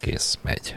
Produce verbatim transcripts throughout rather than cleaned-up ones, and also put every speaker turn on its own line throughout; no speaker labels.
kész, megy.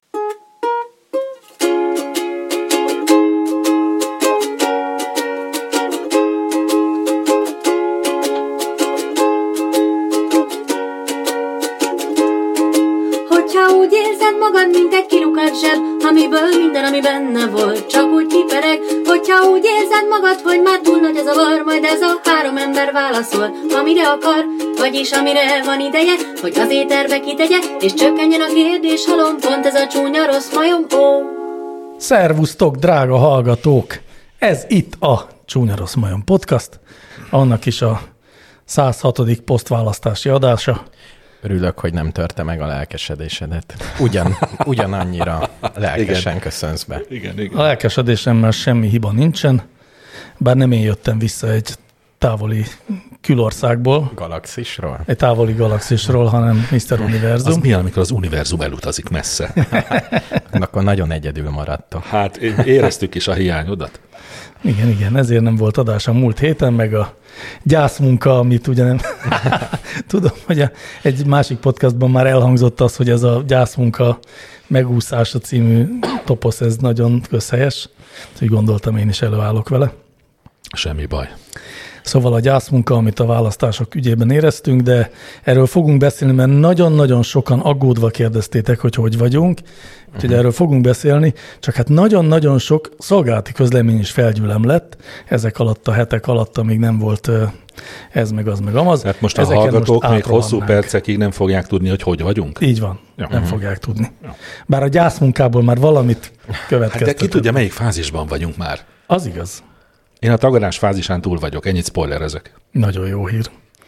Hogyha úgy érzed magad, mint egy kilukat zseb, amiből minden, ami benne volt, csak úgy kipereg. Hogyha úgy érzed magad, hogy már túl nagy a zavar, majd ez a három ember válaszol, amire akar, vagyis amire van ideje, hogy az éterbe kitegye, és csökkenjen a kérdés halom, pont ez a csúnya rossz majom, ó.
Szervusztok, drága hallgatók! Ez itt a Csúnya Rossz Majom podcast, annak is a száz hatodik posztválasztási adása.
Örülök, hogy nem törte meg a lelkesedésedet. Ugyan, ugyanannyira lelkesen igen. Köszönsz be.
Igen, igen.
A lelkesedésemmel semmi hiba nincsen, bár nem én jöttem vissza egy távoli külországból.
Galaxisról?
Egy távoli galaxisról, hanem miszter Univerzum.
Az milyen, amikor az univerzum elutazik messze?
Akkor nagyon egyedül maradtok.
Hát éreztük is a hiányodat.
Igen, igen, ezért nem volt adás a múlt héten, meg a gyászmunka, amit ugye nem... Tudom, hogy a, egy másik podcastban már elhangzott az, hogy ez a gyászmunka megúszása című toposz, ez nagyon közhelyes. Úgy gondoltam, én is előállok vele.
Semmi baj.
Szóval a gyászmunka, amit a választások ügyében éreztünk, de erről fogunk beszélni, mert nagyon-nagyon sokan aggódva kérdeztétek, hogy hogy vagyunk, úgyhogy uh-huh. erről fogunk beszélni, csak hát nagyon-nagyon sok szolgálati közlemény is felgyűlöm lett, ezek alatt a hetek alatt, amíg nem volt ez meg az meg amaz.
Hát most a Ezeken hallgatók most még hosszú percekig nem fogják tudni, hogy hogy vagyunk?
Így van, ja. nem uh-huh. fogják tudni.
Ja.
Bár a gyászmunkából már valamit következtetett.
Hát de ki tudja, melyik fázisban vagyunk már?
Az igaz.
Én a tagadás fázisán túl vagyok, ennyit spoilerezek.
Nagyon jó hír.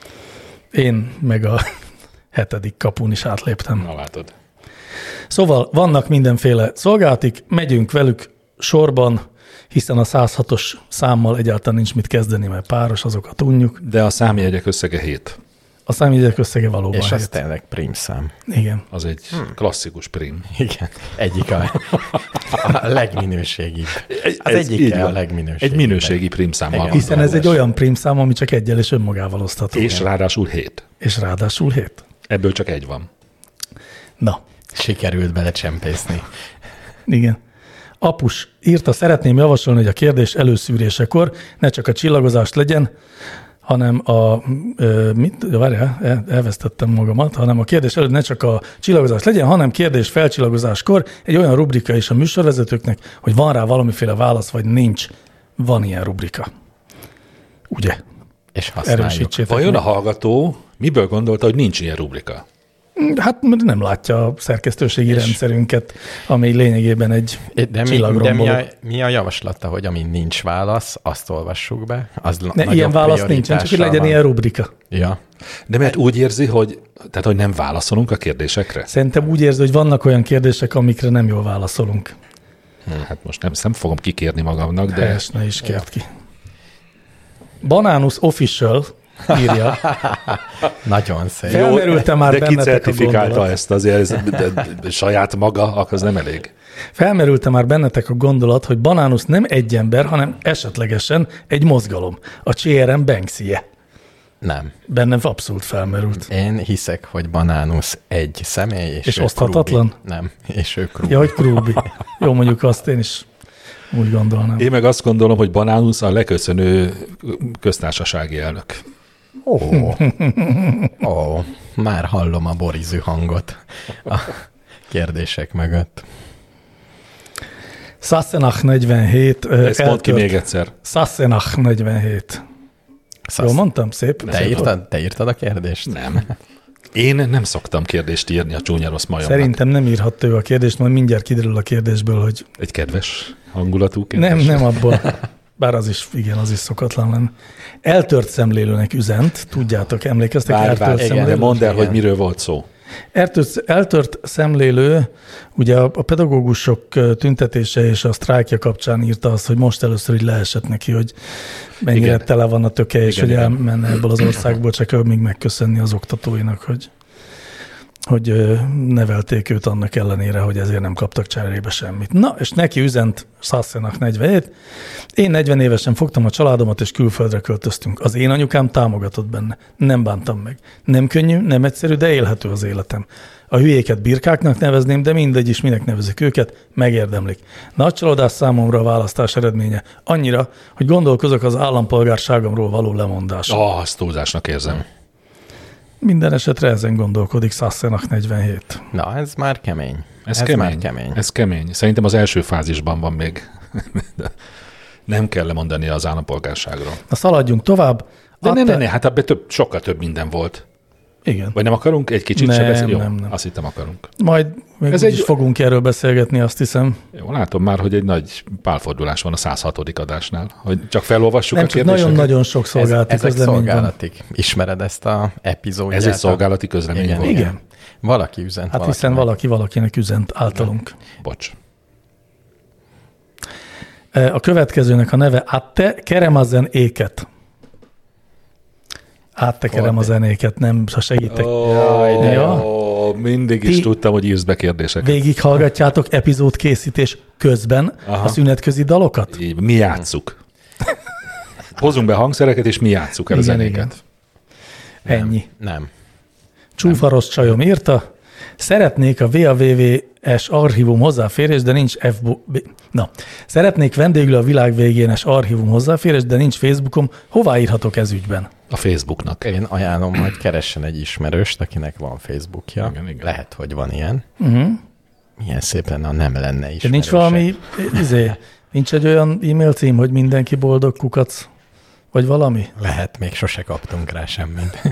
Én meg a hetedik kapun is átléptem.
Na látod.
Szóval vannak mindenféle szolgáltik, megyünk velük sorban, hiszen a száz hatos számmal egyáltalán nincs mit kezdeni, mert páros, azokat tudjuk.
De a számjegyek összege hét.
A számjegyek összege valóban
És az
hét.
tényleg prímszám.
Igen.
Az egy hmm. klasszikus prim.
Igen. Egyik a, a legminőségibb. Az
ez
egyik a legminőségibb.
Egy minőségi prímszámmal.
Hiszen ez egy olyan prímszám, ami csak egyel és önmagával osztható.
És ráadásul hét.
És ráadásul hét.
Ebből csak egy van.
Na.
Sikerült belecsempészni.
Igen. Apus írta, szeretném javasolni, hogy a kérdés előszűrésekor ne csak a csillagozást legyen, hanem a, ö, mit, várjál, el, elvesztettem magamat, hanem a kérdés előtt ne csak a csillagozás legyen, hanem kérdés felcsillagozáskor egy olyan rubrika is a műsorvezetőknek, hogy van rá valamiféle válasz, vagy nincs. Van ilyen rubrika. Ugye?
És használjuk.
Erősítsétek
Vajon
meg.
a hallgató miből gondolta, hogy nincs ilyen rubrika?
Hát nem látja a szerkesztőségi
és
rendszerünket, ami lényegében egy
de mi, de mi a, mi a javaslata, hogy amin nincs válasz, azt olvassuk be? Az
ne, ilyen válasz nincsen, csak hogy legyen
van.
Ilyen rubrika.
Ja.
De mert úgy érzi, hogy, tehát, hogy nem válaszolunk a kérdésekre?
Szerintem úgy érzi, hogy vannak olyan kérdések, amikre nem jól válaszolunk.
Hmm, hát most nem, nem fogom kikérni magamnak, de...
Helyes, ne is kért ki. Bananus Official írja.
Nagyon szép.
Felmerült-e már
de
bennetek
ki certifikálta
a gondolat?
ezt azért, de, de saját maga, akkor az nem elég.
Felmerült-e már bennetek a gondolat, hogy Bananus nem egy ember, hanem esetlegesen egy mozgalom. A cé er em Banksy-je.
Nem.
Bennem abszolút felmerült.
Én hiszek, hogy Bananus egy személy, és,
És
ő
oszthatatlan?
Krúbi. Nem, és ő Krúbi.
Ja, hogy Krúbi. Jó, mondjuk azt én is úgy gondolnám.
Én meg azt gondolom, hogy Bananus a leköszönő köztársasági elnök.
Ó, ó, már hallom a borizű hangot a kérdések mögött.
Sassenach negyvenhét.
Ezt mondd ki még egyszer.
Sassenach negyvenhét.
Szasz...
Jól mondtam? Szép?
Te írtad, te írtad a kérdést?
Nem. Én nem szoktam kérdést írni a Csúnya Rossz Majomnak.
Szerintem nem írhatta ő a kérdést, majd mindjárt kiderül a kérdésből, hogy...
Egy kedves hangulatú kérdés.
Nem, nem abból. Bár az is, igen, az is szokatlan lenne. Eltört szemlélőnek üzent, tudjátok, emlékeztek?
Várj,
eltört
várj,
szemlélő?
de mondd el,
igen.
hogy miről volt szó.
Eltört, eltört szemlélő, ugye a pedagógusok tüntetése és a sztrájkja kapcsán írta azt, hogy most először így leesett neki, hogy mennyire igen. tele van a töke, és igen, hogy igen. elmenne ebből az országból, csak ő még megköszönni az oktatóinak, hogy, hogy nevelték őt annak ellenére, hogy ezért nem kaptak cserébe semmit. Na, és neki üzent Sassenach negyvenhét. Én negyven évesen fogtam a családomat, és külföldre költöztünk. Az én anyukám támogatott benne. Nem bántam meg. Nem könnyű, nem egyszerű, de élhető az életem. A hülyéket birkáknak nevezném, de mindegy is, minek nevezik őket, megérdemlik. Nagy csalódás számomra a választás eredménye. Annyira, hogy gondolkozok az állampolgárságomról való lemondás.
Ah, azt túlzásnak érzem.
Minden esetre ezen gondolkodik Sassenach negyvenhét.
Na, ez már kemény.
Ez,
ez
kemény.
már kemény.
Ez kemény. Szerintem az első fázisban van még. Nem kell lemondani az állampolgárságról.
Na szaladjunk tovább.
De ne, ne, ne, hát ebben több, sokkal több minden volt.
Igen.
Vagy nem akarunk egy kicsit
nem,
se beszélni? Jó,
nem, nem.
Azt hittem akarunk.
Majd még
Ez
egy...
egy...
is fogunk erről beszélgetni, azt hiszem.
Jó, látom már, hogy egy nagy pálfordulás van a száz hatodik adásnál, hogy csak felolvassuk
nem
a kérdéseket.
nagyon-nagyon sok szolgálati
ez, ezek
közlemény
szolgálatik. Van. Ismered ezt a epizódját?
Ez egy szolgálati közlemény
igen,
volt.
Igen.
Igen.
Valaki üzent
Hát
valakinek.
hiszen valaki valakinek üzent általunk.
Bocs.
A következőnek a neve Atte Keremazen éket. Áttekerem a zenéket, nem, ha segítek.
Oh,
ja.
Mindig is
Ti
tudtam, hogy írsz be kérdéseket.
Végighallgatjátok epizód készítés közben Aha. a szünetközi dalokat?
Így, mi játsszuk. Hozunk be hangszereket, és mi játsszuk el
igen,
a zenéket.
Igen. Ennyi.
Nem.
Csúfaros csajom írta, szeretnék a vé á vé vé es archívum hozzáférés, de nincs F B... Na, szeretnék vendégül a világ végénes archívum hozzáférés, de nincs Facebookom. Hová írhatok ez ügyben?
A Facebooknak.
Én ajánlom, hogy keressen egy ismerőst, akinek van Facebookja.
Igen, igen.
Lehet, hogy van ilyen.
Uh-huh.
Milyen szépen, ha nem lenne ismerőse.
De nincs valami, izé, nincs egy olyan e-mail cím, hogy mindenki boldog kukac, vagy valami?
Lehet, még sose kaptunk rá semmit.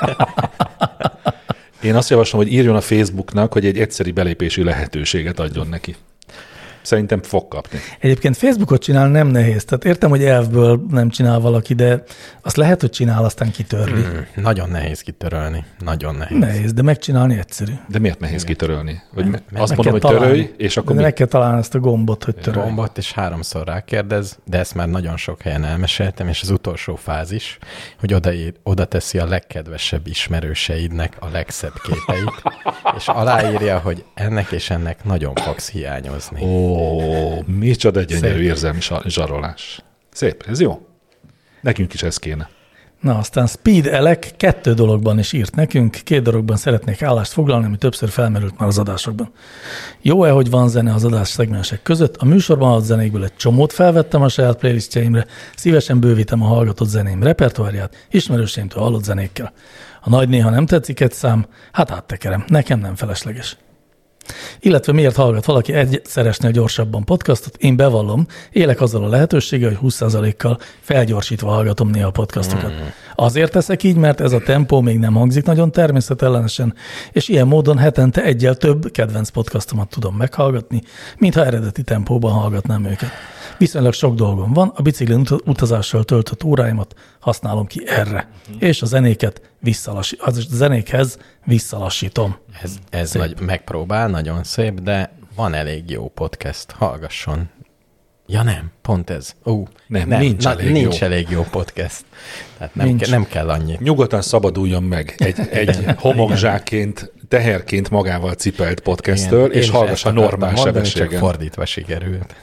Én azt javaslom, hogy írjon a Facebooknak, hogy egy egyszeri belépési lehetőséget adjon neki. Szerintem fog kapni.
Egyébként Facebookot csinálni nem nehéz. Tehát értem, hogy elfből nem csinál valaki, de azt lehet, hogy csinál, aztán kitörli.
Mm, nagyon nehéz kitörölni. Nagyon nehéz.
Nehéz, de megcsinálni egyszerű.
De miért nehéz kitörölni? Hogy
Mert
azt
meg
mondom, hogy
kell
törölj,
találni.
és akkor
de
mi?
meg kell találni ezt a gombot, hogy törölj.
Gombot, és háromszor rákérdez, de ezt már nagyon sok helyen elmeséltem, és az utolsó fázis, hogy oda, oda teszi a legkedvesebb ismerőseidnek a legszebb képeit, és aláírja, hogy ennek és ennek nagyon fogsz hiányozni.
Ó, micsoda gyönyörű
Szép.
érzelmi zsarolás. Szép, ez jó. Nekünk is ez kéne.
Na, aztán Speed Elek kettő dologban is írt nekünk, két dologban szeretnék állást foglalni, ami többször felmerült már az adásokban. Jó-e, hogy van zene az adás szegmensek között? A műsorban adott zenékből egy csomót felvettem a saját playlistjeimre, szívesen bővítem a hallgatott zeném repertoárját, ismerőseimtől hallott zenékkel. A nagy néha nem tetszik egy szám, hát áttekerem, nekem nem felesleges. Illetve miért hallgat valaki egyszeresnél gyorsabban podcastot? Én bevallom, élek azzal a lehetőséggel, hogy húsz százalékkal felgyorsítva hallgatom néha a podcastokat. Mm. Azért teszek így, mert ez a tempó még nem hangzik nagyon természetellenesen, és ilyen módon hetente egyel több kedvenc podcastomat tudom meghallgatni, mintha eredeti tempóban hallgatnám őket. Viszonylag sok dolgom van, a biciklin utazással töltött óráimat használom ki erre, és a zenéket visszalassítom, az a zenékhez visszalassítom.
Ez, ez nagy, megpróbál, nagyon szép, de van elég jó podcast, hallgasson. Ja nem, pont ez. Ú,
nem,
nem,
nincs,
na,
elég,
nincs
jó.
elég jó podcast. Tehát nem, ke, nem kell annyit.
Nyugodtan szabaduljon meg egy, egy homokzsákként, teherként magával cipelt podcasttől, és hallgassa normál sebességen.
Csak fordítva sikerült.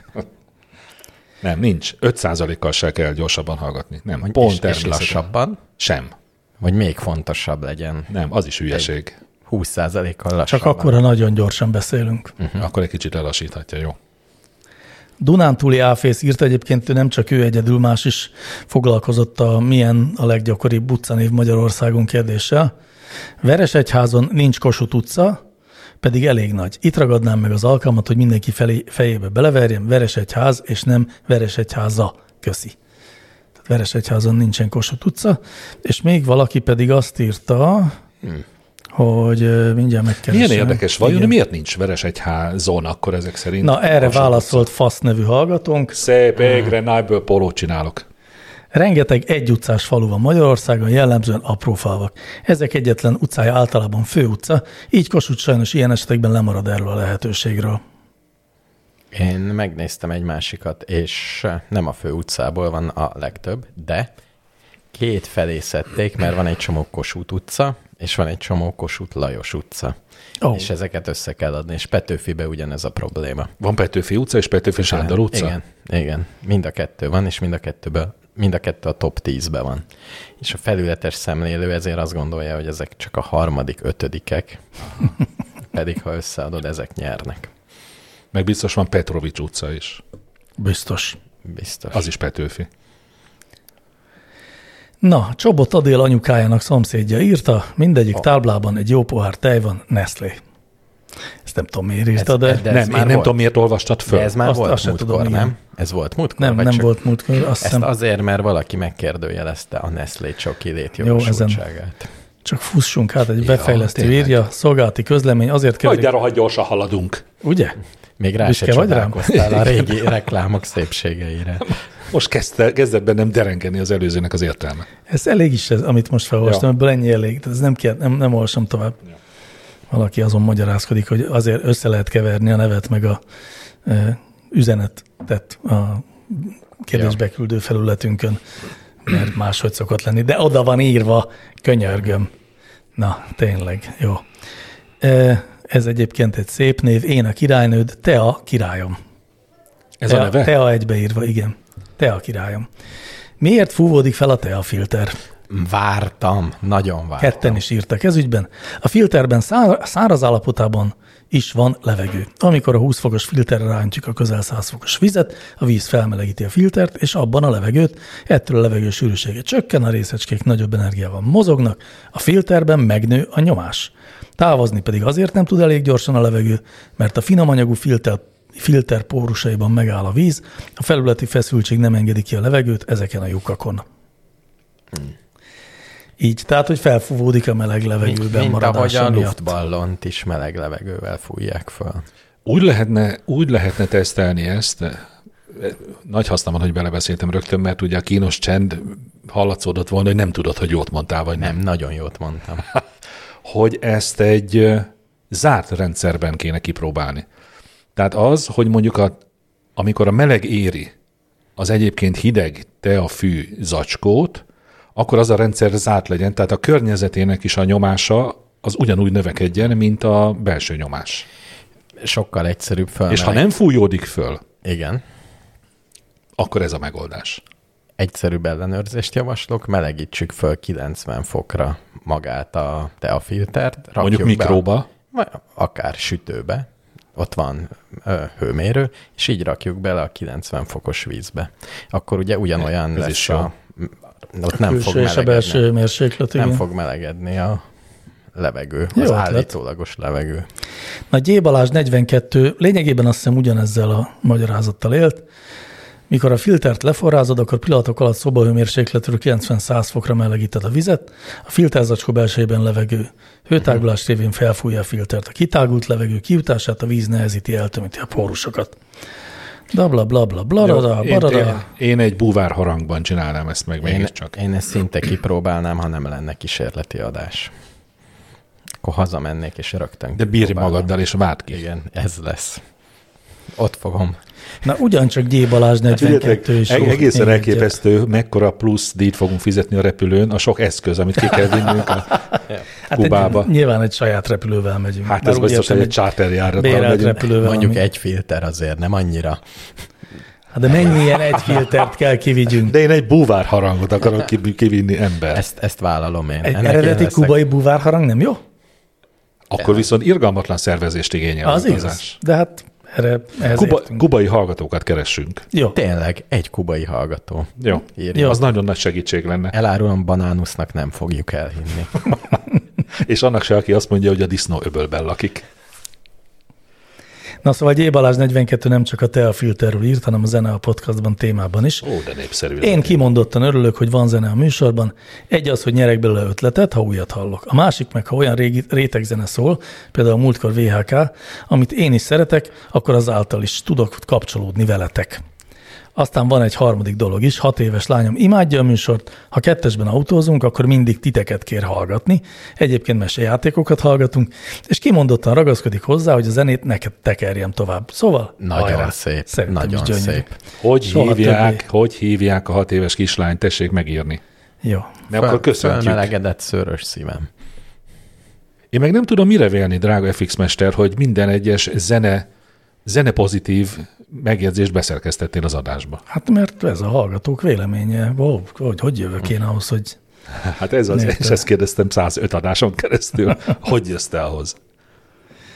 Nem, nincs. öt százalékkal se kell gyorsabban hallgatni. Nem,
Mondj,
pont
és, és
természetesen.
lassabban?
Sem.
Vagy még fontosabb legyen.
Nem, az is hülyeség.
húsz százalékkal lassabban.
Csak akkor, ha nagyon gyorsan beszélünk.
Uh-huh. Akkor egy kicsit lelassíthatja, jó.
Dunántúli Áfész írt, egyébként ő nem csak ő egyedül, más is foglalkozott a milyen a leggyakoribb utcanév Magyarországon kérdéssel. Veresegyházon nincs Kossuth utca, pedig elég nagy. Itt ragadnám meg az alkalmat, hogy mindenki felé, fejébe beleverjem, Veresegyház, és nem Veresegyháza. Köszi. Tehát Veresegyházon nincsen Kossuth utca, és még valaki pedig azt írta, hmm. hogy mindjárt megkeresem.
Milyen érdekes vagy,
Igen.
miért nincs Veresegyházon akkor ezek szerint?
Na, erre válaszolt Fasz nevű hallgatónk.
Szép égre, nájből pólót csinálok.
Rengeteg egyutcás falu van Magyarországon, jellemzően apró falvak. Ezek egyetlen utcája általában főutca, így Kossuth sajnos ilyen esetekben lemarad erről a lehetőségről.
Én megnéztem egy másikat, és nem a fő utcából van a legtöbb, de két felé szedték, mert van egy csomó Kossuth utca, és van egy csomó Kossuth Lajos utca. Oh. És ezeket össze kell adni, és Petőfibe ugyanez a probléma.
Van Petőfi utca és Petőfi Sándor utca?
Igen, igen, mind a kettő van, és mind a kettőben mind a kettő a top tízben van. És a felületes szemlélő ezért azt gondolja, hogy ezek csak a harmadik, ötödikek. pedig ha összeadod, ezek nyernek.
Meg biztos van Petrovics utca is.
Biztos.
Biztos.
Az is Petőfi.
Na, Csobot Adél anyukájának szomszédja írta, mindegyik oh. táblában egy jó pohár tej van, Nestlé. Ezt nem tudom, miért írta, de...
de nem, én nem volt. tudom, miért olvastad föl.
De ez már
azt,
volt
azt
múltkor,
tudom,
nem? Ez volt múltkor?
Nem, nem volt múltkor. Azt
ezt
hiszem...
azért, mert valaki megkérdőjelezte a Nestlé csoki létjogosultságát.
Csak fussunk át, egy befejlesztő ja, írja, szolgálati közlemény, azért kell...
Hogy gyere, ha gyorsan haladunk.
Ugye?
Még rá se csodálkoztál a régi reklámok szépségeire.
Most kezdte, kezdett nem derengeni az előzőnek az értelme.
Ez elég is, ez, amit most felolvastam, ja. ebből ennyi elég. Tehát ez nem, kell, nem, nem olvasom tovább. Ja. Valaki azon magyarázkodik, hogy azért össze lehet keverni a nevet meg a e, üzenetet a kérdésbeküldő felületünkön, mert máshogy szokott lenni. De oda van írva, könyörgöm. Na, tényleg, jó. E, ez egyébként egy szép név. Én a királynőd, te a királyom.
Ez
te
a neve?
Te a egybeírva, igen. Te a királyom. Miért fúvódik fel a teafilter?
Vártam, nagyon vártam.
Ketten is írtak ez ügyben. A filterben száraz állapotában is van levegő. Amikor a húsz fokos filterre rántjuk a közel száz fokos vizet, a víz felmelegíti a filtert, és abban a levegőt, ettől a levegő sűrűsége csökken, a részecskék nagyobb energiával mozognak, a filterben megnő a nyomás. Távozni pedig azért nem tud elég gyorsan a levegő, mert a finomanyagú filter filter pórusaiban megáll a víz, a felületi feszültség nem engedi ki a levegőt ezeken a lyukakon. Hmm. Így, tehát, hogy felfúvódik a meleg levegőben
mint,
maradása
mint ahogy a
miatt.
luftballont is meleg levegővel fújják föl.
Úgy lehetne, úgy lehetne tesztelni ezt, nagy haszna van, hogy belebeszéltem rögtön, mert ugye a kínos csend hallatszódott volna, hogy nem tudod, hogy jót mondtál, vagy nem.
Nem, nagyon jót mondtam.
Hogy ezt egy zárt rendszerben kéne kipróbálni. Tehát az, hogy mondjuk a, amikor a meleg éri az egyébként hideg teafű zacskót, akkor az a rendszer zárt legyen, tehát a környezetének is a nyomása az ugyanúgy növekedjen, mint a belső nyomás.
Sokkal egyszerűbb föl.
És ha nem fújódik föl,
igen,
akkor ez a megoldás.
Egyszerűbb ellenőrzést javaslok, melegítsük föl kilencven fokra magát a teafiltert.
Mondjuk mikróba.
Vagy akár sütőbe. Ott van ö, hőmérő, és így rakjuk bele a kilencven fokos vízbe. Akkor ugye ugyanolyan ez lesz a... Ott nem fog melegedni. A belső
mérséklet,
nem
igen.
fog melegedni a levegő,
jó,
az
ötlet.
Állítólagos levegő.
Na, G. Balázs negyvenkettő lényegében azt hiszem ugyanezzel a magyarázattal élt. Mikor a filtert leforrázod, akkor pillanatok alatt szobahőmérsékletről kilencven-száz fokra melegíted a vizet, a filterzacskó belsejében levegő hőtágulás révén felfújja a filtert. A kitágult levegő kijutását a víz nehezíti, eltömíti a pórusokat. Bla bla bla bla bla
Jó,
bla
én,
bla
én, én egy búvár harangban csinálnám ezt meg mégiscsak.
Én, én ezt szinte kipróbálnám, ha nem lenne kísérleti adás. Akkor hazamennék és rögtön
De bírj magaddal és várd ki.
Igen, ez lesz. Ott fogom.
Na, ugyancsak G. Balázs negyvenkettő is.
Hát, egészen elképesztő, mekkora plusz díjt fogunk fizetni a repülőn, a sok eszköz, amit ki kell vinnünk a Kubába.
Hát egy, nyilván egy saját repülővel megyünk.
Hát ez biztos, hogy egy charterjárattal
megyünk.
Mondjuk
ami...
egy filter azért, nem annyira.
Hát de mennyi ilyen egy filtert kell kivigyünk?
De én egy búvárharangot akarok kivinni ember.
Ezt, ezt vállalom én.
Egy Ennek eredeti kubai búvárharang nem jó?
Akkor viszont irgalmatlan szervezést igényel.
Az igaz, de hát erre
Kuba, kubai hallgatókat keressünk.
Jó.
Tényleg, egy kubai hallgató.
Jó. Jó. Az nagyon nagy segítség lenne.
Elárulom, Banánusznak nem fogjuk elhinni.
És annak se, aki azt mondja, hogy a disznóöbölben lakik.
Na szóval G. Balázs negyvenkettő nem csak a teafilterről írt, hanem a Zene a podcastban témában is.
Ó, de népszerű.
Én kimondottan örülök, hogy van zene a műsorban. Egy az, hogy nyerek belőle ötletet, ha újat hallok. A másik meg, ha olyan régi, rétegzene szól, például a múltkor vé há ká, amit én is szeretek, akkor azáltal is tudok kapcsolódni veletek. Aztán van egy harmadik dolog is, hat éves lányom imádja a műsort, ha kettesben autózunk, akkor mindig titeket kér hallgatni, egyébként mesejátékokat hallgatunk, és kimondottan ragaszkodik hozzá, hogy a zenét neked tekerjem tovább. Szóval
nagyon
hajrá,
szép,
szerintem
nagyon szép.
Hogy hívják, hogy hívják a hat éves kislányt, tessék megírni.
Jó.
Mert akkor köszöntjük.
Fölmelegedett szőrös szívem.
Én meg nem tudom mire vélni, drága ef iksz Mester, hogy minden egyes zene, zene pozitív megjegyzést beszerkesztettél az adásba.
Hát mert ez a hallgatók véleménye. Ó, hogy, hogy jövök én ahhoz, hogy...
Hát ez az, és ezt kérdeztem százöt adáson keresztül. Hogy jössz te ahhoz?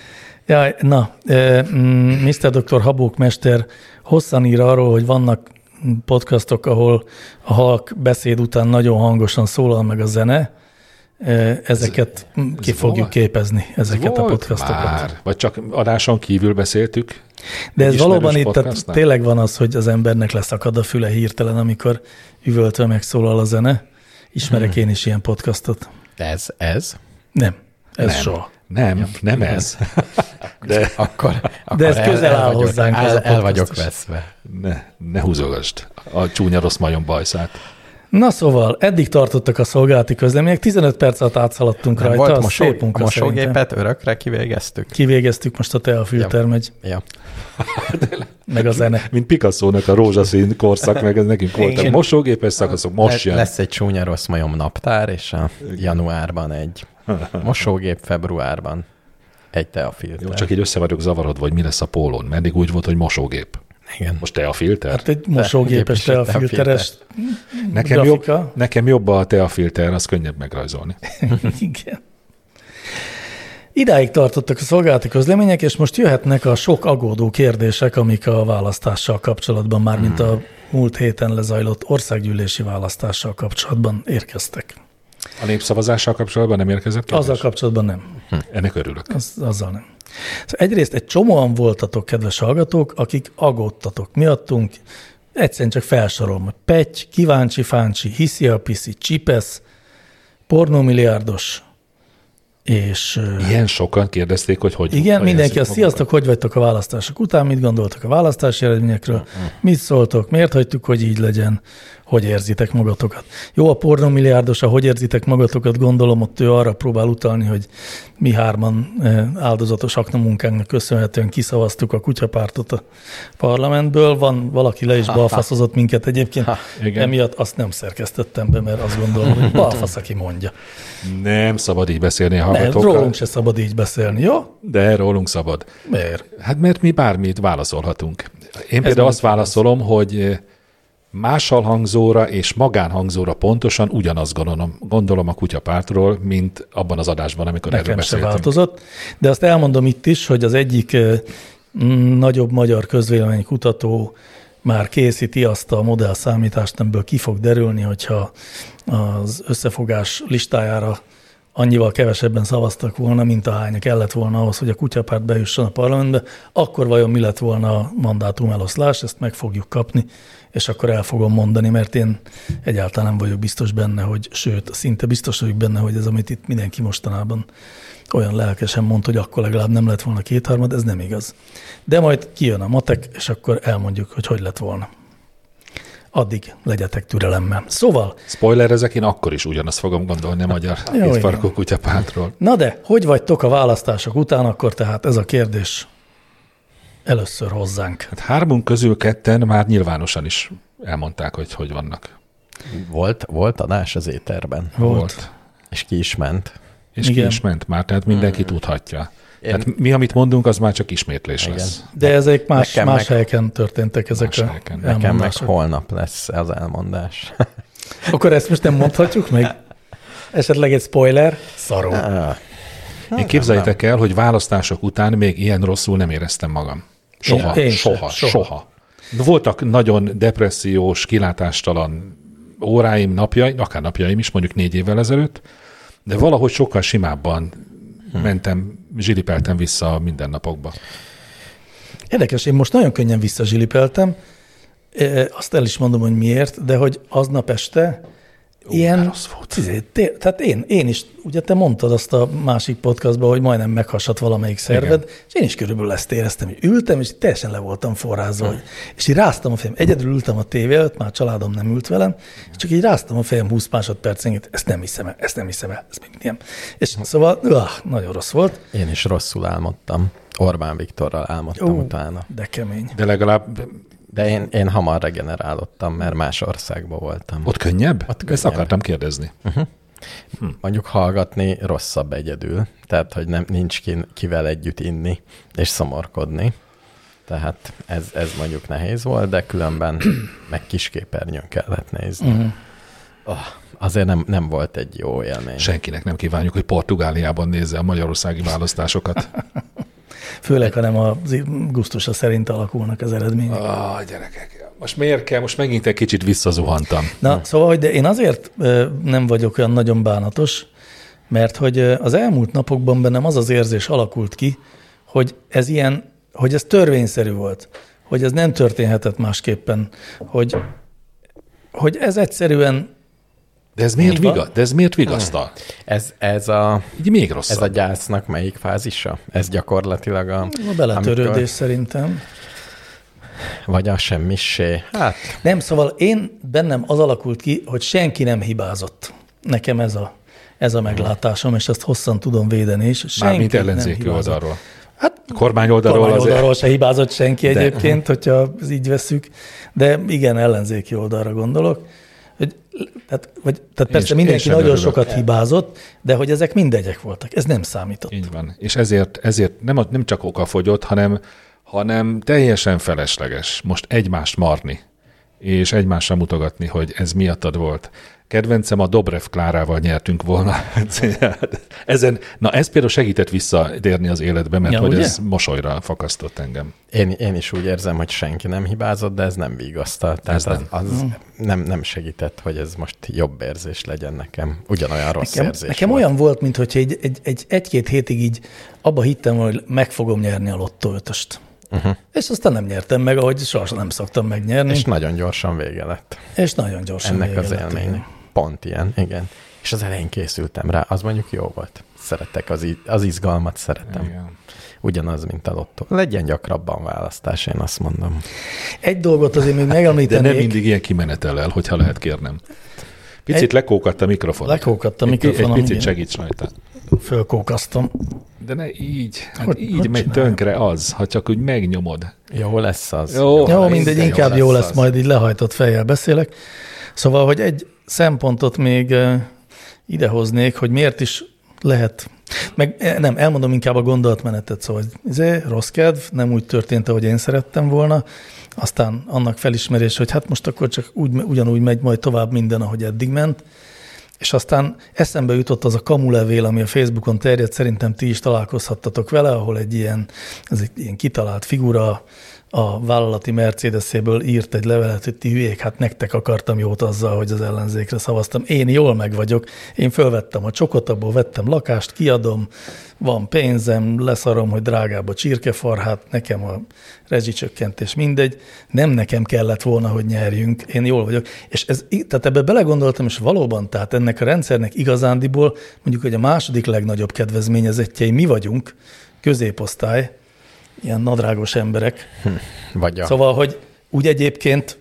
Jaj, na, miszter doktor Habók mester hosszan ír arról, hogy vannak podcastok, ahol a halk beszéd után nagyon hangosan szólal meg a zene. Ezeket ez, ki ez fogjuk volt? képezni, ezeket ez a podcastokat. Már.
Vagy csak adáson kívül beszéltük?
De ez valóban itt tehát tényleg van az, hogy az embernek leszakad a füle hirtelen, amikor üvöltve megszólal a zene. Ismerek hmm. én is ilyen podcastot.
Ez? Ez?
Nem, ez
nem.
soha.
Nem, nem, nem ez.
De akkor, akkor
De ez el, közel áll hozzánk.
El, el vagyok veszve.
Ne, ne húzogasd a csúnya rossz majom bajszát.
Na szóval, eddig tartottak a szolgálati közlemények, tizenöt perc alatt átszaladtunk nem rajta,
volt mosó,
szép munka
a mosógépet örökre kivégeztük?
Kivégeztük, most a teafilter ja. megy.
Ja.
Meg a zene.
Mint Picasso-nak a rózsaszín korszak, meg ez nekünk voltak mosógépes szakaszok, most jön.
Lesz egy csúnya rossz majom naptár, és a januárban egy mosógép, februárban egy teafilter.
Jó, csak így össze vagyok zavarodva, hogy mi lesz a pólón. Meddig úgy volt, hogy mosógép.
Igen.
Most teafilter?
Hát egy mosógépes teafilteres
nekem jobb, nekem jobb a teafilter, az könnyebb megrajzolni.
Igen. Idáig tartottak a szolgálati közlemények, és most jöhetnek a sok aggódó kérdések, amik a választással kapcsolatban, már mint a múlt héten lezajlott országgyűlési választással kapcsolatban érkeztek.
A népszavazással kapcsolatban nem érkezett kérdés?
Azzal kapcsolatban nem.
Hm. Ennek örülök.
Az, azzal nem. Szóval egyrészt egy csomóan voltatok, kedves hallgatók, akik aggódtatok miattunk. Egyszerűen csak felsorolom, hogy Petty, Kíváncsi Fáncsi, Hiszi a Piszi, Csipesz, Pornómilliárdos, és...
Ilyen sokan kérdezték, hogy hogy...
Igen, mindenki azt, sziasztok, hogy vagytok a választások után, mit gondoltak a választási eredményekről, uh-huh. mit szóltok, miért hagytuk, hogy így legyen, hogy érzitek magatokat. Jó, a pornómilliárdos, a hogy érzitek magatokat, gondolom, ott ő arra próbál utalni, hogy mi hárman áldozatos aknamunkánknak köszönhetően kiszavaztuk a kutyapártot a parlamentből. Van valaki le is balfaszozott minket egyébként, ha, emiatt azt nem szerkesztettem be, mert azt gondolom, hogy balfasz, aki mondja.
Nem szabad így beszélni a hallgatókkal.
Nem, rólunk se szabad így beszélni, jó?
De rólunk szabad.
Miért?
Hát mert mi bármit válaszolhatunk. Én például azt válaszolom, az? hogy mással hangzóra és magánhangzóra pontosan ugyanazt gondolom, gondolom a kutyapártról, mint abban az adásban, amikor
Nekem
erről beszéltünk.
Nekem se változott, de azt elmondom itt is, hogy az egyik mm, nagyobb magyar közvéleménykutató már készíti azt a modellszámítást, amiből ki fog derülni, hogyha az összefogás listájára annyival kevesebben szavaztak volna, mint ahányak kellett volna ahhoz, hogy a kutyapárt bejusson a parlamentbe, akkor vajon mi lett volna a mandátum eloszlás, ezt meg fogjuk kapni, és akkor el fogom mondani, mert én egyáltalán nem vagyok biztos benne, hogy, sőt, szinte biztos vagyok benne, hogy ez, amit itt mindenki mostanában olyan lelkesen mond, hogy akkor legalább nem lett volna kétharmad, ez nem igaz. De majd kijön a matek, és akkor elmondjuk, hogy hogy lett volna. Addig legyetek türelemmel. Szóval...
Spoiler, ezek én akkor is ugyanazt fogom gondolni a magyar hétfarkú kutyapártról.
Na de, hogy vagytok a választások után, akkor tehát ez a kérdés először hozzánk.
Hát hármunk közül ketten már nyilvánosan is elmondták, hogy hogy vannak.
Volt, volt adás az éterben?
Volt. volt.
És ki is ment.
És Igen. ki is ment már, tehát mindenki hmm. tudhatja. Én... Tehát mi, amit mondunk, az már csak ismétlés Igen. lesz.
De ezek más, más meg... helyeken történtek, ezek más a helyeken.
Nekem meg holnap lesz az elmondás.
Akkor ezt most nem mondhatjuk meg? Esetleg egy spoiler? Szaró. Ah.
Én képzeljétek el, hogy választások után még ilyen rosszul nem éreztem magam. Soha, én, én soha, soha, soha. Voltak nagyon depressziós, kilátástalan óráim, napjaim, akár napjaim is, mondjuk négy évvel ezelőtt, de valahogy sokkal simábban hmm. mentem, zsilipeltem vissza a mindennapokba.
Érdekes, én most nagyon könnyen visszazsilipeltem, azt el is mondom, hogy miért, de hogy aznap este Jó, ilyen, té- tehát én, én is, ugye te mondtad azt a másik podcastban, hogy majdnem meghasadt valamelyik szerved, Igen. és én is körülbelül ezt éreztem, hogy ültem, és teljesen le voltam forrázva, hmm. és így ráztam a fejem, egyedül ültem a tévé előtt, már a családom nem ült velem, és csak így ráztam a fejem húsz másodpercenként, ezt nem hiszem el, ezt nem hiszem el, ezt még nem. És szóval, uah, nagyon rossz volt.
Én is rosszul álmodtam. Orbán Viktorral álmodtam Ó, utána.
De kemény.
De legalább...
De én, én hamar regenerálódtam, mert más országban voltam.
Ott könnyebb? Ott könnyebb. Ezt akartam kérdezni.
Uh-huh. Hm. Mondjuk hallgatni rosszabb egyedül, tehát hogy nem, nincs ki, kivel együtt inni és szomorkodni. Tehát ez, ez mondjuk nehéz volt, de különben meg kisképernyőn kellett nézni. Uh-huh. Oh, azért nem, nem volt egy jó élmény.
Senkinek nem kívánjuk, hogy Portugáliában nézze a magyarországi választásokat.
Főleg, hanem a gusztusa szerint alakulnak az eredmények.
Ah, gyerekek, most miért kell? Most megint egy kicsit visszazuhantam.
Na, hm. szóval, de én azért nem vagyok olyan nagyon bánatos, mert hogy az elmúlt napokban bennem az az érzés alakult ki, hogy ez ilyen, hogy ez törvényszerű volt, hogy ez nem történhetett másképpen, hogy, hogy ez egyszerűen...
De ez miért, viga, de ez miért vigasztal?
Ez, ez, a,
Így még rosszabb.
Ez a gyásznak melyik fázisa? Ez gyakorlatilag a...
A beletörődés amikor... szerintem.
Vagy a semmissé. Hát...
Nem, szóval én bennem az alakult ki, hogy senki nem hibázott. Nekem ez a, ez a meglátásom, és ezt hosszan tudom védeni is.
Mármint ellenzéki oldalról.
Hát
a kormány oldalról,
kormány oldalról
azért...
se hibázott senki
de.
Egyébként, hogyha így vesszük, de igen, ellenzéki oldalra gondolok. Hogy, tehát, vagy, tehát persze mindenki nagyon örülök. Sokat hibázott, de hogy ezek mindegyek voltak. Ez nem számított.
Így van. És ezért, ezért nem, nem csak okafogyott, hanem, hanem teljesen felesleges most egymást marni, és egymásra mutogatni, hogy ez miattad volt. Kedvencem, a Dobrev Klárával nyertünk volna. Ezen, na ez például segített visszatérni az életbe, mert ja, hogy ugye? Ez mosolyra fakasztott engem.
Én, én is úgy érzem, hogy senki nem hibázott, de ez nem vigasztal. Tehát nem. Az, az hmm. nem, nem segített, hogy ez most jobb érzés legyen nekem. Ugyanolyan rossz
nekem,
érzés
Nekem volt. Olyan volt, mintha egy, egy, egy, egy-két hétig így abba hittem, hogy meg fogom nyerni a lottó ötöst. Uh-huh. És aztán nem nyertem meg, ahogy sohasem nem szoktam megnyerni.
És nagyon gyorsan vége lett.
És nagyon gyorsan
ennek
vége
az élmény. Pont ilyen, igen. És az elején készültem rá, az mondjuk jó volt. Szeretek, az, az izgalmat szeretem. Igen. Ugyanaz, mint a lottó. Legyen gyakrabban választás, én azt mondom.
Egy dolgot azért még megemlítenék.
De nem mindig ilyen kimenetellel, hogyha lehet kérnem. Picit egy... lekókadt a mikrofon.
Lekókadt a mikrofon.
Egy, egy picit segíts rajta.
Fölkókaztam.
De ne így. Hát hogy, így hogy megy csináljuk? Tönkre az, ha csak úgy megnyomod.
Jó lesz az.
Jó, jó mindegy, inkább jó lesz, jó lesz az. Majd így lehajtott fejjel beszélek. Szóval, hogy egy szempontot még idehoznék, hogy miért is lehet, meg nem, elmondom inkább a gondolatmenetet, szóval ez rossz kedv, nem úgy történt, ahogy én szerettem volna, aztán annak felismerés, hogy hát most akkor csak úgy, ugyanúgy megy majd tovább minden, ahogy eddig ment, és aztán eszembe jutott az a kamulevél, ami a Facebookon terjedt, szerintem ti is találkozhattatok vele, ahol egy ilyen, ez egy ilyen kitalált figura a vállalati Mercedeséből írt egy levelet, hogy ti hülyék, hát nektek akartam jót azzal, hogy az ellenzékre szavaztam. Én jól meg vagyok, én fölvettem a csokot, abból vettem lakást, kiadom, van pénzem, leszarom, hogy drágább a csirkefarhát, nekem a rezsicsökkentés mindegy, nem nekem kellett volna, hogy nyerjünk, én jól vagyok. És ez, tehát ebbe belegondoltam, és valóban, tehát ennek a rendszernek igazándiból mondjuk, hogy a második legnagyobb kedvezményezettjei mi vagyunk, középosztály, ilyen nadrágos emberek.
Hm, vagy a...
Szóval, hogy úgy egyébként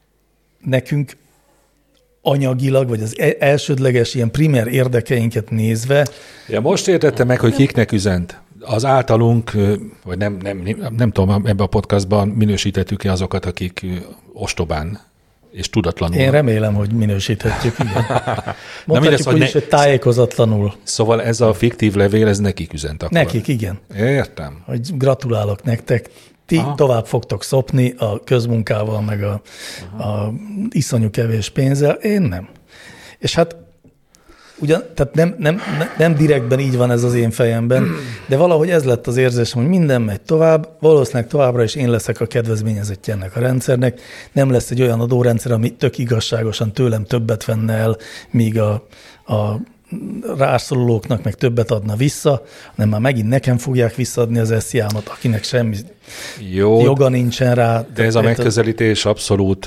nekünk anyagilag, vagy az elsődleges ilyen primer érdekeinket nézve...
Ja, most értettem meg, hogy kiknek üzent. Az általunk, vagy nem, nem, nem, nem tudom, ebben a podcastban minősítettük-e azokat, akik ostobán és tudatlanul.
Én remélem, hogy minősíthetjük, igen. Mondhatjuk úgy is, hogy tájékozatlanul.
Szóval ez a fiktív levél, ez nekik üzent akkor.
Nekik, igen.
Értem.
Hogy gratulálok nektek, ti Aha. tovább fogtok szopni a közmunkával, meg a, a iszonyú kevés pénzzel, én nem. És hát ugyan, tehát nem, nem, nem direktben így van ez az én fejemben, de valahogy ez lett az érzésem, hogy minden megy tovább, valószínűleg továbbra is én leszek a kedvezményezettje ennek a rendszernek, nem lesz egy olyan adórendszer, ami tök igazságosan tőlem többet venne el, míg a, a rászorulóknak meg többet adna vissza, hanem már megint nekem fogják visszaadni az esziámat, akinek semmi Jó, joga nincsen rá.
De ez a megközelítés abszolút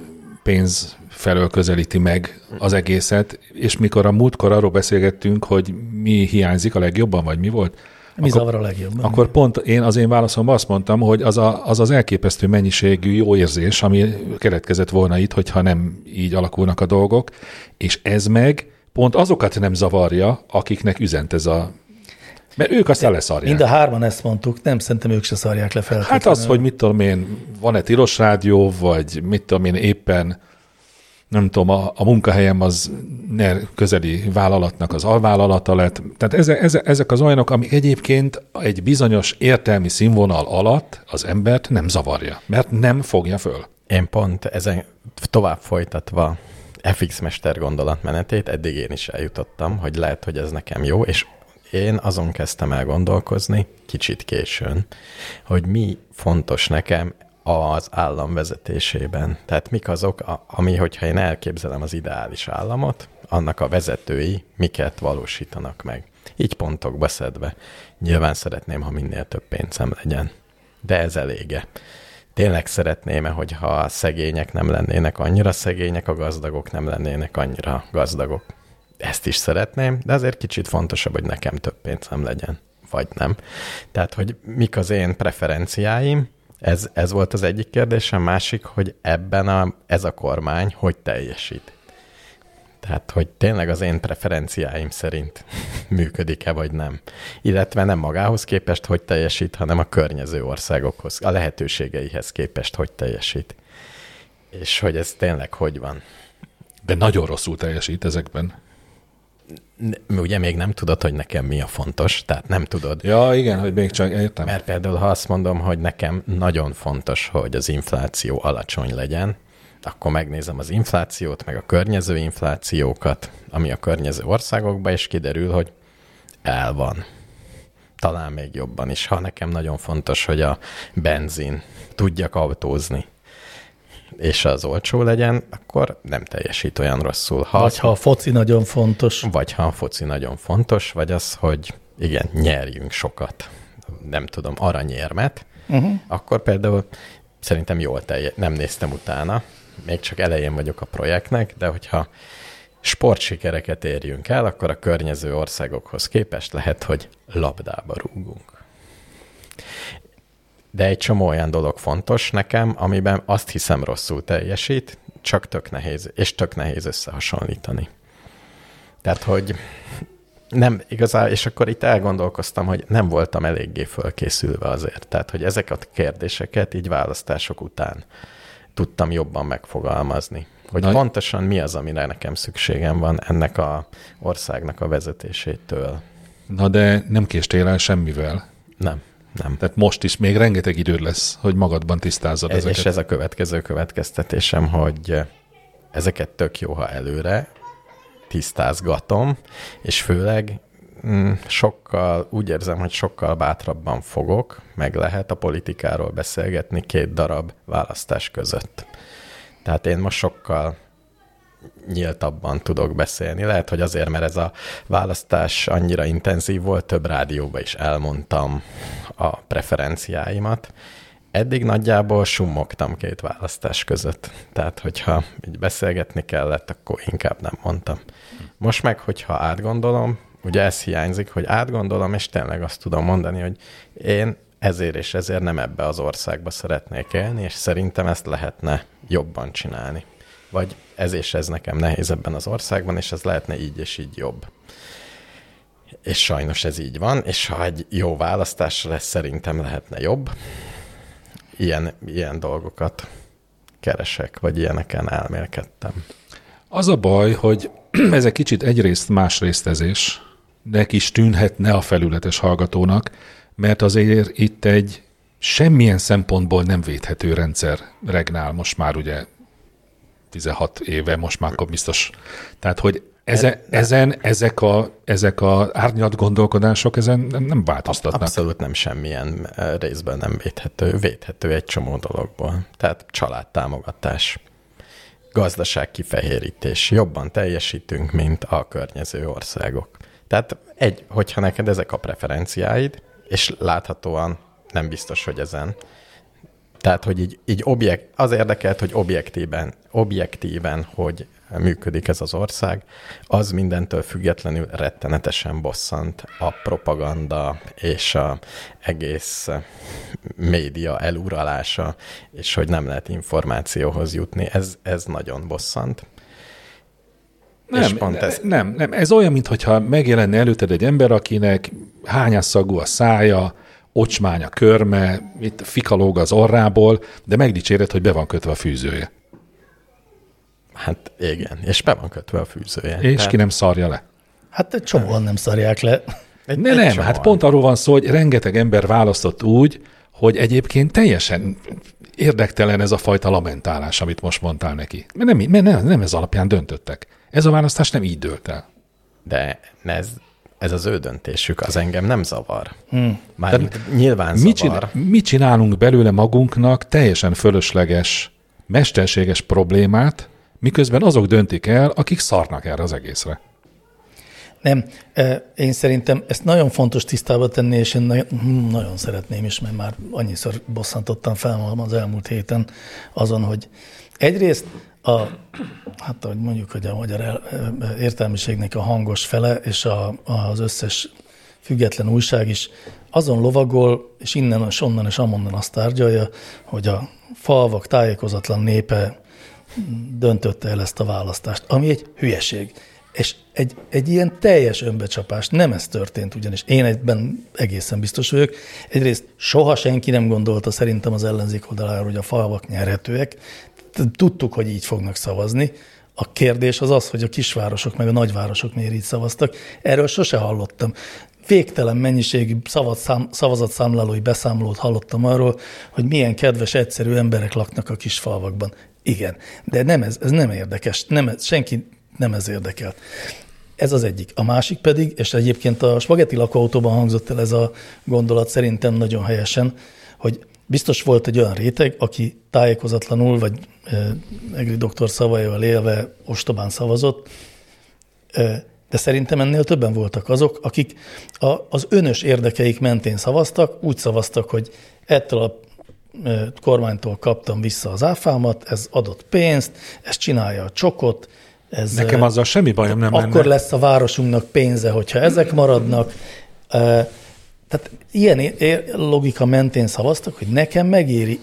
pénz felől közelíti meg az egészet, és mikor a múltkor arról beszélgettünk, hogy mi hiányzik a legjobban, vagy mi volt?
Mi akkor, zavar a legjobban?
Akkor pont én az én válaszomban azt mondtam, hogy az, a, az az elképesztő mennyiségű jó érzés, ami keletkezett volna itt, hogyha nem így alakulnak a dolgok, és ez meg pont azokat nem zavarja, akiknek üzent ez a... Mert ők aztán leszarják.
Mind a hárman ezt mondtuk, nem szerintem ők se szarják le feltétlenül.
Hát az, hogy mit tudom én, van-e tilos rádió, vagy mit tudom én éppen nem tudom, a, a munkahelyem az ne közeli vállalatnak az alvállalata lett. Tehát ezek, ezek, ezek az olyanok, amik egyébként egy bizonyos értelmi színvonal alatt az embert nem zavarja, mert nem fogja föl.
Én pont ezen tovább folytatva ef iksz Mester gondolatmenetét, eddig én is eljutottam, hogy lehet, hogy ez nekem jó, és én azon kezdtem el gondolkozni, kicsit későn, hogy mi fontos nekem az állam vezetésében. Tehát mik azok, ami, hogyha én elképzelem az ideális államot, annak a vezetői miket valósítanak meg. Így pontokba szedve. Nyilván szeretném, ha minél több pénzem legyen. De ez elége. Tényleg szeretném-e, hogyha a szegények nem lennének annyira szegények, a gazdagok nem lennének annyira gazdagok. Ezt is szeretném, de azért kicsit fontosabb, hogy nekem több pénzem legyen. Vagy nem. Tehát, hogy mik az én preferenciáim, ez, ez volt az egyik kérdésem. Másik, hogy ebben a, ez a kormány hogy teljesít. Tehát, hogy tényleg az én preferenciáim szerint működik-e, vagy nem. Illetve nem magához képest, hogy teljesít, hanem a környező országokhoz, a lehetőségeihez képest, hogy teljesít. És hogy ez tényleg hogy van.
De nagyon rosszul teljesít ezekben.
Ugye még nem tudod, hogy nekem mi a fontos, tehát nem tudod.
Ja, igen, hogy még csak értem.
Mert például, ha azt mondom, hogy nekem nagyon fontos, hogy az infláció alacsony legyen, akkor megnézem az inflációt, meg a környező inflációkat, ami a környező országokban, és kiderül, hogy el van. Talán még jobban is. Ha nekem nagyon fontos, hogy a benzin tudjak autózni, és az olcsó legyen, akkor nem teljesít olyan rosszul. Ha
vagy
az,
ha a foci nagyon fontos.
Vagy ha a foci nagyon fontos, vagy az, hogy igen, nyerjünk sokat. Nem tudom, aranyérmet, uh-huh. akkor például szerintem jól telje, nem néztem utána, még csak elején vagyok a projektnek, de hogyha sportsikereket érjünk el, akkor a környező országokhoz képest lehet, hogy labdába rúgunk. De egy csomó olyan dolog fontos nekem, amiben azt hiszem rosszul teljesít, csak tök nehéz, és tök nehéz összehasonlítani. Tehát, hogy nem igazán, és akkor itt elgondolkoztam, hogy nem voltam eléggé fölkészülve azért. Tehát, hogy ezeket a kérdéseket így választások után tudtam jobban megfogalmazni. Hogy Nagy... pontosan mi az, amire nekem szükségem van ennek a országnak a vezetésétől.
Na de nem késtél el semmivel.
Nem, nem.
Tehát most is még rengeteg időd lesz, hogy magadban tisztázod ezeket.
És ez a következő következtetésem, hogy ezeket tök jó, ha előre tisztázgatom, és főleg mm, sokkal, úgy érzem, hogy sokkal bátrabban fogok, meg lehet a politikáról beszélgetni két darab választás között. Tehát én most sokkal nyíltabban tudok beszélni. Lehet, hogy azért, mert ez a választás annyira intenzív volt, több rádióba is elmondtam a preferenciáimat. Eddig nagyjából summogtam két választás között. Tehát, hogyha így beszélgetni kellett, akkor inkább nem mondtam. Most meg, hogyha átgondolom, ugye ez hiányzik, hogy átgondolom, és tényleg azt tudom mondani, hogy én ezért és ezért nem ebbe az országba szeretnék élni, és szerintem ezt lehetne jobban csinálni. Vagy ez és ez nekem nehéz ebben az országban, és ez lehetne így és így jobb. És sajnos ez így van, és ha egy jó választás lesz, szerintem lehetne jobb. Ilyen, ilyen dolgokat keresek, vagy ilyeneken elmélkedtem.
Az a baj, hogy ez egy kicsit egyrészt másrésztezés, neki is tűnhetne a felületes hallgatónak, mert azért itt egy semmilyen szempontból nem védhető rendszer regnál most már ugye tizenhat éve, most már akkor biztos. Tehát, hogy eze, ezen, ezek a, ezek a árnyalt gondolkodások ezen nem, nem változtatnak.
Abszolút nem semmilyen részben nem védhető. Védhető egy csomó dologból. Tehát családtámogatás, gazdaság kifehérítés. Jobban teljesítünk, mint a környező országok. Tehát egy, hogyha neked ezek a preferenciáid, és láthatóan nem biztos, hogy ezen. Tehát, hogy így, így objekt, az érdekelt, hogy objektíven, objektíven, hogy működik ez az ország, az mindentől függetlenül rettenetesen bosszant a propaganda és az egész média eluralása, és hogy nem lehet információhoz jutni. Ez, ez nagyon bosszant.
Nem, pont ez... nem, nem, ez olyan, mintha megjelenne előtted egy ember, akinek hányásszagú a szája, ocsmány a körme, itt fikalóg az orrából, de megdicséred, hogy be van kötve a fűzője.
Hát igen, és be van kötve a fűzője.
És Tehát... ki nem szarja le.
Hát egy csomóan nem szarják le.
Egy, ne, egy nem, csomóan. Hát pont arról van szó, hogy rengeteg ember választott úgy, hogy egyébként teljesen érdektelen ez a fajta lamentálás, amit most mondtál neki. Mert nem, mert nem, nem ez alapján döntöttek. Ez a választás nem így dőlt el.
De ez ez az ő döntésük, az engem nem zavar. Hmm. Már nyilván
mit
zavar.
Csinál, mit csinálunk belőle magunknak teljesen fölösleges, mesterséges problémát, miközben azok döntik el, akik szarnak erre az egészre.
Nem, én szerintem ezt nagyon fontos tisztába tenni, és én nagyon szeretném is, mert már annyiszor bosszantottam fel magam az elmúlt héten azon, hogy egyrészt a, hát ahogy mondjuk, hogy a magyar értelmiségnek a hangos fele, és a, az összes független újság is azon lovagol, és innen és onnan és amonnan azt tárgyalja, hogy a falvak tájékozatlan népe döntötte el ezt a választást, ami egy hülyeség. És egy, egy ilyen teljes önbecsapás, nem ez történt ugyanis. Én egyben egészen biztos vagyok. Egyrészt soha senki nem gondolta szerintem az ellenzék oldalára, hogy a falvak nyerhetőek. Tudtuk, hogy így fognak szavazni. A kérdés az az, hogy a kisvárosok meg a nagyvárosok miért így szavaztak. Erről sose hallottam. Végtelen mennyiségű szavazatszámlálói beszámolót hallottam arról, hogy milyen kedves, egyszerű emberek laknak a kisfalvakban. Igen, de nem ez, ez nem érdekes. Nem ez, senki nem ez érdekelt. Ez az egyik. A másik pedig, és egyébként a Spagetti lakóautóban hangzott el ez a gondolat szerintem nagyon helyesen, hogy biztos volt egy olyan réteg, aki tájékozatlanul, vagy e, Egri doktor szavaival élve ostobán szavazott, e, de szerintem ennél többen voltak azok, akik a, az önös érdekeik mentén szavaztak, úgy szavaztak, hogy ettől a e, kormánytól kaptam vissza az áfámat, ez adott pénzt, ez csinálja a csokot, ez,
nekem azzal semmi bajom nem
akkor
lenne.
lesz a városunknak pénze, hogyha ezek maradnak. Tehát ilyen logika mentén szavaztak, hogy nekem megéri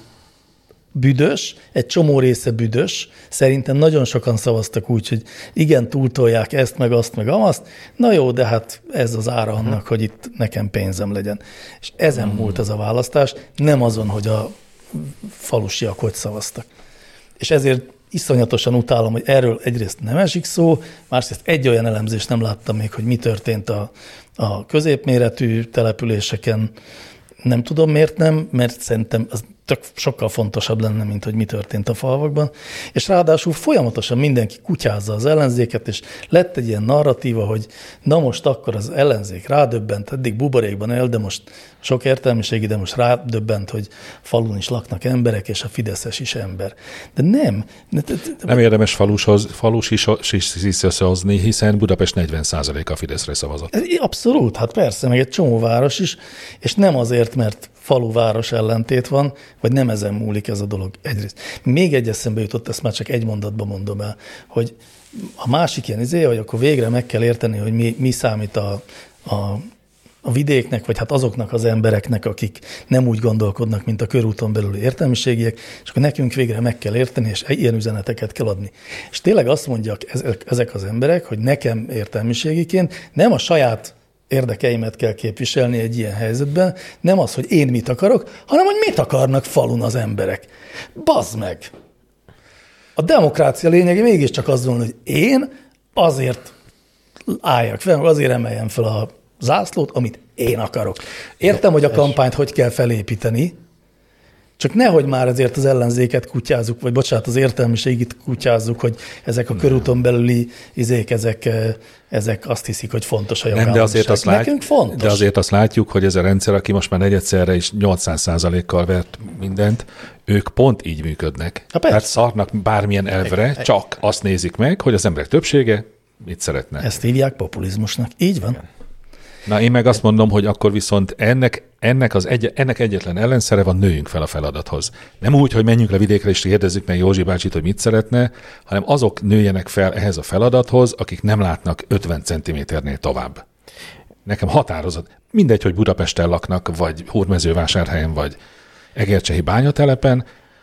büdös, egy csomó része büdös, szerintem nagyon sokan szavaztak úgy, hogy igen, túltolják ezt, meg azt, meg azt, na jó, de hát ez az ára annak, uh-huh. hogy itt nekem pénzem legyen. És ezen uh-huh. múlt ez a választás, nem azon, hogy a falusiak hogy szavaztak. És ezért iszonyatosan utálom, hogy erről egyrészt nem esik szó, másrészt egy olyan elemzést nem láttam még, hogy mi történt a, a középméretű településeken. Nem tudom miért nem, mert szerintem az tök sokkal fontosabb lenne, mint hogy mi történt a falvakban. És ráadásul folyamatosan mindenki kutyázza az ellenzéket, és lett egy ilyen narratíva, hogy na most akkor az ellenzék rádöbbent, eddig buborékban él, de most sok értelmiségi, de most rádöbbent, hogy falun is laknak emberek, és a fideszes is ember. De nem.
Nem érdemes falushoz, falus is, is összehozni, hiszen Budapest negyven százaléka a Fideszre szavazott.
Abszolút, hát persze, meg egy csomó város is, és nem azért, mert falu-város ellentét van, vagy nem ezen múlik ez a dolog egyrészt. Még egy eszembe jutott, ezt már csak egy mondatban mondom el, hogy a másik ilyen izé, hogy akkor végre meg kell érteni, hogy mi, mi számít a, a, a vidéknek, vagy hát azoknak az embereknek, akik nem úgy gondolkodnak, mint a körúton belüli értelmiségiek, és akkor nekünk végre meg kell érteni, és ilyen üzeneteket kell adni. És tényleg azt mondják ezek az emberek, hogy nekem értelmiségiként nem a saját érdekeimet kell képviselni egy ilyen helyzetben, nem az, hogy én mit akarok, hanem hogy mit akarnak falun az emberek. Bazd meg! A demokrácia lényege mégiscsak az van, hogy én azért álljak fel, azért emeljem fel a zászlót, amit én akarok. Értem, hogy a kampányt hogy kell felépíteni, csak nehogy már ezért az ellenzéket kutyázzuk, vagy bocsánat, az értelmiségit kutyázzuk, hogy ezek a körúton belüli izék, ezek, ezek azt hiszik, hogy fontos a jogállamiság.
Nem, de azért, azt
Nekünk
lát,
fontos.
de azért azt látjuk, hogy ez a rendszer, aki most már negyedszerre is nyolcszáz százalékkal vert mindent, ők pont így működnek. Tehát szarnak bármilyen elvre, csak azt nézik meg, hogy az emberek többsége mit szeretne.
Ezt hívják populizmusnak. Így van. Igen.
Na, én meg azt mondom, hogy akkor viszont ennek, ennek, az egy, ennek egyetlen ellenszere van, nőjünk fel a feladathoz. Nem úgy, hogy menjünk le vidékre és kérdezzük meg Józsi bácsit, hogy mit szeretne, hanem azok nőjenek fel ehhez a feladathoz, akik nem látnak ötven centiméternél tovább. Nekem határozott. Mindegy, hogy Budapesten laknak, vagy Hódmezővásárhelyen, vagy Egercsehi bányatelepen.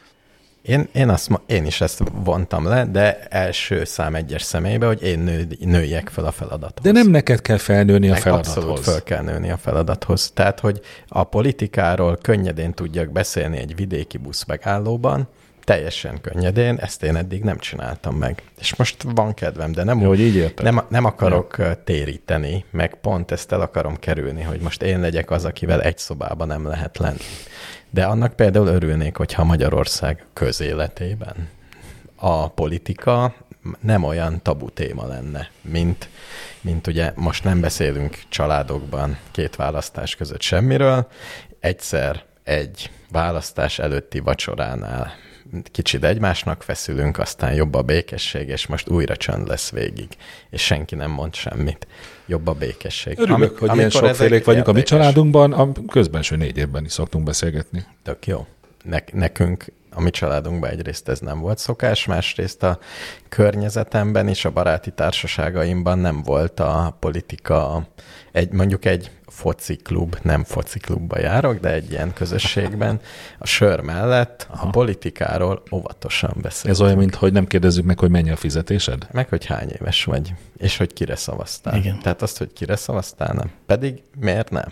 Én, én, azt, én is ezt vontam le, de első szám egyes személybe, hogy én nő, nőjek fel a feladathoz.
De nem neked kell felnőni a feladathoz.
Abszolút fel kell nőni a feladathoz. Tehát, hogy a politikáról könnyedén tudjak beszélni egy vidéki buszmegállóban, teljesen könnyedén, ezt én eddig nem csináltam meg. És most van kedvem, de nem,
Jó, hogy így
nem, nem akarok Jó. téríteni, meg pont ezt el akarom kerülni, hogy most én legyek az, akivel egy szobában nem lehet lenni. De annak például örülnék, hogyha Magyarország közéletében a politika nem olyan tabu téma lenne, mint, mint ugye most nem beszélünk családokban két választás között semmiről, egyszer egy választás előtti vacsoránál kicsit egymásnak feszülünk, aztán jobb a békesség, és most újra csönd lesz végig, és senki nem mond semmit. Jobb a békesség.
Örülök, Ami, hogy ilyen sokfélék vagyunk a mi családunkban, a közbenső négy évben is szoktunk beszélgetni.
Tök jó. Ne, nekünk, a mi családunkban egyrészt ez nem volt szokás, másrészt a környezetemben és a baráti társaságaimban nem volt a politika, egy, mondjuk egy fociklub, nem fociklubba járok, de egy ilyen közösségben a sör mellett Aha. a politikáról óvatosan beszélünk.
Ez olyan, mint hogy nem kérdezzük meg, hogy mennyi a fizetésed?
Meg, hogy hány éves vagy, és hogy kire szavaztál.
Igen.
Tehát azt, hogy kire szavaztál, nem. Pedig miért nem?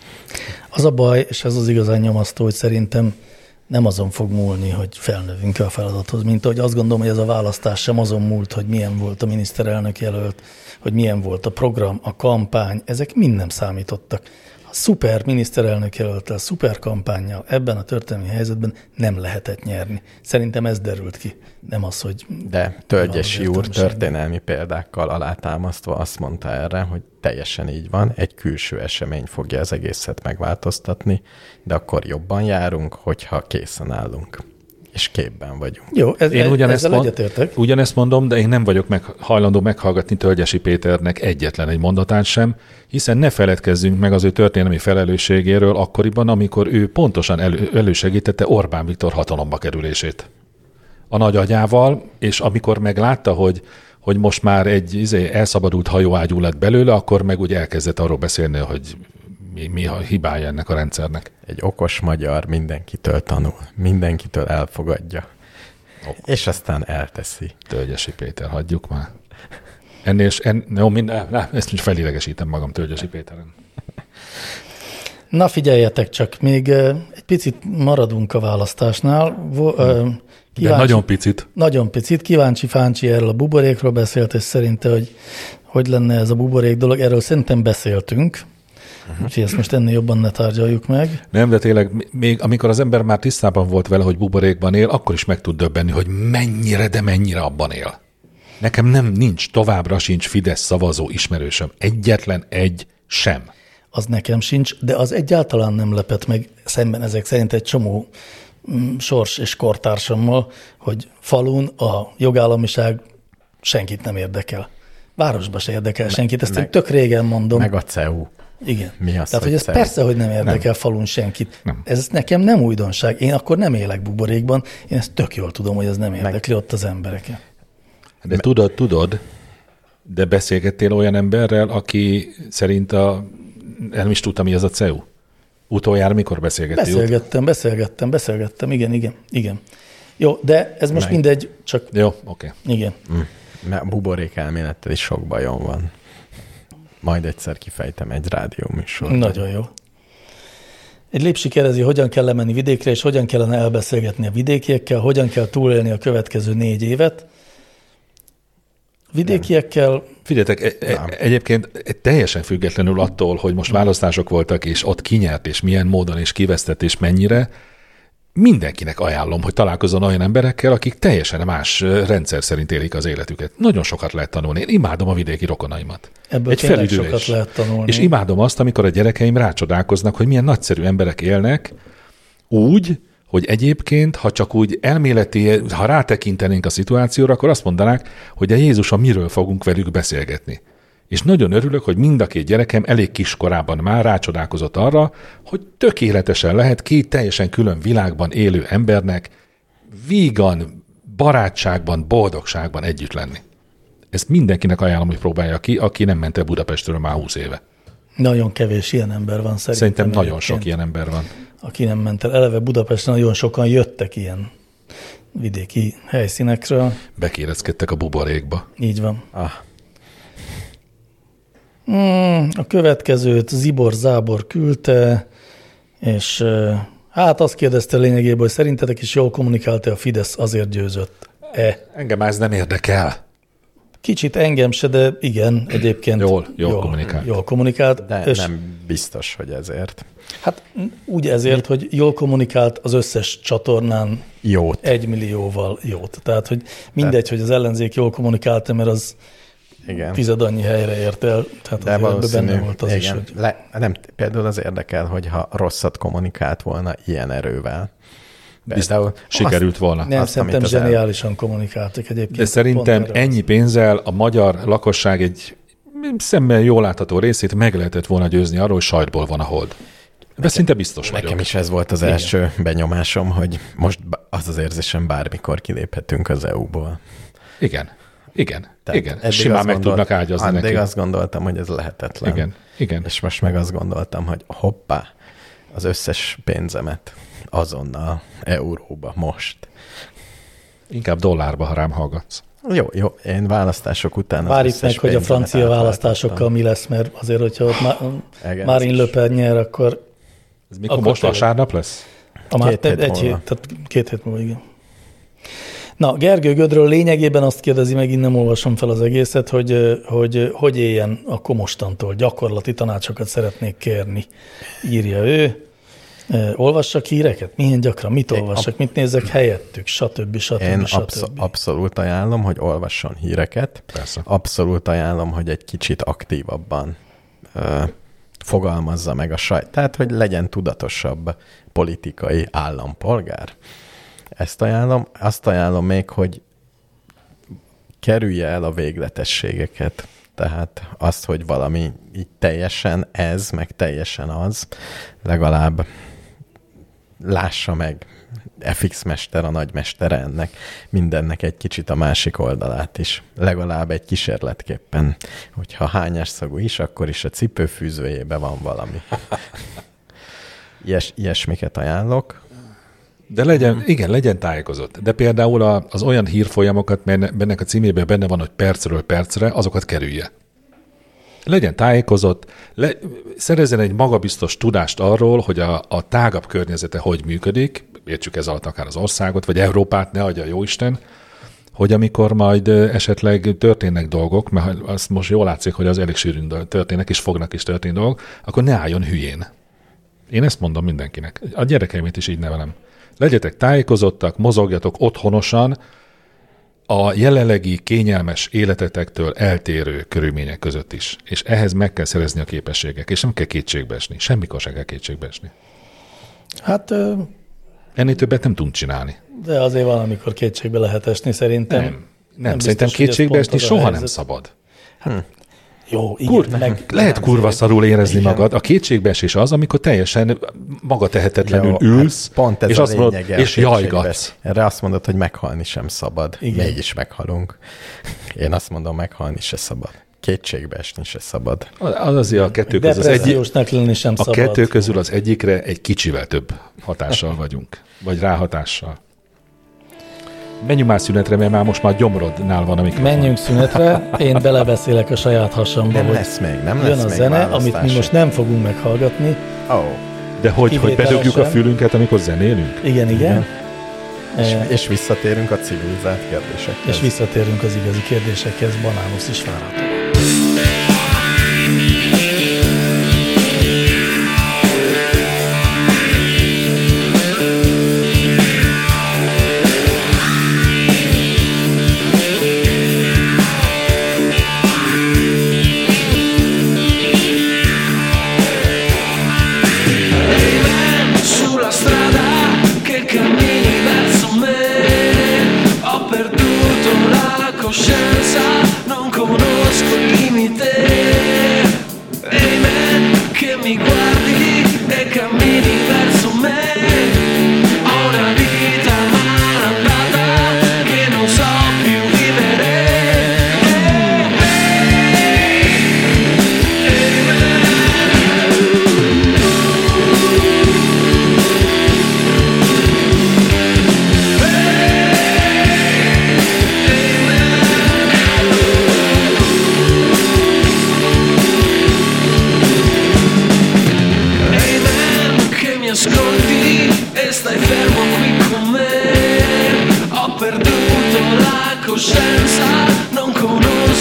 Az a baj, és ez az igazán nyomasztó, hogy szerintem nem azon fog múlni, hogy felnövünk a feladathoz, mint hogy azt gondolom, hogy ez a választás sem azon múlt, hogy milyen volt a miniszterelnök jelölt, hogy milyen volt a program, a kampány, ezek mind nem számítottak. A szuper miniszterelnök jelölttel, szuper kampánnyal ebben a történelmi helyzetben nem lehetett nyerni. Szerintem ez derült ki, nem az, hogy...
De Tölgyesi úr történelmi példákkal alátámasztva azt mondta erre, hogy teljesen így van, egy külső esemény fogja az egészet megváltoztatni, de akkor jobban járunk, hogyha készen állunk. És képben vagyunk.
Jó, ez,
én ugyanezt
ezzel
mond,
egyetértek.
Ugyanezt mondom, de én nem vagyok meg, hajlandó meghallgatni Tölgyesi Péternek egyetlen egy mondatát sem, hiszen ne feledkezzünk meg az ő történelmi felelősségéről akkoriban, amikor ő pontosan elő, elősegítette Orbán Viktor hatalomba kerülését. A nagy agyával, és amikor meglátta, hogy, hogy most már egy izé, elszabadult hajóágyú lett belőle, akkor meg úgy elkezdett arról beszélni, hogy mi, mi a hibája ennek a rendszernek.
Egy okos magyar mindenkitől tanul, mindenkitől elfogadja, ok. és aztán elteszi.
Tölgyesi Péter, hagyjuk már. Ennél, en, jó, minden, ne, ezt most felidegesítem magam Tölgyesi Péteren.
Na figyeljetek csak, még egy picit maradunk a választásnál. Kíváncsi,
De nagyon picit.
Nagyon picit. Kíváncsi Fáncsi erről a buborékról beszélt, és szerinte, hogy hogy lenne ez a buborék dolog. Erről szerintem beszéltünk. Uh-huh. Úgyhogy ezt most ennél jobban ne tárgyaljuk meg.
Nem, de tényleg, még amikor az ember már tisztában volt vele, hogy buborékban él, akkor is meg tud döbbenni, hogy mennyire, de mennyire abban él. Nekem nem nincs, továbbra sincs Fidesz szavazó ismerősöm. Egyetlen egy sem.
Az nekem sincs, de az egyáltalán nem lepett meg szemben ezek szerint egy csomó sors és kortársammal, hogy falun a jogállamiság senkit nem érdekel. Városba se érdekel senkit, ezt meg, én tök régen mondom.
Meg a cé e u.
Igen.
Mi az,
Tehát, hogy ez persze, hogy nem érdekel nem. falun senkit. Nem. Ez nekem nem újdonság. Én akkor nem élek buborékban, én ezt tök jól tudom, hogy ez nem érdekli meg... ott az embereket.
De Me... tudod, tudod, de beszélgettél olyan emberrel, aki szerint a... nem is tudtam, mi az a cé e u. Utoljára mikor beszélgettél?
Beszélgettem, beszélgettem, beszélgettem, igen, igen, igen. Jó, de ez most meg. mindegy, csak...
Jó, oké. Okay.
Igen.
Mm. Mert buborék elmélettel is sok bajom van. Majd egyszer kifejtem egy rádióműsorban.
Nagyon jó. Egy lépsi kérdezi, hogyan kell lemenni vidékre, és hogyan kellene elbeszélgetni a vidékiekkel, hogyan kell túlélni a következő négy évet. Vidékiekkel...
Figyeljetek, e- egyébként teljesen függetlenül attól, hogy most választások voltak, és ott kinyert, és milyen módon, és kivesztett, és mennyire, mindenkinek ajánlom, hogy találkozzon olyan emberekkel, akik teljesen más rendszer szerint élik az életüket. Nagyon sokat lehet tanulni. Én imádom a vidéki rokonaimat.
Ebből
Egy
tényleg sokat lehet tanulni.
És imádom azt, amikor a gyerekeim rácsodálkoznak, hogy milyen nagyszerű emberek élnek úgy, hogy egyébként, ha csak úgy elméleti, ha rátekintenénk a szituációra, akkor azt mondanák, hogy a Jézuson miről fogunk velük beszélgetni. És nagyon örülök, hogy mind a két gyerekem elég kiskorában már rácsodálkozott arra, hogy tökéletesen lehet két teljesen külön világban élő embernek vígan, barátságban, boldogságban együtt lenni. Ezt mindenkinek ajánlom, hogy próbálja ki, aki nem ment el Budapestről már húsz éve.
Nagyon kevés ilyen ember van szerintem.
Szerintem nagyon sok ilyen ember van.
Aki nem ment el. Eleve Budapesten nagyon sokan jöttek ilyen vidéki helyszínekről.
Bekérezkedtek a buborékba.
Így van.
Ah.
Hmm, a következőt Zibor Zábor küldte, és hát azt kérdezte lényegében, hogy szerintetek is jól kommunikálta a Fidesz, azért győzött-e?
Engem ez nem érdekel.
Kicsit engem se, de igen, egyébként
jól, jól, jól kommunikált.
Jól kommunikált.
De
és
nem biztos, hogy ezért.
Hát úgy ezért, hogy jól kommunikált az összes csatornán
jót.
egymillióval jót. Tehát, hogy mindegy, Tehát, hogy az ellenzék jól kommunikálta, mert az igen. tized annyi helyre ért el. Tehát
de valószínű,
benne volt az
igen.
is, hogy...
Le, nem, például az érdekel, hogyha rosszat kommunikált volna ilyen erővel.
Például sikerült
azt,
volna.
Nem,
azt,
szerintem zseniálisan el... kommunikáltak egyébként.
De szerintem ennyi pénzzel a magyar lakosság egy szemmel jól látható részét meg lehetett volna győzni arról, hogy sajtból van a hold. De szinte biztos vagyok.
Nekem is ez volt az igen. első benyomásom, hogy most az az érzésem, bármikor kiléphetünk az é u-ból.
Igen. Igen. Tehát igen. Simán meg gondol, tudnak ágyazni
addig
neki.
azt gondoltam, hogy ez lehetetlen.
Igen. Igen.
És most meg azt gondoltam, hogy hoppá, az összes pénzemet azonnal euróba most.
Inkább dollárba, ha rám hallgatsz.
Jó, jó, én választások után az
várjuk meg, hogy a francia választásokkal mi lesz, mert azért, hogyha ott Marine Le Pen nyer, akkor...
Ez mikor most vasárnap lesz?
A két hét egy hét, tehát két hét múlva, igen. Na, Gergő Gödről lényegében azt kérdezi, megint nem olvasom fel az egészet, hogy hogy, hogy éljen akkor mostantól. Gyakorlati tanácsokat szeretnék kérni, írja ő. Olvassak híreket? Milyen gyakran? Mit olvassak? Mit nézek helyettük? Stb. Stb.
Én
stb.
Absz- abszolút ajánlom, hogy olvasson híreket.
Persze.
Abszolút ajánlom, hogy egy kicsit aktívabban ö, fogalmazza meg a sajt. Tehát, hogy legyen tudatosabb politikai állampolgár. Ezt ajánlom. Azt ajánlom még, hogy kerülje el a végletességeket. Tehát azt, hogy valami így teljesen ez, meg teljesen az, legalább lássa meg ef iksz mester, a nagymestere ennek, mindennek egy kicsit a másik oldalát is. Legalább egy kísérletképpen, hogyha hányás szagú is, akkor is a cipőfűzőjében van valami. Ilyes, ilyesmiket ajánlok.
De legyen, igen, legyen tájékozott. De például az olyan hírfolyamokat, bennek a címében benne van, hogy percről percre, azokat kerülje. Legyen tájékozott, le, szerezzen egy magabiztos tudást arról, hogy a, a tágabb környezete hogy működik, értsük ez alatt akár az országot, vagy Európát, ne adja Jóisten, hogy amikor majd esetleg történnek dolgok, mert azt most jól látszik, hogy az elég sűrűn történnek, és fognak is történni dolgok, akkor ne álljon hülyén. Én ezt mondom mindenkinek. A gyerekeimet is így nevelem. Legyetek tájékozottak, mozogjatok otthonosan a jelenlegi kényelmes életetektől eltérő körülmények között is. És ehhez meg kell szerezni a képességek, és nem kell kétségbe esni. Semmikor sem kell kétségbe esni.
Hát... Ö...
Ennél többet nem tudunk csinálni.
De azért valamikor kétségbe lehet esni, szerintem.
Nem, nem, nem szerintem biztos, kétségbe esni soha nem szabad. Hát, hm.
Jó, igen. Kur, meg,
lehet kurva szarul érezni igen. magad. A kétségbeesés az, amikor teljesen magatehetetlenül jó, ülsz, hát
pont ez
és,
a
azt mondod, és jajgatsz.
Erre azt mondod, hogy meghalni sem szabad. Igen. Mégis meghalunk. Én azt mondom, meghalni se szabad. Kétségbeesni se szabad.
Az azért a kettő közül az egyik,
lenni sem
a
szabad.
kettő közül az egyikre egy kicsivel több hatással vagyunk. Vagy ráhatással. Menjünk már szünetre, mert már most már gyomrodnál van a mikrofon.
Menjünk szünetre, én belebeszélek a saját hasamba,
nem
hogy
lesz még, nem lesz
jön a
még
zene, amit mi most nem fogunk meghallgatni.
Oh.
De hogy, hogy bedugjuk a fülünket, amikor zenélünk?
Igen, igen.
És, és visszatérünk a civilizált kérdésekhez.
És visszatérünk az igazi kérdésekhez, Banánusz is várható.
Non conosco il limite. Amen, che mi guardi e cammini verso me. Ho una vita malandata che non so più vivere. Ascolti e stai fermo qui con me. Ho perduto la coscienza, non conosco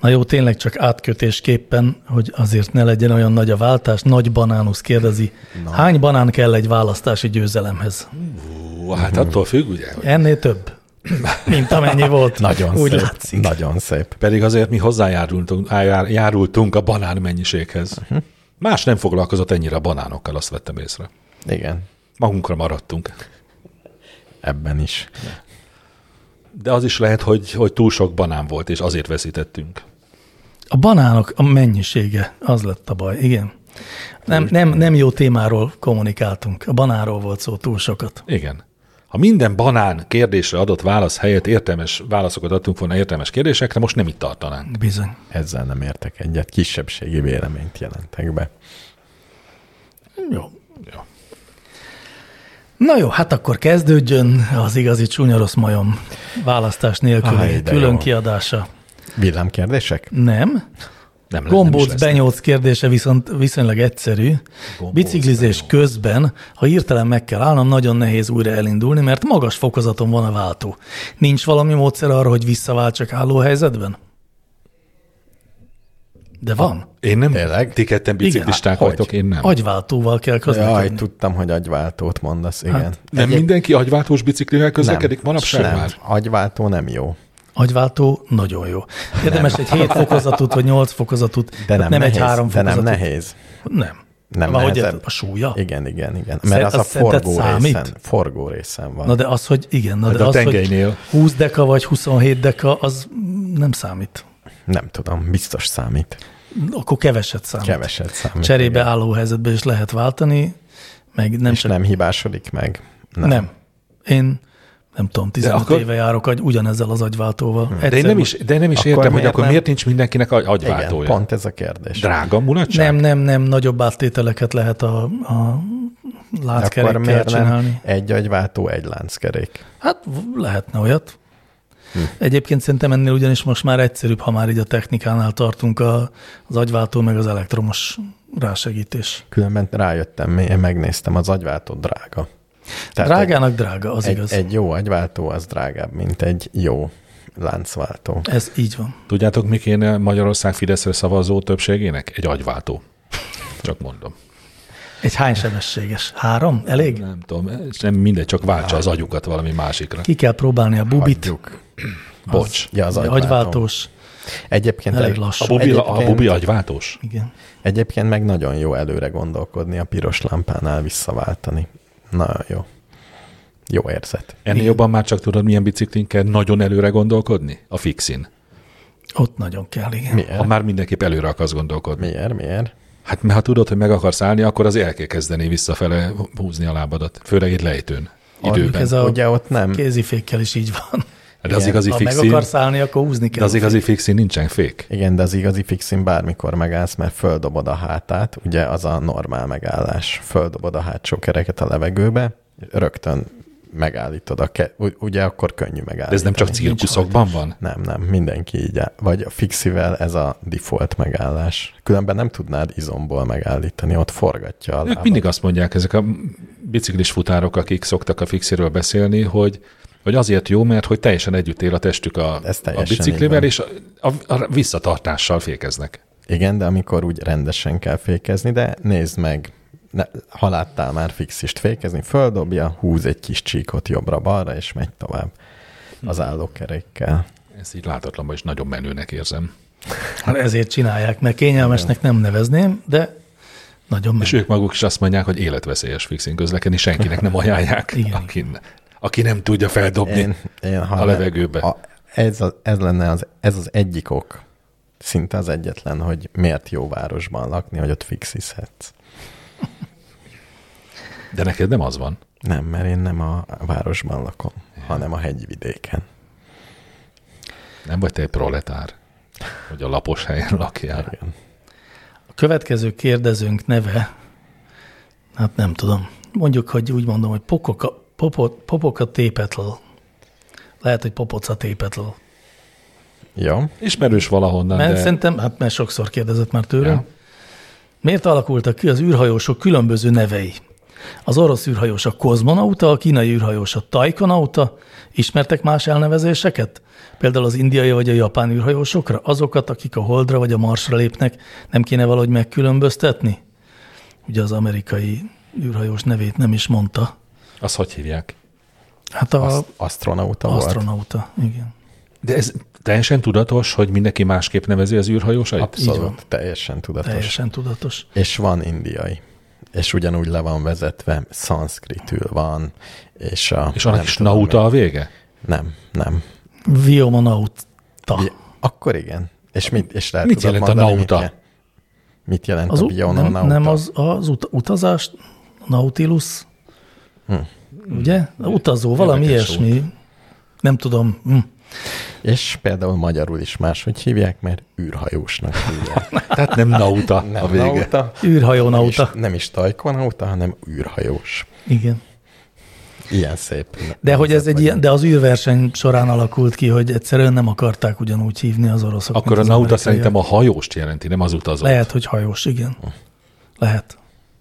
Na jó, tényleg csak átkötésképpen, hogy azért ne legyen olyan nagy a váltás. Nagy Banánusz kérdezi, no. hány banán kell egy választási győzelemhez?
Ú, hát attól függ, ugye? Hogy...
Ennél több, mint amennyi volt.
Nagyon
úgy
szép.
látszik.
Nagyon szép.
Pedig azért mi hozzájárultunk jár, járultunk a banán mennyiséghez. Uh-huh. Más nem foglalkozott ennyire a banánokkal, azt vettem észre.
Igen.
Magunkra maradtunk.
Ebben is.
De az is lehet, hogy, hogy túl sok banán volt, és azért veszítettünk.
A banánok a mennyisége, az lett a baj, igen. Nem, nem, nem jó témáról kommunikáltunk. A banánról volt szó túl sokat.
Igen. Ha minden banán kérdésre adott válasz helyett értelmes válaszokat adtunk volna értelmes kérdésekre, most nem itt tartanánk.
Bizony.
Ezzel nem értek egyet. Kisebbségi véleményt jelentek be.
Jó. jó. Na jó, hát akkor kezdődjön az igazi csúnya rossz majom választás nélküli külön jó. kiadása.
Villámkérdések?
Nem.
Nem
Gombóc benyóc kérdése viszont viszonylag egyszerű. Gombóc Biciklizés benyóc. Közben, ha hirtelen meg kell állnom, nagyon nehéz újra elindulni, mert magas fokozaton van a váltó. Nincs valami módszer arra, hogy visszaváltsak álló helyzetben? De van.
Ha, én nem. Tényleg? Ti ketten biciklisták vagytok, én nem.
Agyváltóval kell közlekedni.
Jaj, tudtam, hogy agyváltót mondasz, igen. Hát,
nem Egyéb... mindenki agyváltós biciklivel közlekedik manapság
nem.
már?
Agyváltó nem jó.
Agyváltó nagyon jó. Érdemes nem. egy hét fokozatút, vagy nyolc fokozatút,
de nem,
nem
nehéz,
egy három
de
fokozatút.
nem nehéz.
Nem.
Nem
nehezebb. A súlya?
Igen, igen, igen. Mert az, az a forgó részen, forgó részen van.
Na de az, hogy igen, na
hát
de
a
az,
tengelynél.
hogy húsz deka vagy huszonhét deka, az nem számít.
Nem tudom, biztos számít.
Akkor keveset számít.
Keveset számít.
Cserébe igen. álló helyzetben is lehet váltani, meg nem
És
csak...
nem hibásodik meg?
Nem. nem. Én nem tudom, tizenöt akkor... éve járok agy, ugyanezzel az agyváltóval.
Hmm. De én nem is, de nem is értem, hogy akkor nem... miért nincs mindenkinek agyváltója.
Igen, pont ez a kérdés.
Drága mulatság?
Nem, nem, nem, nagyobb áttételeket lehet a, a lánckerékkel csinálni.
Egy agyváltó, egy lánckerék?
Hát lehetne olyat. Hm. Egyébként szerintem ennél ugyanis most már egyszerűbb, ha már így a technikánál tartunk a, az agyváltó meg az elektromos rásegítés.
Különben rájöttem, én megnéztem, az agyváltó drága.
Tehát drágának egy, drága, az
egy,
igaz.
Egy jó agyváltó az drágább, mint egy jó láncváltó.
Ez így van.
Tudjátok, mi kéne Magyarország Fideszre szavazó többségének? Egy agyváltó. Csak mondom.
Egy hány sebességes? Három? Elég?
Nem tudom, nem mindegy, csak váltsa az agyukat valami másikra.
Ki kell próbálni a bubit.
Hagyjuk.
Bocs.
Az, ja, az
agyváltós.
Egyébként
elég lassú.
A bubi, egyébként, a bubi agyváltós?
Igen.
Egyébként meg nagyon jó előre gondolkodni, a piros lámpánál visszaváltani. Nagyon jó. Jó érzet.
Ennél igen. Jobban már csak tudod, milyen biciklin kell nagyon előre gondolkodni? A fixin.
Ott nagyon kell, igen.
Miért?
Ha már mindenképp előre akarsz gondolkodni.
Miért? Miért?
Hát mert ha tudod, hogy meg akarsz állni, akkor az el kell kezdeni visszafele húzni a lábadat. Főleg egy lejtőn. Időben.
Ez a
ugye ott nem.
Kézifékkel is így van.
De az igazi
ha
fixin,
meg akarsz állni, akkor húzni kell.
De az igazi fixin nincsen fék.
Igen, de az igazi fixin bármikor megállsz, mert földobod a hátát, ugye az a normál megállás. Földobod a hátsó kereket a levegőbe, rögtön megállítod a ke- ugye akkor könnyű megállítani.
De ez nem csak cirkuszokban van?
Nem, nem, mindenki így áll. Vagy a fixivel ez a default megállás. Különben nem tudnád izomból megállítani, ott forgatja a lábad.
Ők mindig azt mondják, ezek a biciklis futárok, akik szoktak a fixiről beszélni, hogy hogy azért jó, mert hogy teljesen együtt él a testük a, a biciklivel, és a, a, a visszatartással fékeznek.
Igen, de amikor úgy rendesen kell fékezni, de nézd meg, ne, ha láttál már fixist fékezni, földobja, húz egy kis csíkot jobbra-balra, és megy tovább az állókerékkel.
Ezt így látatlanban is nagyon menőnek érzem.
Hát ezért csinálják, mert kényelmesnek nem nevezném, de nagyon menő.
És ők maguk is azt mondják, hogy életveszélyes fixin közlekedni, senkinek nem ajánlják, aki, aki nem tudja feldobni én, én, a levegőbe. A,
ez, a, ez lenne az, ez az egyik ok, szinte az egyetlen, hogy miért jó városban lakni, hogy ott fixizhetsz.
De neked nem az van?
Nem, mert én nem a városban lakom, ja. hanem a hegyvidéken.
Nem vagy te egy proletár, hogy a lapos helyen lakjál.
Igen.
A következő kérdezőnk neve, hát nem tudom, mondjuk, hogy úgy mondom, hogy pokoka, popot, popoka tépetl. Lehet, hogy popoca tépetl.
Jó.
Ismerős valahonnan,
mert
de...
Szerintem, hát mert sokszor kérdezett már tőlem.
Ja.
Miért alakultak ki az űrhajósok különböző nevei? Az orosz űrhajós a kozmonauta, a kínai űrhajós a taikonauta. Ismertek más elnevezéseket? Például az indiai vagy a japán űrhajósokra? Azokat, akik a Holdra vagy a Marsra lépnek, nem kéne valahogy megkülönböztetni? Ugye az amerikai űrhajós nevét nem is mondta.
Azt hogy hívják?
Hát a
Aszt- asztronauta volt.
asztronauta, igen.
De ez teljesen tudatos, hogy mindenki másképp nevezi az űrhajósait?
Abszolút, teljesen tudatos.
Teljesen tudatos.
És van indiai. És ugyanúgy le van vezetve, szanszkritül van, és a...
És annak
nem
is
tudom
nauta
mi-
a vége?
Nem, nem.
Viomanauta.
Vi- Akkor igen. És, mit, és lehet
Mit
tudod
jelent a
mondani,
nauta?
Mit, je- mit jelent
Az
a
u-
biononauta?
nem, nem az, az ut- utazás, Nautilus,
Hm.
ugye? Utazó, valami
Érdekes
ilyesmi. Nem tudom. Hm.
És például magyarul is máshogy hívják, mert űrhajósnak hívják.
Tehát nem nauta
Nem
a vége.
nauta,
Űrhajónauta.
nem is, nem is tajkonauta, hanem űrhajós.
Igen.
Ilyen szép.
De hogy ez egy
vagy-
ilyen, de az űrverseny során alakult ki, hogy egyszerűen nem akarták ugyanúgy hívni az oroszok.
Akkor
mint
a
az
nauta
amerikaiak.
szerintem a hajóst jelenti, nem az utazót.
Lehet, hogy hajós, igen. Lehet.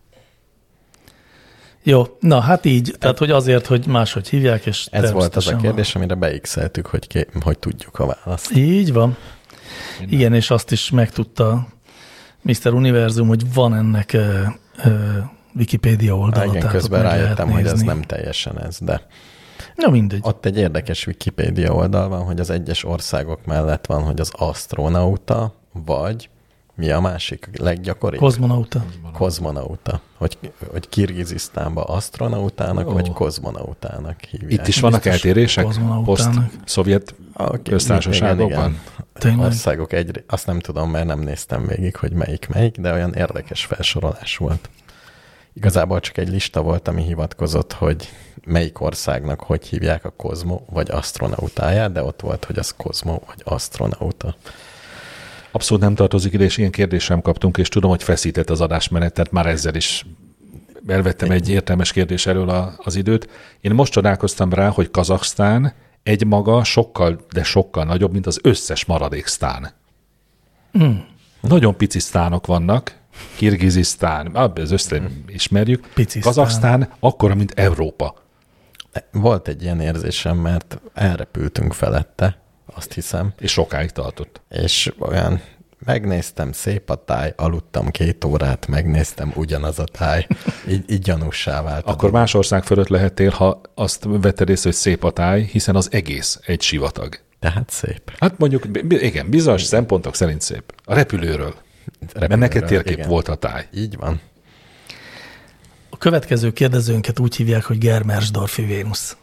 Jó, na hát így, tehát hogy azért, hogy máshogy hívják, és
Ez volt az a
természetesen
kérdés, amire beixeltük, hogy, ké, hogy tudjuk a választ.
Így van. Igen, és azt is megtudta miszter Univerzum, hogy van ennek ö, ö, Wikipédia oldala.
Há, igen,
tehát ott
közben
meg lehet
rájöttem, hogy ez
nézni.
nem teljesen ez, de
Na mindegy.
ott egy érdekes Wikipédia oldal van, hogy az egyes országok mellett van, hogy az asztronauta, vagy mi a másik leggyakoribb?
Kozmonauta.
Kozmonauta. Hogy, hogy Kirgizisztánban asztronautának,
Ó.
vagy kozmonautának hívják.
Itt is vannak
Biztos
eltérések?
kozmonautának.
Poszt-szovjet
Okay,
köztársaságokban?
Tényleg.
Országok egy, azt nem tudom, mert nem néztem végig, hogy melyik melyik, de olyan érdekes felsorolás volt. Igazából csak egy lista volt, ami hivatkozott, hogy melyik országnak hogy hívják a kozmo vagy asztronautáját, de ott volt, hogy az kozmo vagy asztronauta.
Abszolút nem tartozik ide, és ilyen kérdést sem kaptunk, és tudom, hogy feszített az adásmenet, tehát már ezzel is elvettem egy értelmes kérdés elől a, az időt. Én most csodálkoztam rá, hogy Kazaksztán egymaga sokkal, de sokkal nagyobb, mint az összes maradék sztán.
Mm.
Nagyon pici sztánok vannak, Kirgizisztán, az össze ismerjük.
Pici
Kazaksztán akkora, mint Európa.
Volt egy ilyen érzésem, mert elrepültünk felette, azt hiszem,
És sokáig tartott.
és olyan megnéztem, szép a táj, aludtam két órát, megnéztem, ugyanaz a táj, így, így gyanússá vált.
Akkor más ország fölött lehettél, ha azt vetted észre, hogy szép a táj, hiszen az egész egy sivatag.
Tehát szép.
Hát mondjuk, bi- igen, bizonyos szempontok szerint szép. A repülőről. Mert neked térkép
igen.
volt a táj.
Így van.
A következő kérdezőnket úgy hívják, hogy Germersdorfi Vénusz.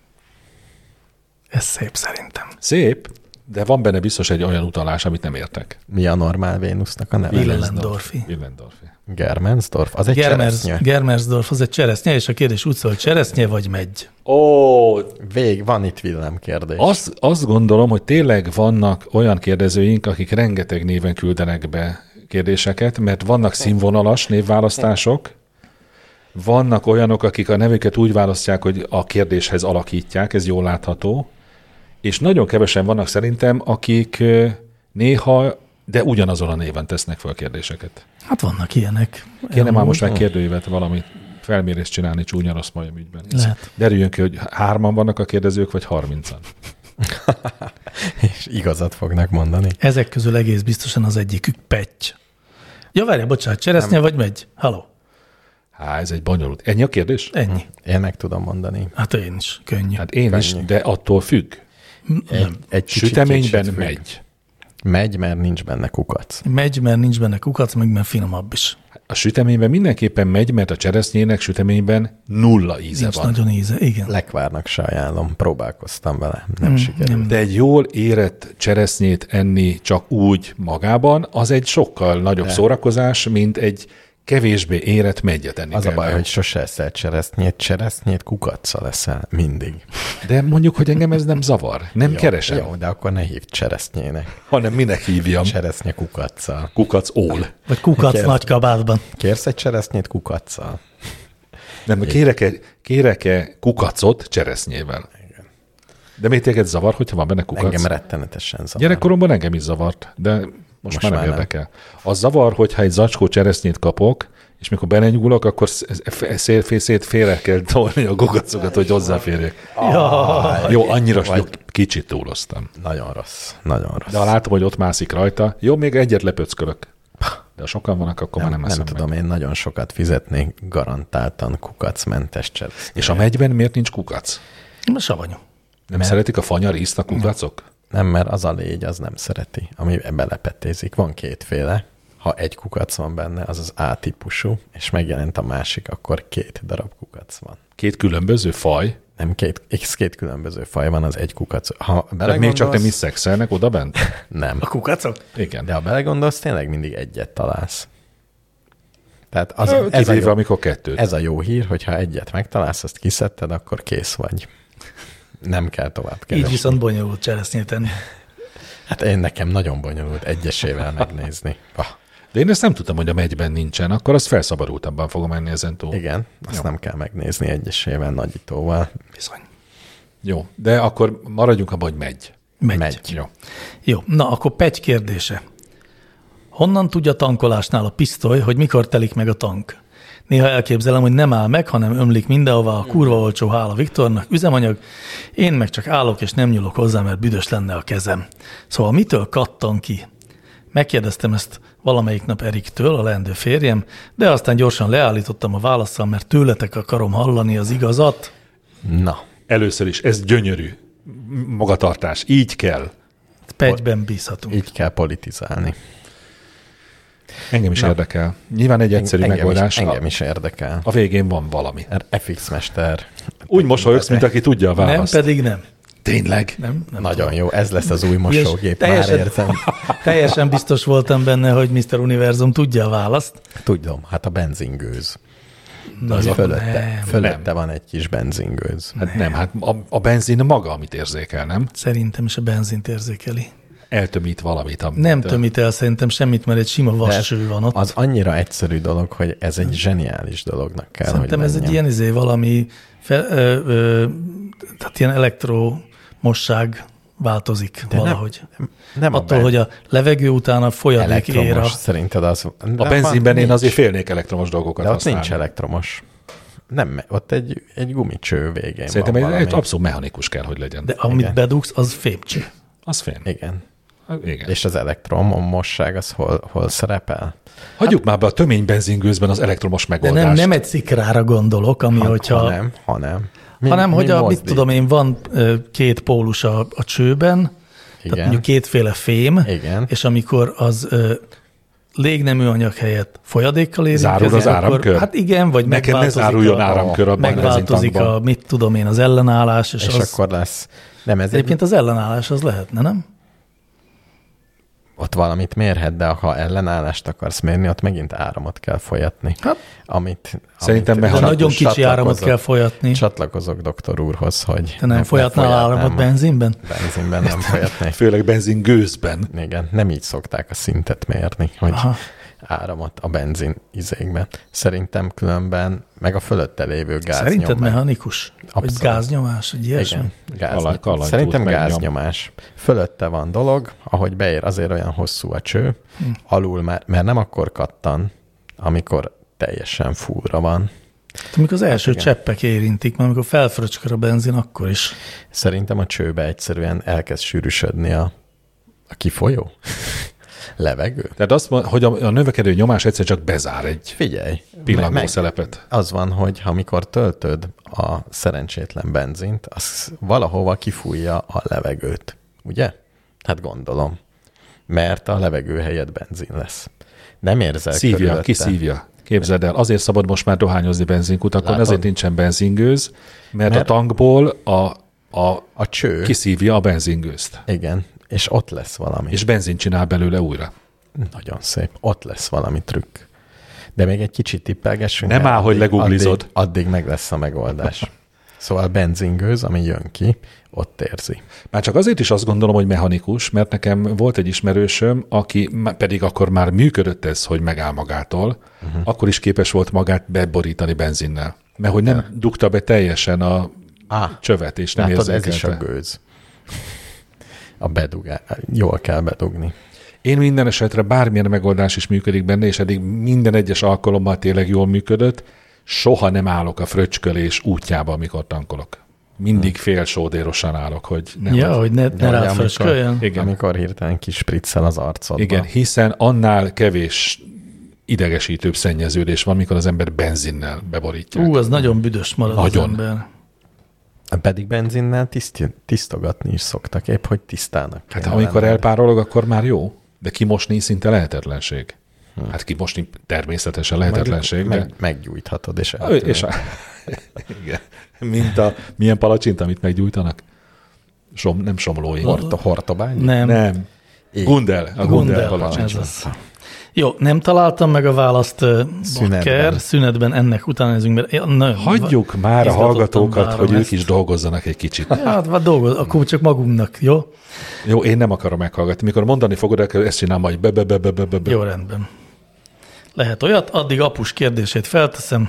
Ez szép szerintem.
Szép, de van benne biztos egy olyan utalás, amit nem értek.
Mi a normál Vénusznak a neve?
Willendorfi.
Willendorfi.
Germensdorf? Az egy
Germers,
cseresznye.
Germersdorf, az egy cseresznye, és a kérdés úgy szól, hogy cseresznye vagy megy.
Ó,
Vég, van itt villám kérdés.
azt, azt gondolom, hogy tényleg vannak olyan kérdezőink, akik rengeteg néven küldenek be kérdéseket, mert vannak színvonalas névválasztások, vannak olyanok, akik a nevüket úgy választják, hogy a kérdéshez alakítják, ez jól látható, és nagyon kevesen vannak szerintem, akik ö, néha, de ugyanazon a néven tesznek fel kérdéseket.
Hát vannak ilyenek.
Kéne már most
Amúgy.
meg kérdőívet valami felmérést csinálni csúnya rossz majom ügyben.
Lehet.
Derüljön ki, hogy hárman vannak a kérdezők, vagy harmincan.
És igazat fognak mondani.
Ezek közül egész biztosan az egyikük Petty. Ja, várjál, bocsánat, cseresznye vagy megy? Haló.
Há, ez egy bonyolult. Ennyi a kérdés?
Ennyi.
Én meg tudom mondani.
Hát én is. Könnyű.
Hát én is,
Könnyű.
de attól függ.
Egy, egy kicsit
Süteményben
kicsit függ.
megy.
Megy, mert nincs benne kukac.
Megy, mert nincs benne kukac, meg mert finomabb is.
A süteményben mindenképpen megy, mert a cseresznyének süteményben nulla íze
Nincs
van.
nagyon íze, igen.
Lekvárnak se ajánlom, próbálkoztam vele, nem
Mm,
sikerült.
nem.
De egy jól érett cseresznyét enni csak úgy magában, az egy sokkal nagyobb
De.
szórakozás, mint egy kevésbé érett megyet enni.
Az a baj,
például.
hogy sose eszel cseresznyét, cseresznyét kukacsal eszel, mindig.
De mondjuk, hogy engem ez nem zavar. Nem
Jó,
keresem,
Jó, de akkor ne hívd cseresznyének.
hanem minek hívjam.
Cseresznye kukacsal.
Kukac ól.
Vagy kukac
Kérdez-
nagy kabátban.
Kérsz egy cseresznyét kukacsal?
Nem, kérek-e, kérek-e kukacot cseresznyével? De még téged zavar, hogyha van benne kukac?
Engem rettenetesen zavar.
Gyerekkoromban engem is zavart, de most, most már nem
már nem.
érdekel. Az zavar, hogyha egy zacskó cseresznyét kapok, és mikor belenyúlok, akkor szét félre kell tolni a gugacokat, hogy hozzáférjek.
Ja.
Jó, annyira
Vagy-
jó, kicsit túloztam.
Nagyon rossz, nagyon rossz.
De ha látom, hogy ott mászik rajta, jó, még egyet lepöckölök. De ha sokan vannak, akkor
nem,
már nem
nem
eszem
tudom,
meg.
én nagyon sokat fizetnék garantáltan kukacmentes cseresznyére.
És a megyben miért nincs kukac?
Savanyú.
Nem
Mert-
szeretik a fanyar ízt a kukacok?
Nem, mert az a légy, az nem szereti, ami belepetézik. Van kétféle. Ha egy kukac van benne, az az A-típusú, és megjelent a másik, akkor két darab kukac van.
Két különböző faj,
Nem, két, x két különböző faj van, az egy kukac. Ha
de még csak nem is
belegondolsz,
szexelnek oda bent?
nem.
A kukacok?
Igen.
De ha belegondolsz, tényleg mindig egyet találsz. Tehát az,
Ö,
ez, a
kivéve,
jó,
amikor kettőt.
ez a jó hír, hogyha egyet megtalálsz, azt kiszedted, akkor kész vagy. Nem kell tovább
Így
keresni.
viszont bonyolult cseresznyét tenni.
Hát én nekem nagyon bonyolult egyesével megnézni. Ah,
De én ezt nem tudtam, hogy a megyben nincsen, akkor azt felszabadultabban fogom menni ezen túl.
igen, azt
Jó.
nem kell megnézni egyesével, nagyítóval.
Bizony.
Jó, de akkor maradjunk abban, hogy megy.
Megy.
Megy.
Jó.
Jó, na akkor Petty kérdése. Honnan tudja tankolásnál a pisztoly, hogy mikor telik meg a tank? Néha elképzelem, hogy nem áll meg, hanem ömlik mindenhová a kurva olcsó, hála Viktornak, üzemanyag, én meg csak állok és nem nyúlok hozzá, mert büdös lenne a kezem. Szóval mitől kattan ki? Megkérdeztem ezt valamelyik nap Eriktől, a leendő férjem, de aztán gyorsan leállítottam a válaszsal, mert tőletek akarom hallani az igazat.
Na,
Először is, ez gyönyörű magatartás. Így kell.
Pettyben bízhatunk.
így kell politizálni.
Engem is érdekel. Nyilván egy egyszerű
engem
megoldás.
Is, engem is érdekel.
A végén van valami.
ef iksz Mester.
Úgy mosolyogsz, mint aki tudja a
Nem,
választ.
pedig nem.
Tényleg?
Nem, nem
Nagyon
tudom.
jó, ez lesz az új
És
mosógép, már
teljesen,
értem.
teljesen biztos voltam benne, hogy miszter Univerzum tudja a választ.
Tudom, hát a benzingőz.
Na,
Az
jó,
fölötte,
nem.
fölötte van egy kis benzingőz.
Hát nem, hát a, a benzin maga, amit érzékel, nem?
Szerintem is a benzint érzékeli.
Eltömít valamit. Amit
Nem tömít el szerintem semmit, mert egy sima
De
vascső van ott.
Az annyira egyszerű dolog, hogy ez egy zseniális dolognak kell,
Szerintem
hogy
ez egy
menjen.
ilyen izé valami, fe, ö, ö, tehát ilyen elektromosság változik
De
valahogy.
Nem, nem
Attól,
a
hogy a levegő után a folyadék ér
elektromos,
a...
szerinted az...
A benzinben én azért félnék elektromos dolgokat
De ott
használni.
nincs elektromos. Nem, ott egy, egy gumicső végén
Szerintem
van
egy,
valami.
egy abszolút mechanikus kell, hogy legyen.
De amit
Igen.
bedugsz, az fémcső.
Az fén.
Igen.
Igen.
És az elektromosság az hol, hol szerepel?
Hagyjuk már be a tömény benzingőzben az elektromos
De
megoldást.
nem, nem egy szikrára gondolok, ami
Ha,
hogyha...
hanem, hanem. Mi,
hanem,
mi
hogy a, mit
mozdít?
tudom én, van ö, két pólus a, a csőben,
Igen.
tehát mondjuk kétféle fém,
Igen.
és amikor az ö, légnemű anyag helyett folyadékkal érintkezik,
Zárul az
akkor-
áramkör?
Hát igen, vagy
Neked ne
megváltozik
záruljon
a,
áramkör abban a
megváltozik
benzintankban.
a, mit tudom én, az ellenállás, és,
És
az,
akkor lesz... Nem, ez egy,
egyébként az ellenállás az lehetne, nem?
ott valamit mérhet, de ha ellenállást akarsz mérni, ott megint áramot kell folyatni.
Hát.
Amit,
Szerintem
amit
meg-
De
Ha
nagyon kicsi
csatlakozok-
áramot kell folyatni.
Csatlakozok doktor úrhoz, hogy...
Te nem
ne-
folyatnál
ne
áramot
folyatnám.
benzinben?
Benzinben nem folyatnék.
Főleg benzingőzben.
Igen, nem így szokták a szintet mérni, hogy
Aha.
áramot a benzin izékben. Szerintem különben, meg a fölötte lévő gáznyom.
Szerinted
meg-
mechanikus? Vagy
Abszolút.
gáznyomás? Vagy ilyesmi?
Igen, gáz,
Kalaj- kalajtót
szerintem
megnyom.
gáznyomás. Fölötte van dolog, ahogy beér, azért olyan hosszú a cső, hm. alul már, mert nem akkor kattan, amikor teljesen fúra van.
Hát, amikor az első
igen.
cseppek érintik, mert amikor felfröcskör a benzin, akkor is.
Szerintem a csőbe egyszerűen elkezd sűrűsödni a, a kifolyó levegő.
Tehát azt mondja, hogy a, a növekedő nyomás egyszer csak bezár egy
Figyelj,
pillangó
meg-
szelepet.
az van, hogy amikor töltöd a szerencsétlen benzint, az valahova kifújja a levegőt. Ugye? Hát gondolom. Mert a levegő helyett benzin lesz. Nem érzel
Szívja,
körülötte.
ki szívja. Képzeld el, azért szabad most már dohányozni benzinkutakon,
Látod?
azért nincsen benzingőz, mert,
Mert-
a tankból a, a
A cső.
kiszívja a benzingőzt.
Igen, és ott lesz valami.
És benzin csinál belőle újra.
Nagyon szép. Ott lesz valami trükk. De még egy kicsit tippelgessünk.
Nem
mert
áll, hogy
addig-
legooglizod.
Addig, addig meg lesz a megoldás. Szóval benzingőz, ami jön ki, ott érzi.
Már csak azért is azt gondolom, hogy mechanikus, mert nekem volt egy ismerősöm, aki má- pedig akkor már működött ez, hogy megáll magától, uh-huh. akkor is képes volt magát beborítani benzinnel. Mert hogy nem dugta be teljesen a
Á,
csövet, és nem
látod, ez
érzékelte.
is a gőz. A bedugás. Jól kell bedugni.
Én minden esetre bármilyen megoldás is működik benne, és eddig minden egyes alkalommal tényleg jól működött, soha nem állok a fröccskölés útjába, amikor tankolok. Mindig fél sódérosan állok, hogy nem.
Ja, hogy ne, ne rád fröccsköljön.
Igen.
Amikor hirtelen kispriccel az arcodba.
Igen, hiszen annál kevés idegesítőbb szennyeződés van, mikor az ember benzinnel beborítják.
Ú, az nagyon büdös marad
Nagyon.
az ember.
Pedig benzinnel tiszt, tisztogatni is szoktak, épp hogy tisztának.
Hát amikor elpárolog, akkor már jó, de kimosni szinte lehetetlenség. Hmm. Hát kimosni természetesen lehetetlenség,
meg,
de...
meg, meggyújthatod, és
Ö, és a... Igen. Mint a... Milyen palacsint, amit meggyújtanak? Som, nem somlói.
Horto, hortobány?
Nem.
Nem.
É.
Gundel. A Gundel,
Gundel
palacsint.
ez az. Jó, nem találtam meg a választ,
Szünetben.
Bakker, szünetben ennek utána nézünk, mert ja, nagyon
Hagyjuk már a
izgatottan
hallgatókat,
várom
hogy ők
ezt.
is dolgozzanak egy kicsit.
Ja, hát vagy dolgoz, akkor csak magunknak, jó?
Jó, én nem akarom meghallgatni. Mikor mondani fogod, akkor ezt csinálom, majd be, be, be, be, be, be.
Jó, rendben. Lehet olyat, addig apus kérdését felteszem.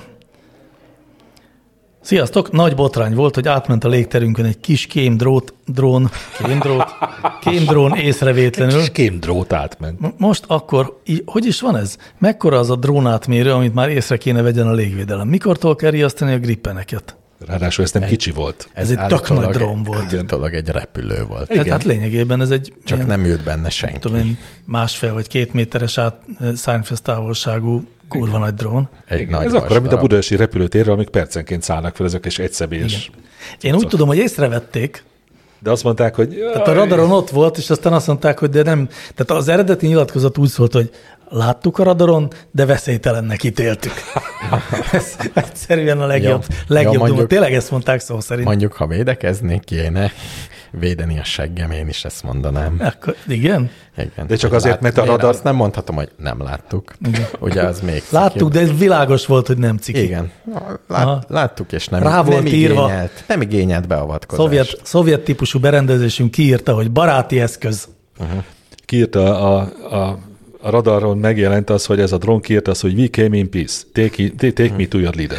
Sziasztok! Nagy botrány volt, hogy átment a légterünkön egy kis kémdrót, drón, kémdrót, kémdrón észrevétlenül.
Kis kémdrót átment.
M- Most akkor, í- hogy is van ez? Mekkora az a drónátmérő, amit már észre kéne vegyen a légvédelem? Mikortól kell riasztani a grippeneket?
Ráadásul ez nem kicsi volt.
Ez egy tök nagy drón volt.
Állítólag egy repülő volt.
Tehát hát lényegében ez egy
Csak
ilyen,
nem ült benne senki.
tudom én, másfél vagy két méteres át Seinfeld távolságú kurva nagy drón.
Egy nagy
Ez akkor, mint a
darab.
budaörsi repülőtérre, amik percenként szállnak fel ezek, és egyszebélyes.
Én úgy tudom, hogy észrevették,
De azt mondták, hogy...
tehát a radaron ott volt, és aztán azt mondták, hogy de nem. Tehát az eredeti nyilatkozat úgy szólt, hogy láttuk a radaron, de veszélytelennek ítéltük. Ez egyszerűen a legjobb,
Jó.
legjobb
Jó,
dolog.
mondjuk-
Tényleg ezt mondták szó szerint.
Mondjuk, ha védekezni kéne, védeni a seggem, én is ezt mondanám.
Akkor, igen?
Igen.
De csak
Hogy
azért, mert a
én
radar-
azt nem mondhatom, hogy nem láttuk. Ugye az még
Láttuk, de ez világos volt, hogy nem ciki.
Igen.
Aha.
Lát, láttuk, és nem,
Rá volt
nem
írva.
igényelt, nem igényelt beavatkozást.
Szovjet, szovjet típusú berendezésünk kiírta, hogy baráti eszköz.
Kiírta a, a, a radaron megjelent az, hogy ez a drón kiírta az, hogy we came in peace. Take, it- take me to your leader.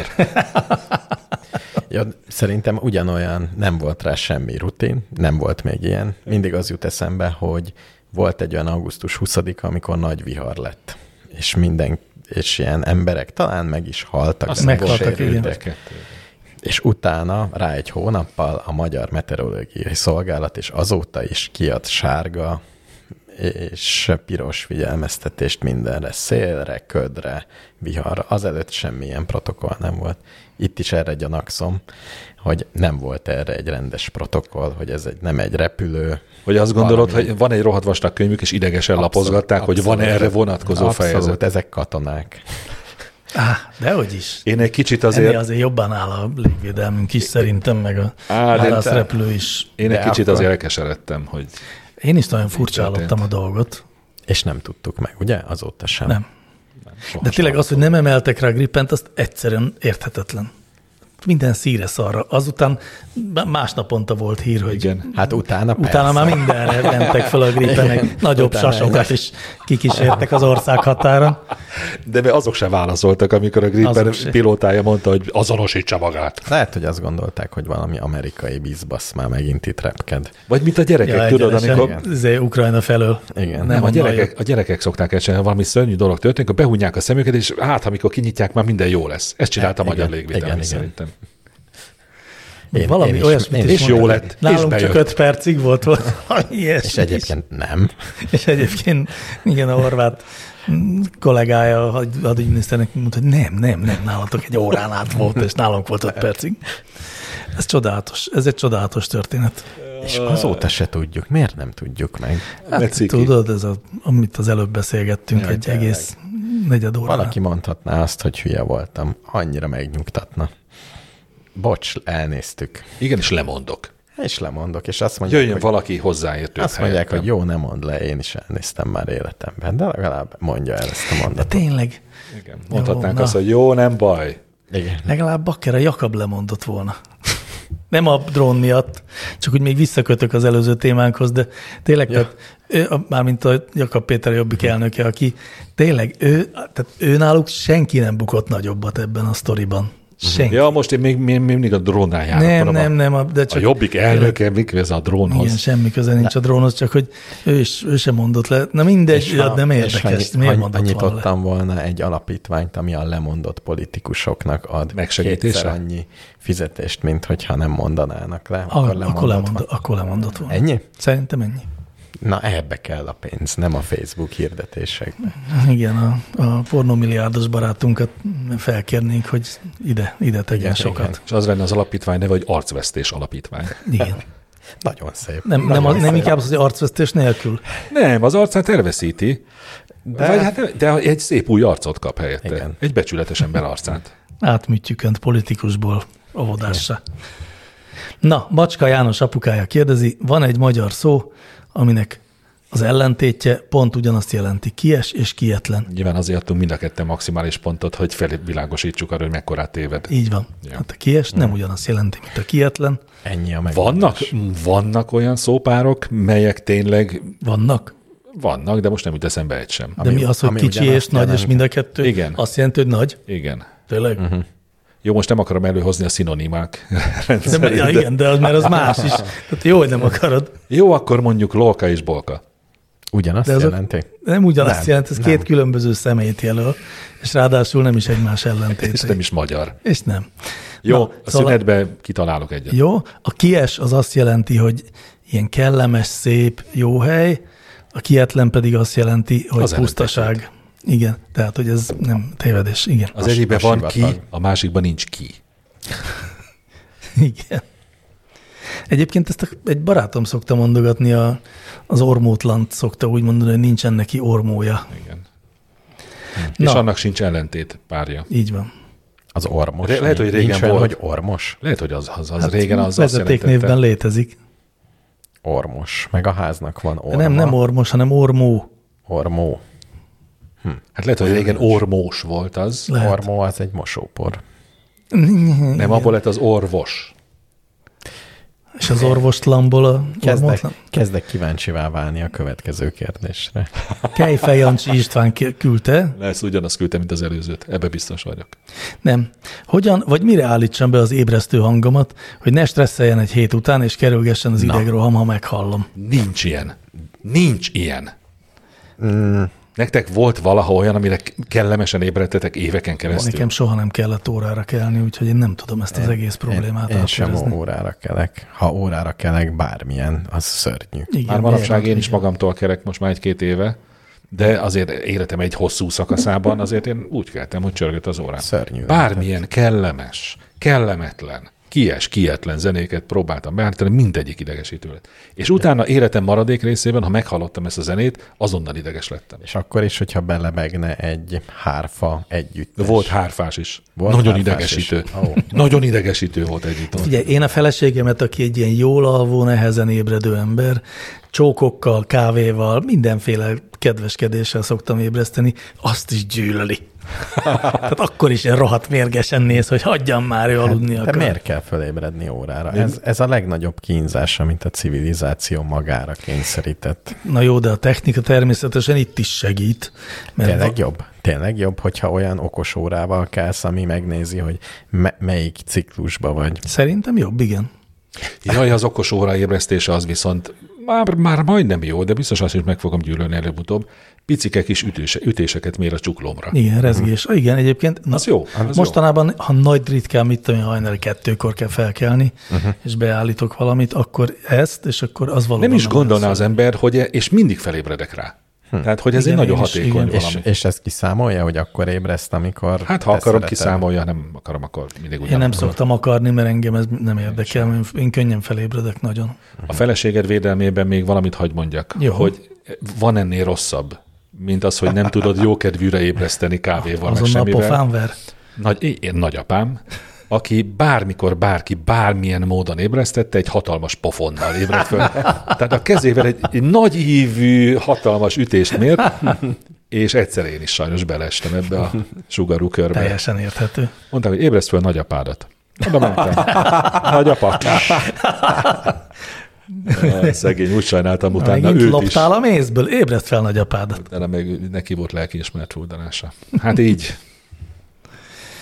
Ja, szerintem ugyanolyan nem volt rá semmi rutin, nem volt még ilyen. Mindig az jut eszembe, hogy volt egy olyan augusztus huszadika, amikor nagy vihar lett, és minden, és ilyen emberek talán meg is haltak.
Azt
de nem
meghaltak,
sérültek.
igen.
És utána rá egy hónappal a Magyar Meteorológiai Szolgálat, és azóta is kiad sárga és piros figyelmeztetést mindenre, szélre, ködre, viharra. Azelőtt semmilyen protokoll nem volt. Itt is erre gyanakszom, hogy nem volt erre egy rendes protokoll, hogy ez egy, nem egy repülő.
Hogy azt gondolod,
valami-
hogy van egy rohadt vastag könyvük, és idegesen lapozgatták, hogy van erre vonatkozó
abszolút,
fejezet.
ezek katonák.
Á, dehogy is.
Én egy kicsit
Ennél
azért,
azért jobban áll a légvédelmünk is szerintem, meg a
Á, de-
válaszrepülő is.
én egy
De
kicsit
akkor-
azért elkeseredtem, hogy
Én is nagyon furcsálottam a dolgot.
És nem tudtuk meg, ugye? Azóta sem.
Nem.
soha
De tényleg
sem.
az, hogy nem emeltek rá a grippent, azt egyszerűen érthetetlen. Minden szíre szarra. Azután másnaponta volt hír, hogy
Igen.
Hát utána
utána
persze.
már mindenre mentek fel a grippenek. Nagyobb
Utána
sasokat is kikísértek az ország határon.
De be azok sem válaszoltak, amikor a Gripen
Azok se.
pilótája mondta, hogy azonosítsa magát.
Lehet, hogy azt gondolták, hogy valami amerikai bizbasz már megint itt repked.
Vagy mint a gyerekek,
Ja,
tudod,
egyenesen
amikor...
izé, Ukrajna felől.
Igen.
Nem,
Nem,
a
onnan
gyerekek, a gyerekek szokták el csinálni, valami szörnyű dolog történik, akkor behunják a szemüket, és hát, amikor kinyitják, már minden jó lesz. Ezt csinálta a
Igen,
magyar légvédelmi
igen, igen.
szerintem.
Én-
Valami
én is-
olyasmit
én
is
És
is
jó
mondtak.
lett, és
Nálunk csak
bejött.
öt percig volt, volt valami ilyesmi
És egyébként nem.
És egyébként, igen, a horvát mm, kollégája, a hadügyminiszternek mondta, hogy nem, nem, nem, nálatok egy órán át volt, és nálunk volt öt percig. Ez csodálatos, ez egy csodálatos történet.
És azóta se tudjuk. Miért nem tudjuk meg?
Ne ciki.
Tudod, ez a, amit az előbb beszélgettünk,
Jaj,
egy
tényleg.
egész negyed órán.
Valaki mondhatná azt, hogy hülye voltam. Annyira megnyugtatna. Bocs, elnéztük.
Igen, és lemondok.
És lemondok, és azt mondják,
Jöjjön
hogy,
valaki hozzáértő.
azt mondják, hogy jó, nem mondd le, én is elnéztem már életemben, de legalább mondja el ezt a
De
mondatot.
tényleg,
Igen. Mondhatnánk
Jó,
azt,
na.
hogy jó, nem baj.
Igen.
legalább Bakker a Jakab lemondott volna. Nem a drón miatt, csak úgy még visszakötök az előző témánkhoz, de tényleg,
Ja.
tehát, ő, a- mármint a Jakab Péter Jobbik elnöke, aki tényleg, ő, tehát ő náluk senki nem bukott nagyobbat ebben a sztoriban. Senki.
Ja, most én még, még, még mindig a drónnál járok.
Nem,
a,
nem, nem. De csak
a Jobbik elnöke, mi köze a drónhoz?
Igen, semmi köze nincs a drónhoz, csak hogy ő, is, ő sem mondott le. Na mindegy,
És
ja, nem
és
érdekes.
ha,
Miért
ha,
mondott
ha
volna le?
nyitottam volna egy alapítványt, ami a lemondott politikusoknak ad
Megsegítésre?
kétszer annyi fizetést, mint hogyha nem mondanának le.
Ah,
Akkor,
akkor,
lemondott
lemondott,
van.
akkor lemondott volna.
Ennyi?
Szerintem ennyi.
Na, ebbe kell a pénz, nem a Facebook hirdetésekbe.
Igen, a, a pornomilliárdos barátunkat felkérnénk, hogy ide, ide tegyen
Igen,
sokat.
igen.
És az lenne az alapítvány neve, hogy Arcvesztés Alapítvány.
Igen.
Nagyon szép.
Nem, nem, az, nem inkább az, hogy arcvesztés nélkül.
Nem, az arcát elveszíti, de, Vagy hát, de egy szép új arcot kap helyette.
Igen.
Egy becsületes ember arcát.
Átműtyükönt politikusból óvodásra. Na, Macska János apukája kérdezi, van egy magyar szó, aminek az ellentétje pont ugyanazt jelenti, kies és kietlen.
Nyilván azért adtunk mind a ketten maximális pontot, hogy felvilágosítsuk arra, hogy mekkorát téved.
Így van.
Ja.
Hát a kies nem ugyanazt jelenti, mint a kietlen.
Ennyi a
Vannak,
megoldás.
vannak olyan szópárok, melyek tényleg
Vannak.
vannak, de most nem jut eszembe egy sem.
De
Ami-
mi az, hogy
ami
kicsi
ugyanazt
és nagy, és
jelenti.
mind a kettő?
Igen.
Azt jelenti, hogy nagy?
Igen.
Tényleg?
Mhm.
Jó, most nem akarom előhozni a szinonimák
De,
rendszerét,
ja,
de-
igen, de az, mert az más is. Tehát jó, hogy nem akarod.
Jó, akkor mondjuk lolka és bolka.
Ugyanazt
De azok-
jelenti?
Nem ugyanazt
Nem,
jelent, ez
nem.
két különböző személyt jelöl, és ráadásul nem is egymás
És
ellentétei.
nem is magyar.
És nem.
Jó,
Na,
a
szóval-
szünetbe kitalálok egyet.
Jó, a kies az azt jelenti, hogy ilyen kellemes, szép, jó hely, a kietlen pedig azt jelenti, hogy
Az
pusztaság. Igen, tehát, hogy ez nem tévedés. Igen.
Az
A-
egyikben
a
van ki,
sivatag.
a másikban nincs ki.
Igen. Egyébként ezt egy barátom szokta mondogatni, a, az ormótlant szokta úgy mondani, hogy nincsen neki ormója.
Igen.
Na.
És annak sincs ellentét párja.
Így van.
Az ormos.
Le- lehet, hogy régen
Nincs olyan,
volt.
hogy ormos.
Lehet, hogy az, az, az
Hát
régen az azt
vezetéknévben
jelentette.
létezik.
Ormos. Meg a háznak van
De
orma.
nem, nem ormos, hanem ormó.
Ormó.
Hát lehet, hogy régen ormós volt az.
Lehet.
Ormó az egy mosópor.
Nem, abból lett az orvos.
És az orvostlanból a
Kezdek,
ormótlan.
kezdek kíváncsivá válni a következő kérdésre.
Kejfej Jancsi István ki- küldte.
Lesz ugyanazt küldtem, mint az előzőt. Ebbe biztos vagyok.
Nem. Hogyan, vagy mire állítsam be az ébresztő hangomat, hogy ne stresszeljen egy hét után, és kerülgessen az idegroham, ha meghallom.
Nincs ilyen. Nincs ilyen.
Mm,
Nektek volt valaha olyan, amire kellemesen ébredtetek éveken keresztül?
Nekem soha nem kellett órára kelni, úgyhogy én nem tudom ezt az egész problémát
én, én sem
átfedezni.
órára kelek. Ha órára kelek bármilyen, az szörnyű.
Igen,
Már manapság
miért?
én is magamtól kerek most már egy-két éve, de azért életem egy hosszú szakaszában azért én úgy keltem, hogy csörgött az órám.
Szörnyű.
Bármilyen kellemes, kellemetlen, kies, kietlen zenéket próbáltam beállítani, mindegyik idegesítő lett. És utána életem maradék részében, ha meghallottam ezt a zenét, azonnal ideges lettem.
És akkor is, hogyha belebegne egy hárfa együttes.
Volt hárfás is.
Volt
Nagyon
hárfás
idegesítő.
is. Ó.
Nagyon idegesítő volt együtt.
Figyelj, én a feleségemet, aki egy ilyen jól alvó, nehezen ébredő ember, csókokkal, kávéval, mindenféle kedveskedéssel szoktam ébreszteni, azt is gyűlöli. Tehát akkor is ilyen rohadt mérgesen néz, hogy hagyjam már, ő aludni
De
akar.
miért kell fölébredni órára? Ez, ez a legnagyobb kínzás, amit a civilizáció magára kényszerített.
Na jó, de a technika természetesen itt is segít. Mert
Tényleg
va-
jobb? Tényleg jobb, hogyha olyan okos órával kelsz, ami megnézi, hogy me- melyik ciklusba vagy.
Szerintem jobb, igen.
Jaj, az okos óra ébresztése az viszont már, már majdnem jó, de biztos azt is meg fogom gyűlölni előbb-utóbb. Picike kis ütése, ütéseket mér a csuklómra.
Igen, rezgés. Ah, igen, egyébként. Na,
Az jó, az
mostanában, ha nagy ritkán, mit tudom, én, hajnali kettőkor kell felkelni, uh-huh. és beállítok valamit, akkor ezt, és akkor az valóban
Nem is
olyan
gondolná az
szó.
ember, hogy és mindig felébredek rá. Hm. Tehát, hogy ez
Igen,
egy nagyon
én is,
hatékony
igen.
valami.
És, és ezt kiszámolja, hogy akkor ébreszt, amikor
Hát, ha
te
akarom,
szereted?
kiszámolja, nem akarom, akkor mindig
Én
ugyanakkor.
nem szoktam akarni, mert engem ez nem érdekel, én, én könnyen felébredek nagyon.
A feleséged védelmében még valamit hagy mondjak,
Jó.
hogy van ennél rosszabb, mint az, hogy nem tudod jókedvűre ébreszteni kávéval, meg
Azonnal
semmivel.
pofán ver.
Nagy, én nagyapám, aki bármikor bárki bármilyen módon ébresztette, egy hatalmas pofonnal ébredt föl. Tehát a kezével egy, egy nagy ívű, hatalmas ütést mért, és egyszer én is sajnos beleestem ebbe a sugarú körbe.
Teljesen érthető.
Mondták, hogy ébreszt föl nagyapádat. Oda mentem. Nagyapa. A szegény, úgy sajnáltam utána
Megint
őt is.
loptál a mézből, ébreszt fel nagyapádat.
De meg neki volt lelkiismeret fuldanása. Hát így.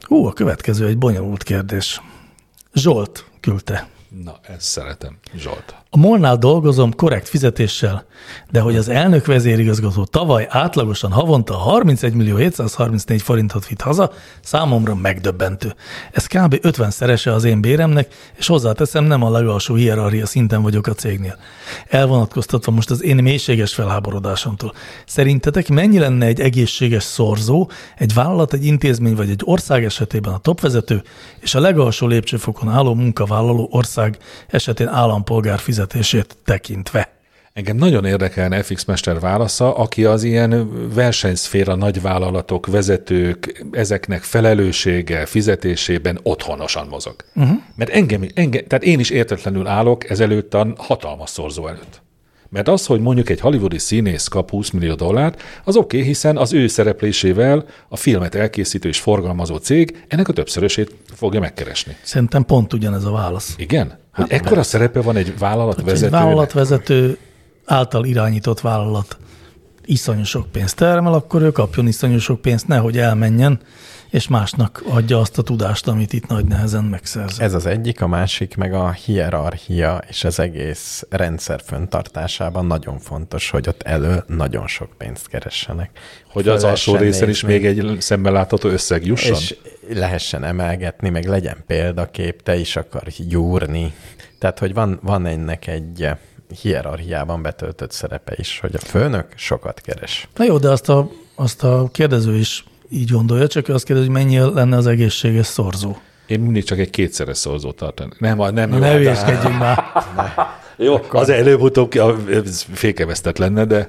Hú, a következő egy bonyolult kérdés. Zsolt küldte.
Na, ezt szeretem. Zsolt.
A MOL-nál dolgozom korrekt fizetéssel, de hogy az elnök vezérigazgató tavaly átlagosan havonta harmincegy millió hétszázharmincnégy forintot vitt haza, számomra megdöbbentő. Ez kb. ötvenszerese az én béremnek, és hozzáteszem, nem a legalsó hierarchia szinten vagyok a cégnél. Elvonatkoztatva most az én mélységes felháborodásomtól. Szerintetek mennyi lenne egy egészséges szorzó, egy vállalat, egy intézmény vagy egy ország esetében a topvezető, és a legalsó lépcsőfokon álló munkavállaló ország esetén állampolgár fizetését tekintve?
Engem nagyon érdekelne ef iksz Mester válasza, aki az ilyen versenyszféra nagyvállalatok, vezetők, ezeknek felelőssége, fizetésében otthonosan mozog. Uh-huh. Mert engem, engem, tehát én is értetlenül állok ezelőtt a hatalmas szorzó előtt. Mert az, hogy mondjuk egy hollywoodi színész kap húsz millió dollárt, az oké, okay, hiszen az ő szereplésével a filmet elkészítő és forgalmazó cég ennek a többszörösét fogja megkeresni.
Szerintem pont ugyanez a válasz.
Igen? Hogy hát ekkora szerepe van egy vállalatvezetőnek?
Egy vállalatvezető által irányított vállalat iszonyú sok pénzt termel, akkor ő kapjon iszonyú sok pénzt, nehogy elmenjen, és másnak adja azt a tudást, amit itt nagy nehezen megszerzett.
Ez az egyik, a másik meg a hierarchia és az egész rendszer föntartásában nagyon fontos, hogy ott elő nagyon sok pénzt keressenek.
Hogy az alsó részen is még egy szemben látható összeg jusson?
És lehessen emelgetni, meg legyen példakép, te is akarj gyúrni. Tehát, hogy van, van ennek egy hierarchiában betöltött szerepe is, hogy a főnök sokat keres.
Na jó, de azt a, azt a kérdező is így gondolja, csak azt kérdezi, hogy mennyi lenne az egészséges szorzó.
Én mindig csak egy kétszeres szorzót tartani. Nem, nem
Na
jó.
Ne hülyeskedjünk már.
Jó, akkor az előbb-utóbb fékevesztett lenne, de...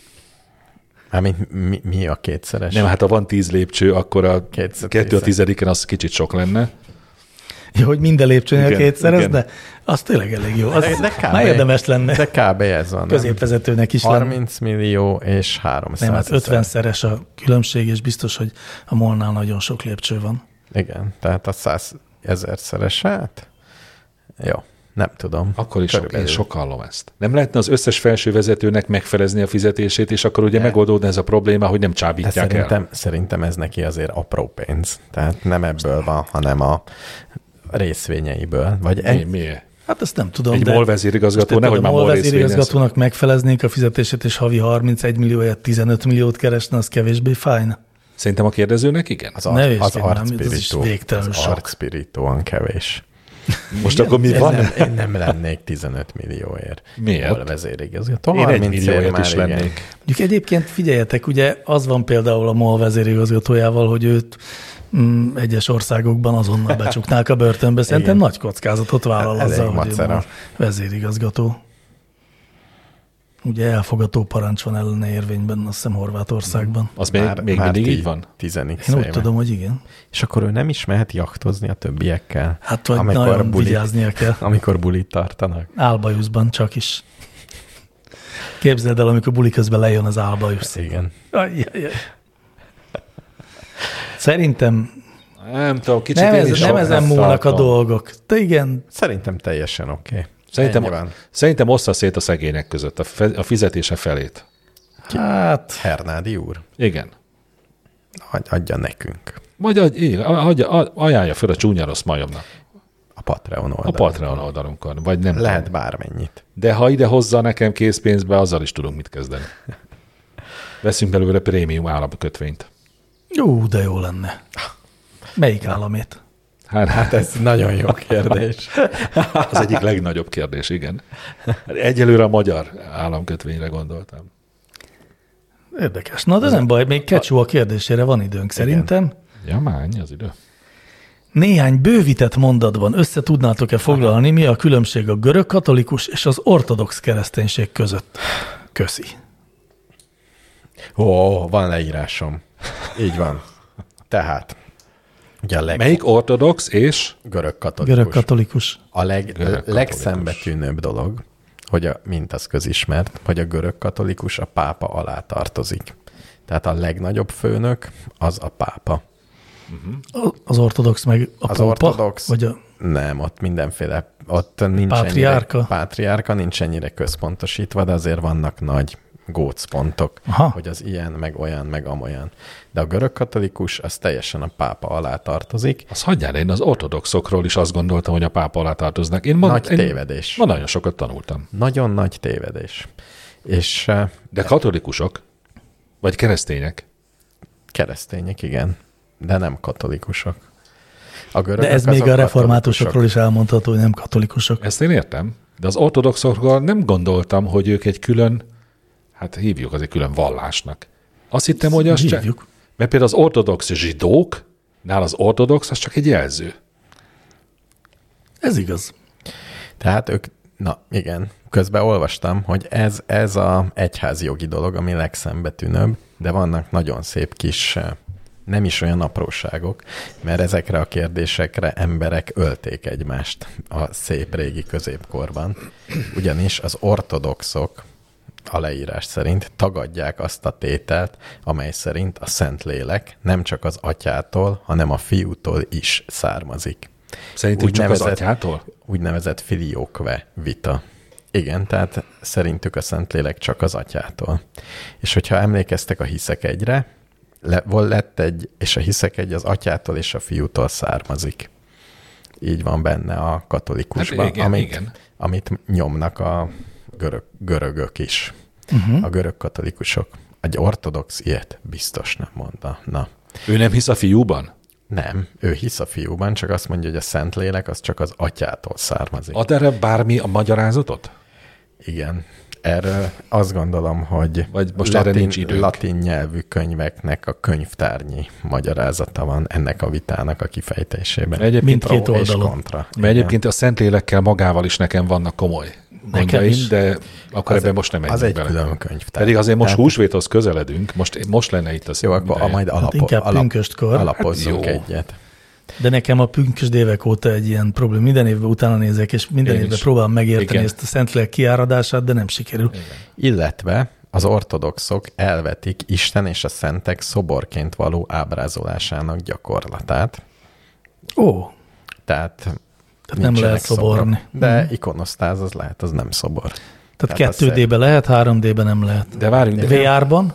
Hát mi, mi, mi a kétszeres?
Nem, hát ha van tíz lépcső, akkor a
Kétszer
kettő a tizediken az kicsit sok lenne.
Jó, hogy minden lépcsőnél
Igen,
kétszerez,
igen.
de az tényleg elég jó. Az
De, de kb.
már érdemes lenne.
De kb. Ez van.
Középvezetőnek is lenne.
harminc millió és háromszáz.
Nem, hát ötvenszeres a különbség, és biztos, hogy a MOL-nál nagyon sok lépcső van.
Igen, tehát a százezerszeres át? Jó, nem tudom.
Akkor is sok, én sok hallom ezt. Nem lehetne az összes felső vezetőnek megfelezni a fizetését, és akkor ugye megoldódna ez a probléma, hogy nem csábítják
szerintem,
el.
Szerintem ez neki azért apró pénz. Tehát nem ebből van, hanem a részvényeiből. Vagy
Mi,
egy...
miért?
Hát ezt nem tudom,
Egy
de...
MOL vezérigazgató, nehogy már
MOL
MOL részvényez.
vezérigazgatónak megfeleznék a fizetését, és havi harmincegy millió helyett tizenöt milliót keresne, az kevésbé fájna.
Szerintem a kérdezőnek igen.
Az,
Ne
ar-
is
az
figyelj, ez is
arcspirító.
végtelenül
Az
sok.
arcspirítóan kevés.
Most akkor mi
Én
van?
nem, én nem lennék tizenöt millióért.
Miért?
Hol vezérigazgató?
Én egy
harminc
millióért
ér
is
már igen.
lennék.
Mondjuk egyébként figyeljetek, ugye az van például a MOL vezérigazgatójával, hogy őt mm, egyes országokban azonnal becsuknák a börtönbe. Szerintem
Igen.
nagy kockázatot vállal
Elég
azzal, hogy ő
macera.
MOL vezérigazgató. Ugye elfogató parancs van ellene érvényben, azt hiszem Horvátországban.
Az még, még mindig így van?
tizenik
Én úgy tudom, hogy igen.
És akkor ő nem is mehet jachtozni a többiekkel?
Hát, vagy nagyon
bulit,
vigyáznia kell.
Amikor bulit tartanak?
Álbajuszban csak is. Képzeld el, amikor buli közben lejön az álbajusz.
Igen.
Ajjajjaj. Szerintem
Nem tudom, kicsit
nem,
én
ez,
is
nem
sok
ezen
ezt
múlnak a
tartom.
dolgok. De igen,
Szerintem teljesen oké. Okay.
Szerintem, szerintem ossza szét a szegények között a, fe, a fizetése felét.
hát
Hernádi úr,
Igen.
adj, adja nekünk
Vagy adj, igen, adja, ajánlja fel a csúnya rossz majomnak.
a Patreon
A
oldalon.
Patreon oldalunkon. Vagy nem
Lehet
tudom.
bármennyit.
De ha ide hozza nekem készpénzbe, azzal is tudunk mit kezdeni. Veszünk belőle prémium államkötvényt.
jó, de jó lenne. Melyik államét?
Hát, hát
Ez nagyon jó kérdés.
az egyik legnagyobb kérdés, igen. Egyelőre a magyar államkötvényre gondoltam.
Érdekes. Na, de nem baj, még Kecsú a kérdésére van időnk szerintem.
Ja, már ennyi az idő.
Néhány bővített mondatban össze tudnátok-e foglalni, mi a különbség a görög katolikus és az ortodox kereszténység között? Köszi.
Ó, van leírásom. Így van. Tehát, ugye a leg...
Melyik ortodox és
Görög katolikus.
Görög katolikus.
A leg,
Görög katolikus.
legszembetűnőbb dolog, hogy a, mint az közismert, hogy a görög katolikus a pápa alá tartozik. Tehát a legnagyobb főnök az a pápa.
Az ortodox meg a
Az
pópa?
ortodox,
Vagy a...
nem, ott mindenféle, ott nincs
Pátriárka?
ennyire, pátriárka nincs ennyire központosítva, de azért vannak nagy gócpontok,
Aha.
hogy az ilyen, meg olyan, meg amolyan. De a görög katolikus, az teljesen a pápa alá tartozik.
Az hagyjál, én az ortodoxokról is azt gondoltam, hogy a pápa alá tartoznak. Én ma,
Nagy
én,
tévedés.
Ma nagyon sokat tanultam.
Nagyon nagy tévedés. És uh,
De katolikusok? Vagy keresztények?
keresztények, igen, de nem katolikusok. A
De
görögök
ez még
azok
a reformátusokról
katolikusok.
is elmondható, hogy nem katolikusok.
Ezt én értem. De az ortodoxokról nem gondoltam, hogy ők egy külön, hát hívjuk az egy külön vallásnak. Azt hittem, hogy az csak,
Hívjuk.
mert például az ortodox zsidók, nál az ortodox az csak egy jelző.
Ez igaz.
Tehát ők, na igen, közben olvastam, hogy ez, ez a egyházi jogi dolog, ami legszembetűnőbb, de vannak nagyon szép kis, nem is olyan apróságok, mert ezekre a kérdésekre emberek ölték egymást a szép régi középkorban. Ugyanis az ortodoxok a leírás szerint tagadják azt a tételt, amely szerint a Szentlélek nem csak az atyától, hanem a fiútól is származik.
Szerintük csak az
Úgynevezett-
atyától?
Úgynevezett filioque vita. Igen, tehát szerintük a Szentlélek csak az atyától. És hogyha emlékeztek a hiszek egyre, le, vol lett egy, és a hiszek egy az atyától és a fiútól származik. Így van benne a katolikusban,
Hát igen,
amit,
igen.
amit nyomnak a görög, görögök is.
Uh-huh.
Hm?
A görög katolikusok. Egy ortodox ilyet biztos nem mondta. Na,
Ő nem hisz a fiúban?
nem, ő hisz a fiúban, csak azt mondja, hogy a Szentlélek az csak az atyától származik.
Ad erre bármi a magyarázatot?
Igen. Erről azt gondolom, hogy
Vagy most erre nincs időnk.
latin nyelvű könyveknek a könyvtárnyi magyarázata van ennek a vitának a kifejtésében.
Egyébként,
Mindkét
Pro és
oldalon.
kontra.
mert egyébként a Szentlélekkel magával is nekem vannak komoly gondjaim,
is.
de akkor
Az-
ebben most nem
Az
menjünk
egy
bele.
külön könyvtár.
Pedig azért most
Tehát-
húsvéthoz közeledünk, most, most lenne itt az
Jó, akkor
ideje.
majd alapo,
inkább
alap,
pünköstkor.
alapozzunk
Hát jó.
egyet.
De nekem a pünkösd évek óta egy ilyen probléma. Minden évben utána nézek, és minden
Én
évben
is.
próbálom megérteni
Igen.
ezt a Szentlélek kiáradását, de nem sikerül.
Illetve az ortodoxok elvetik Isten és a szentek szoborként való ábrázolásának gyakorlatát.
Ó,
Tehát,
Tehát nem
nincsenek
lehet szoborni.
szobrok. De ikonosztáz az lehet, az nem szobor.
tehát
Tehát
kettő D-ben lehet, három D-ben nem lehet.
De várjunk, de,
vé er-ban?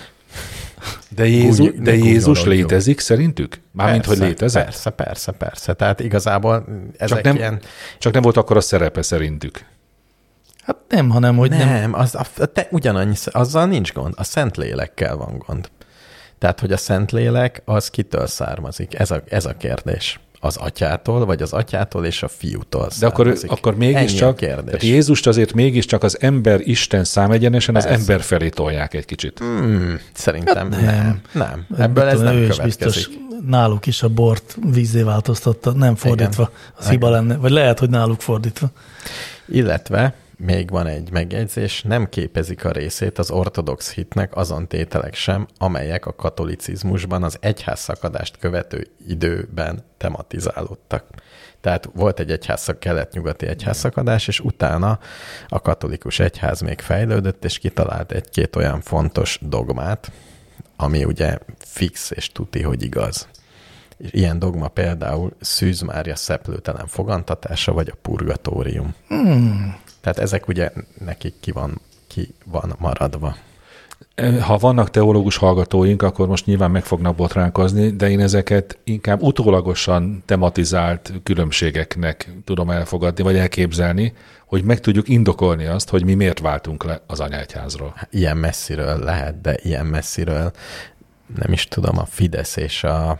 de, Jézus,
Gúny-
de
ne
Jézus
gúnyolodjunk.
létezik szerintük? Mármint, hogy létezett?
Persze, persze, persze. Tehát igazából ezek
Csak nem,
ilyen...
csak nem volt akkor a szerepe szerintük.
Hát nem, hanem hogy nem.
Nem, az, a, te ugyanannyi, azzal nincs gond. A Szentlélekkel van gond. Tehát, hogy a Szentlélek az kitől származik? Ez a, ez a kérdés. Az atyától, vagy az atyától és a fiútól
De akkor,
származik?
akkor
Ennyi a
mégiscsak,
kérdés.
tehát Jézust azért mégiscsak az ember Isten számegyenesen az
Persze.
ember felé tolják egy kicsit.
Hmm, szerintem
Hát
nem.
nem.
Nem. nem. Ebből ez nem
ő is
következik.
biztos náluk is a bort vízzé változtatta, nem fordítva.
Igen.
Az hiba lenne. Vagy lehet, hogy náluk fordítva.
Illetve még van egy megjegyzés, nem képezik a részét az ortodox hitnek azon tételek sem, amelyek a katolicizmusban az egyházszakadást követő időben tematizálódtak. Tehát volt egy egyházszak, kelet-nyugati egyházszakadás, és utána a katolikus egyház még fejlődött, és kitalált egy-két olyan fontos dogmát, ami ugye fix és tuti, hogy igaz. És ilyen dogma például Szűz Mária szeplőtelen fogantatása, vagy a purgatórium.
Hmm.
Tehát ezek ugye nekik ki van, ki van maradva.
Ha vannak teológus hallgatóink, akkor most nyilván meg fognak botránkozni, de én ezeket inkább utólagosan tematizált különbségeknek tudom elfogadni, vagy elképzelni, hogy meg tudjuk indokolni azt, hogy mi miért váltunk le az anyáegyházról.
Ilyen messziről lehet, de ilyen messziről nem is tudom, a Fidesz és a...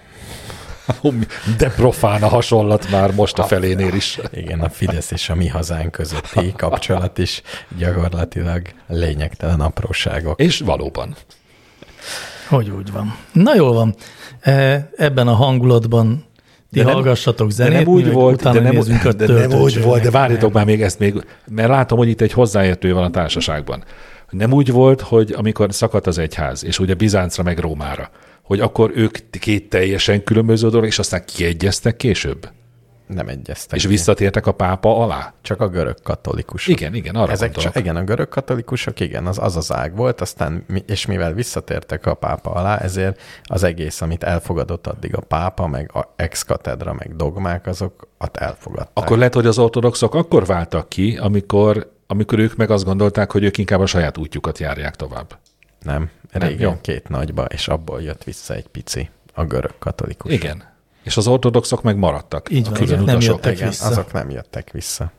De profán a hasonlat már most a felénél is.
Igen, a Fidesz és a mi hazánk közötti kapcsolat is gyakorlatilag lényegtelen apróságok.
És valóban.
Hogy úgy van. Na jól van. E, Ebben a hangulatban ti
De nem-
hallgassatok
De
zenét,
nem úgy
mi
volt,
utána
de nem,
nézzünk a
de nem úgy
töltőcsőnek.
volt, de várjatok már még ezt még, mert látom, hogy itt egy hozzáértő van a társaságban. Nem úgy volt, hogy amikor szakadt az egyház, és ugye Bizáncra meg Rómára, hogy akkor ők két teljesen különböző dolog, és aztán kiegyeztek később?
Nem egyeztek.
És
ki.
visszatértek a pápa alá?
Csak a görög katolikusok.
Igen, igen, arra
Ezek
gondolok.
csak, igen, a görög katolikusok, igen, az az az ág volt, aztán, mi- és mivel visszatértek a pápa alá, ezért az egész, amit elfogadott addig a pápa, meg a ex-katedra, meg dogmák, azokat elfogadták.
Akkor lehet, hogy az ortodoxok akkor váltak ki, amikor amikor ők meg azt gondolták, hogy ők inkább a saját útjukat járják tovább.
Nem,
Nem,
régen
jó.
két nagyba, és abból jött vissza egy pici, a görög katolikus.
Igen. És az ortodoxok meg maradtak.
Így
a
van,
külön
azok nem
utasok.
jöttek
Igen,
vissza.
azok nem jöttek vissza.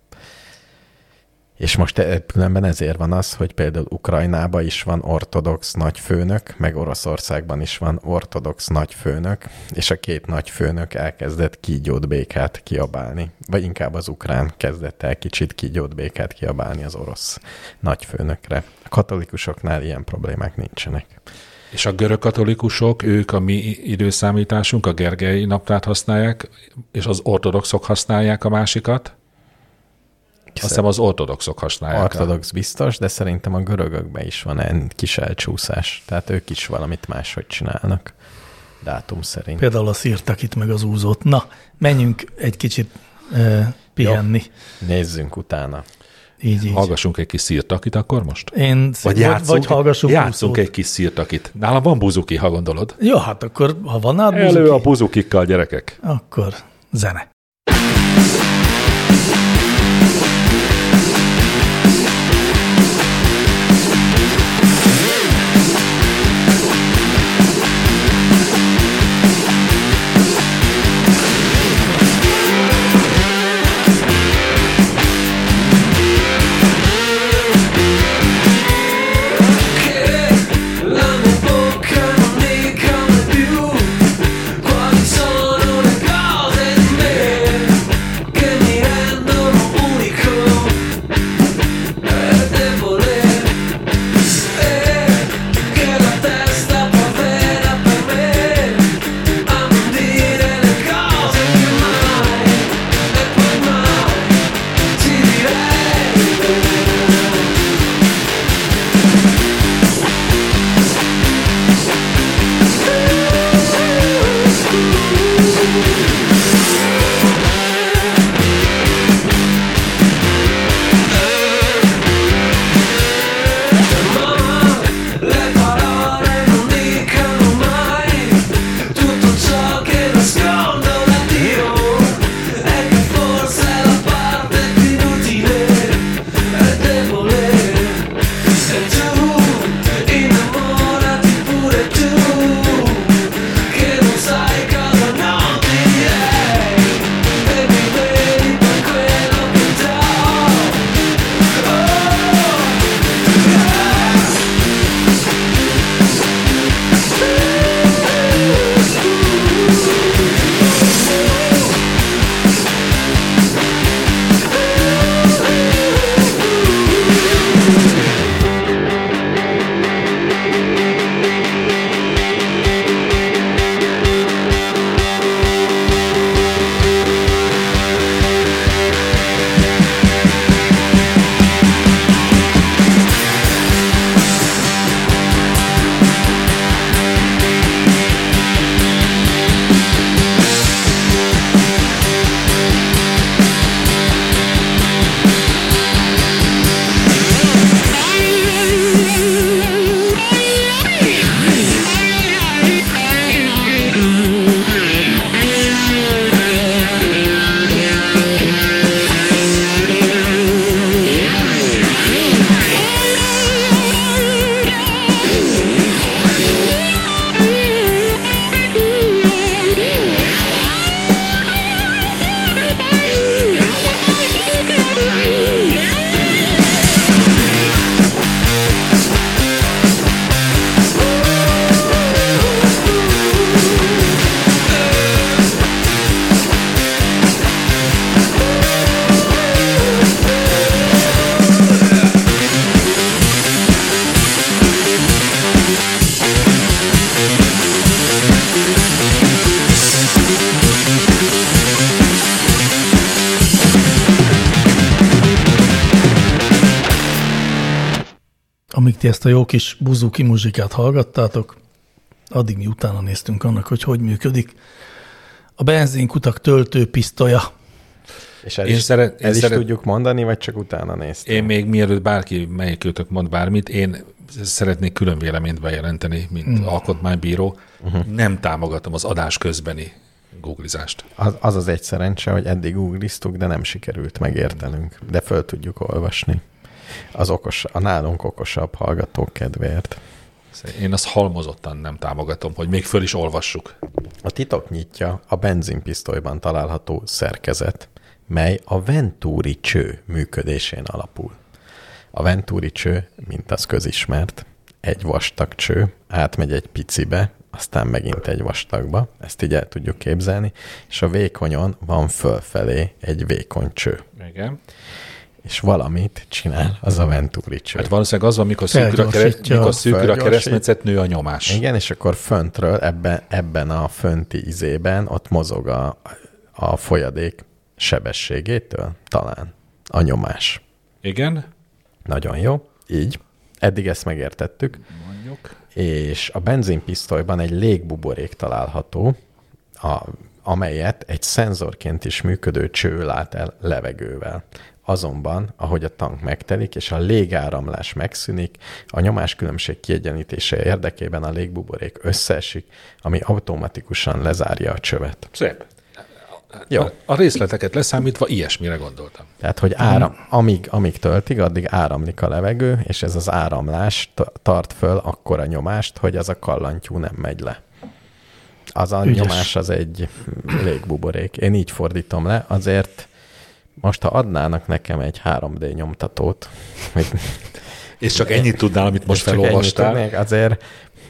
És most e- különben ezért van az, hogy például Ukrajnában is van ortodox nagyfőnök, meg Oroszországban is van ortodox nagyfőnök, és a két nagyfőnök elkezdett kígyót békát kiabálni. Vagy inkább az ukrán kezdett el kicsit kígyót békát kiabálni az orosz nagyfőnökre. A katolikusoknál ilyen problémák nincsenek.
És a görög katolikusok, ők a mi időszámításunk, a Gergely naptárt használják, és az ortodoxok használják a másikat. Azt hiszem az ortodoxok használják.
Ortodox biztos, de szerintem a görögökben is van egy kis elcsúszás. Tehát ők is valamit máshogy csinálnak dátum szerint.
Például a szírtakit meg az úzót. Na, menjünk egy kicsit e, pihenni.
Jó, nézzünk utána.
Így, így.
Hallgassunk egy kis szírtakit akkor most?
Én
Vagy,
vagy,
játszunk,
vagy hallgassunk
játszunk
úszót.
egy kis szírtakit. Nálam van buzuki, ha gondolod.
Jó, hát akkor, ha van át
Elő
buzuki,
a buzukikkal, gyerekek.
akkor zene.
La mia bocca non dica mai più quali sono le cose di me che mi rendono unico e debole, e che la testa provveda per me a non dire le cose che mai e poi mai ti direi. Le parole non dicano mai tutto ciò che nascondo da Dio, e che forse è la parte più inutile e debole. E tu, innamorati pure tu, che non sai cosa non ti direi, e mi vedi per quello che do.
Amíg ti ezt a jó kis buzuki muzsikát hallgattátok, addig mi utána néztünk annak, hogy hogy működik a benzinkutak töltőpisztolya.
És el
Én
is,
szeret- én
el is
szeret-
tudjuk mondani, vagy csak utána néztünk?
Én még mielőtt bárki, melyikőtök mond bármit, én szeretnék külön véleményt bejelenteni, mint mm. alkotmánybíró. Uh-huh. Nem támogatom az adás közbeni googlizást.
Az, az az egy szerencse, hogy eddig googliztuk, de nem sikerült megértenünk. De föl tudjuk olvasni. Az okos, a nálunk okosabb hallgatók kedvéért.
Én azt halmozottan nem támogatom, hogy még föl is olvassuk.
A titok nyitja a benzinpisztolyban található szerkezet, mely a Venturi cső működésén alapul. A Venturi cső, mint az közismert, egy vastag cső, átmegy egy picibe, aztán megint egy vastagba, ezt így el tudjuk képzelni, és a vékonyon van fölfelé egy vékony cső.
Igen.
És valamit csinál az a Venturi cső.
Hát valószínűleg az van, mikor szűkül a, kereszt, mikor szűkül a keresztmetszet, nő a nyomás.
Igen, és akkor föntről, ebben, ebben a fönti izében ott mozog a, a folyadék sebességétől talán a nyomás.
Igen.
Nagyon jó. Így. Eddig ezt megértettük.
Mondjuk.
És a benzinpisztolyban egy légbuborék található, a, amelyet egy szenzorként is működő cső lát el levegővel. Azonban, ahogy a tank megtelik, és a légáramlás megszűnik, a nyomáskülönbség kiegyenítése érdekében a légbuborék összeesik, ami automatikusan lezárja a csövet.
Szép.
Jó.
A, a részleteket leszámítva ilyesmire gondoltam.
Tehát, hogy áram, amíg, amíg töltik, addig áramlik a levegő, és ez az áramlás t- tart föl akkora nyomást, hogy az a kallantyú nem megy le. Az a
Ügyes.
nyomás az egy légbuborék. Én így fordítom le, azért most, ha adnának nekem egy három dé nyomtatót, hogy
És csak ennyit tudnál, amit most
csak ennyit
felolvastál.
tudnék, azért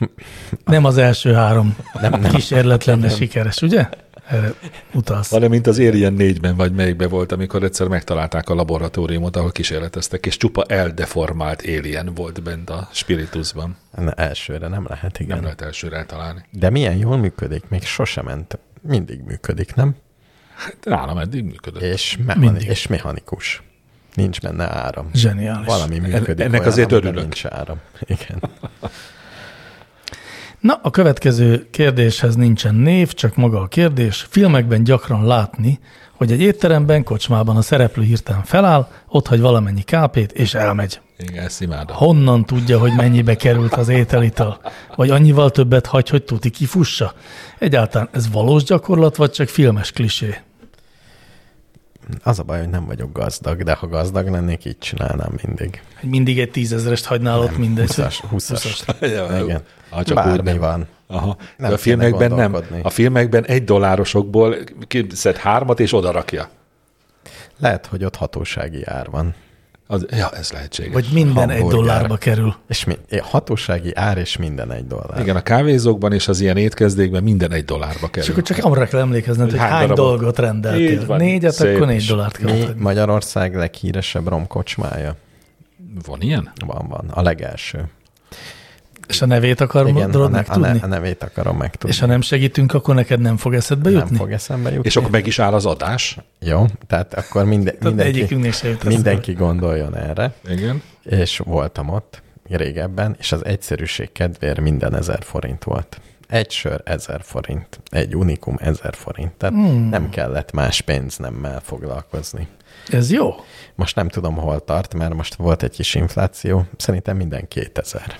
Nem az első három
Nem, nem.
kísérlet lenne sikeres, ugye? Erre utalsz.
Hanem, mint az Alien négyben, vagy melyikben volt, amikor egyszer megtalálták a laboratóriumot, ahol kísérleteztek, és csupa eldeformált alien volt bent a spiritusban.
Na, elsőre nem lehet, igen.
Nem lehet elsőre eltalálni.
De milyen jól működik, még sosem ment. Mindig működik, nem?
Hát nálam eddig működött.
És, mechani-
Mindig.
és mechanikus. Nincs benne áram.
Zseniális.
Valami működik.
ennek
olyan,
azért
amiben
örülök.
Nincs áram. Igen.
Na, a következő kérdéshez nincsen név, csak maga a kérdés. Filmekben gyakran látni, hogy egy étteremben, kocsmában a szereplő hirtelen feláll, otthagy valamennyi kápét, és elmegy.
Igen, ezt imádom.
Honnan tudja, hogy mennyibe került az ételital? Vagy annyival többet hagy, hogy tuti kifussa? Egyáltalán ez valós gyakorlat, vagy csak filmes klisé?
Az a baj, hogy nem vagyok gazdag, de ha gazdag lennék, így csinálnám mindig.
Hogy mindig egy tízezrest hagynál ott mindegy.
húszas, húszas.
Ja, jó.
Igen.
Ha csak
Bármi
úgy nem.
van.
Aha. De
Nem
a filmekben
kéne
nem.
gondolkodni.
A filmekben egy dollárosokból szed hármat, és odarakja.
Lehet, hogy ott hatósági ár van.
Az, ja, ez lehetséges.
Vagy minden egy
Hamburger.
dollárba kerül.
És mi, hatósági ár, és minden egy dollár.
Igen, a kávézókban és az ilyen étkezdékben minden egy dollárba kerül.
És akkor csak arra kell emlékezned, hogy
Hány
hány,
darabot?
dolgot
Így
rendeltél.
van.
Négyet,
Szép
akkor négy
is.
dollárt kell
Mi
adni.
Magyarország leghíresebb romkocsmája?
Van ilyen?
Van, van. A legelső.
És a nevét akarod
Igen, a, ne, a,
megtudni?
ne, a nevét akarom megtudni.
És ha nem segítünk, akkor neked nem fog eszedbe
nem
jutni?
fog eszembe jutni.
És akkor meg is áll az adás.
Jó, tehát akkor minden,
Tehát
mindenki,
egyikünknek se jut eszedbe.
mindenki gondoljon erre.
Igen.
És voltam ott régebben, és az egyszerűség kedvéért minden ezer forint volt. Egy sör ezer forint, egy unikum ezer forint. Tehát
Hmm.
nem kellett más pénznemmel foglalkozni.
Ez jó.
Most nem tudom, hol tart, mert most volt egy kis infláció. Szerintem minden kétezer.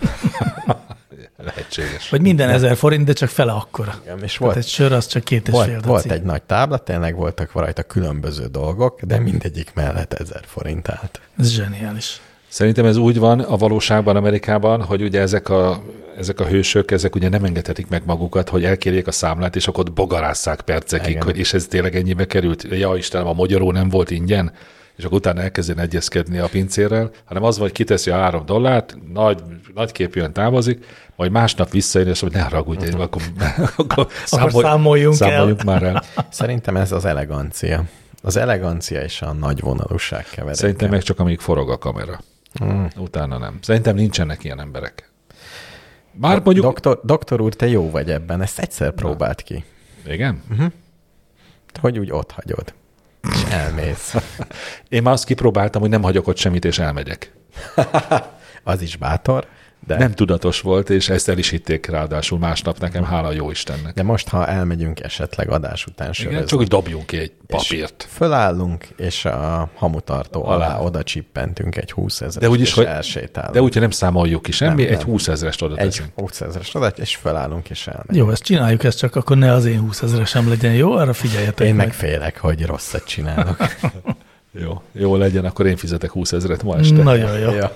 Lehetséges.
Vagy minden ezer forint, de csak fele akkora.
Igen, és
Tehát
volt,
egy sör az csak két és fél
volt, volt
deci.
egy nagy tábla, tényleg voltak rajta különböző dolgok, de mindegyik mellett ezer forint állt.
Ez zseniális.
Szerintem ez úgy van a valóságban Amerikában, hogy ugye ezek a, ezek a hősök, ezek ugye nem engedhetik meg magukat, hogy elkérjék a számlát, és akkor ott bogarásszák percekig,
Igen.
hogy és ez tényleg ennyibe került. Ja Istenem, a magyaró nem volt ingyen, és akkor utána elkezdjen egyezkedni a pincérrel, hanem az van, hogy kiteszi a három dollárt, nagy, nagy képűen távozik, majd másnap visszajön, és hogy ne haragudj, uh-huh. akkor, akkor, számolj,
számoljunk el.
számoljunk már el.
Szerintem ez az elegancia. Az elegancia és a nagy vonalúság keveréke.
Szerintem meg csak amíg forog a kamera.
Mm.
Utána nem. Szerintem nincsenek ilyen emberek. Bár mondjuk...
Doktor, doktor úr, te jó vagy ebben, ezt egyszer próbált ki.
Igen?
Hogy úgy ott hagyod. És elmész.
Én már azt kipróbáltam, hogy nem hagyok ott semmit, és elmegyek.
Az is bátor, De,
Nem tudatos volt, és ezt el is hitték ráadásul másnap nekem, hála jó Istennek.
de most, ha elmegyünk esetleg adás után
Igen,
sörözni,
csak hogy dobjunk ki egy
és
papírt.
fölállunk, és a hamutartó alá,
Alá.
oda csippentünk egy húszezer,
De úgyis,
és
hogy,
elsétálunk.
de úgy, hogy nem számoljuk ki semmi,
Nem,
egy
nem.
húszezrest oda
egy
teszünk.
húszezres oda, és fölállunk, és elmegyünk.
Jó, ezt csináljuk, ezt csak akkor ne az én húszezresem legyen, jó? Arra figyeljetek
Én
meg.
meg félek, hogy rosszat csinálok.
Jó, jó legyen, akkor én fizetek húszezret ma este.
Nagyon jó.
Ja.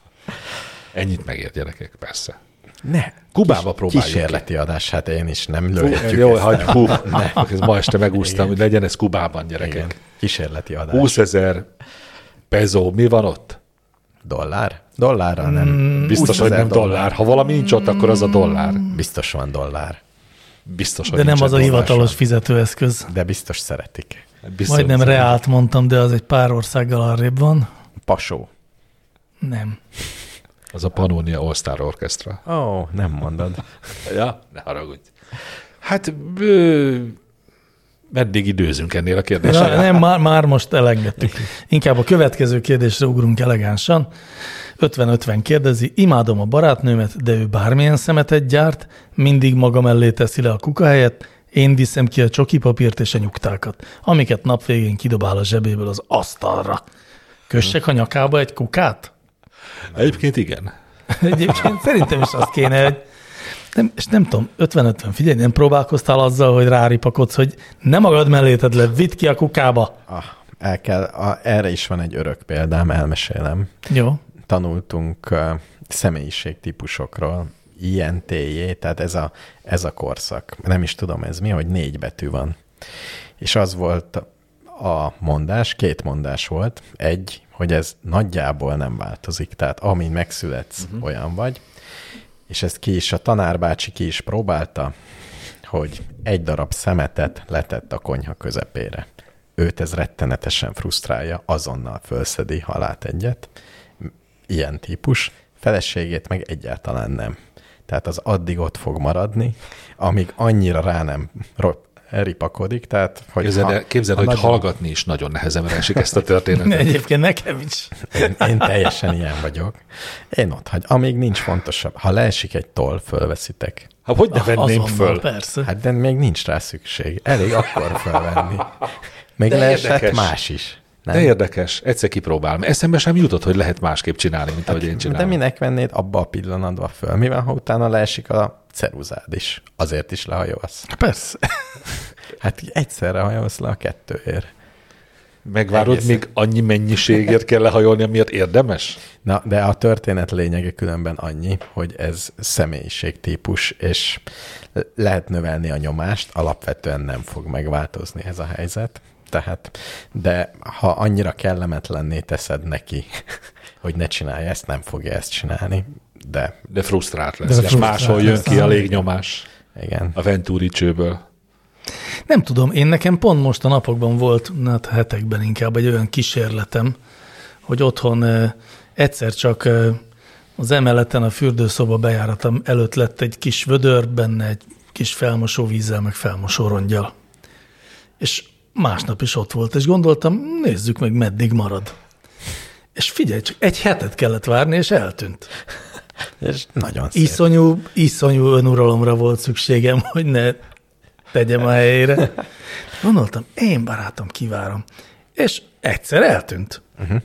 Ennyit megér, gyerekek, persze.
Ne.
Kubába próbáljuk
Kísérleti adás, hát én is nem
Fú,
lőhetjük
jó,
ezt
hagy,
el.
hú, ez ma este megúsztam, hogy legyen ez Kubában, gyerekek.
Igen. Kísérleti adás.
húszezer peso, mi van ott?
Dollár? Dollárral nem.
Biztos, hogy nem
húszezer
dollár. Ha valami nincs ott, akkor az a dollár.
Biztos van dollár.
Biztos, hogy
De nem
nincsen
az a
dollár
hivatalos
sem.
fizetőeszköz.
De biztos szeretik.
Biztos,
Majdnem
hogy-
reált mondtam, de az egy pár országgal arrébb van.
Pasó.
Nem.
Az a Pannonia All Star Orchestra.
Ó, oh, nem mondod.
Ja, ne haragudj. Hát, ö, meddig időzünk ennél a
Na,
kérdésre?
nem, már, már most elengedtük. Inkább a következő kérdésre ugrunk elegánsan. ötven-ötven kérdezi, imádom a barátnőmet, de ő bármilyen szemetet gyárt, mindig maga mellé teszi le a kuka helyett, én viszem ki a csoki papírt és a nyugtákat, amiket nap végén kidobál a zsebéből az asztalra. Kössek a nyakába egy kukát?
Egyébként igen.
Egyébként szerintem is azt kéne, hogy nem, és nem tudom, ötven-ötven, figyelj, nem próbálkoztál azzal, hogy ráripakodsz, hogy ne magad mellé tedd le, vidd ki a kukába.
Ah, el kell, a, erre is van egy örök példám, elmesélem.
Jó.
Tanultunk uh, személyiségtípusokról, I N T J, tehát ez a, ez a korszak. Nem is tudom ez mi, hogy négy betű van. És az volt a mondás, két mondás volt. Egy, hogy ez nagyjából nem változik, tehát amin megszületsz, uh-huh. olyan vagy. És ezt ki is, a tanárbácsi ki is próbálta, hogy egy darab szemetet letett a konyha közepére. Őt ez rettenetesen frusztrálja, azonnal fölszedi, ha lát egyet. Ilyen típus. Feleségét meg egyáltalán nem. Tehát az addig ott fog maradni, amíg annyira rá nem ro- ripakodik. Tehát, hogy
Képzeld,
ha,
el- képzeld
ha
hogy
nagyon-
hallgatni is nagyon nehezen esik ezt a történetet.
Egyébként nekem is.
Én, én teljesen ilyen vagyok. Én ott hagy. Amíg nincs fontosabb. Ha leesik egy toll, fölveszitek.
Hát hogy ne venném
Azonnal,
föl?
persze.
Hát de még nincs rá szükség. Elég akkor fölvenni. Még
De
leesett
érdekes.
más is. Nem?
De érdekes, egyszer kipróbálom. Eszembe sem jutott, hogy lehet másképp csinálni, mint ahogy én
De
csinálom.
minek vennéd abba a pillanatban föl? Mi van, ha utána leesik a ceruzád is? Azért is lehajolsz.
Persze.
Hát egyszerre hajolsz le a kettőért.
Megvárod,
Egészen.
még annyi mennyiségért kell lehajolni, amiért érdemes?
Na, de a történet lényege különben annyi, hogy ez személyiségtípus, és lehet növelni a nyomást, alapvetően nem fog megváltozni ez a helyzet. Tehát, de ha annyira kellemetlenné teszed neki, hogy ne csinálja ezt, nem fogja ezt csinálni, de
De frusztrált lesz.
De
És
frusztrált
máshol jön
lesz.
ki a légnyomás
igen.
a Venturi csőből.
Nem tudom, én nekem pont most a napokban volt, hát hetekben inkább egy olyan kísérletem, hogy otthon eh, egyszer csak eh, az emeleten a fürdőszoba bejáratom előtt lett egy kis vödör, benne egy kis felmosó vízzel, meg felmosó rongyal. És másnap is ott volt, és gondoltam, nézzük meg, meddig marad. És figyelj, csak egy hetet kellett várni, és eltűnt.
És nagyon szép.
Iszonyú, iszonyú önuralomra volt szükségem, hogy ne tegyem a helyére. Gondoltam, én barátom, kivárom. És egyszer eltűnt.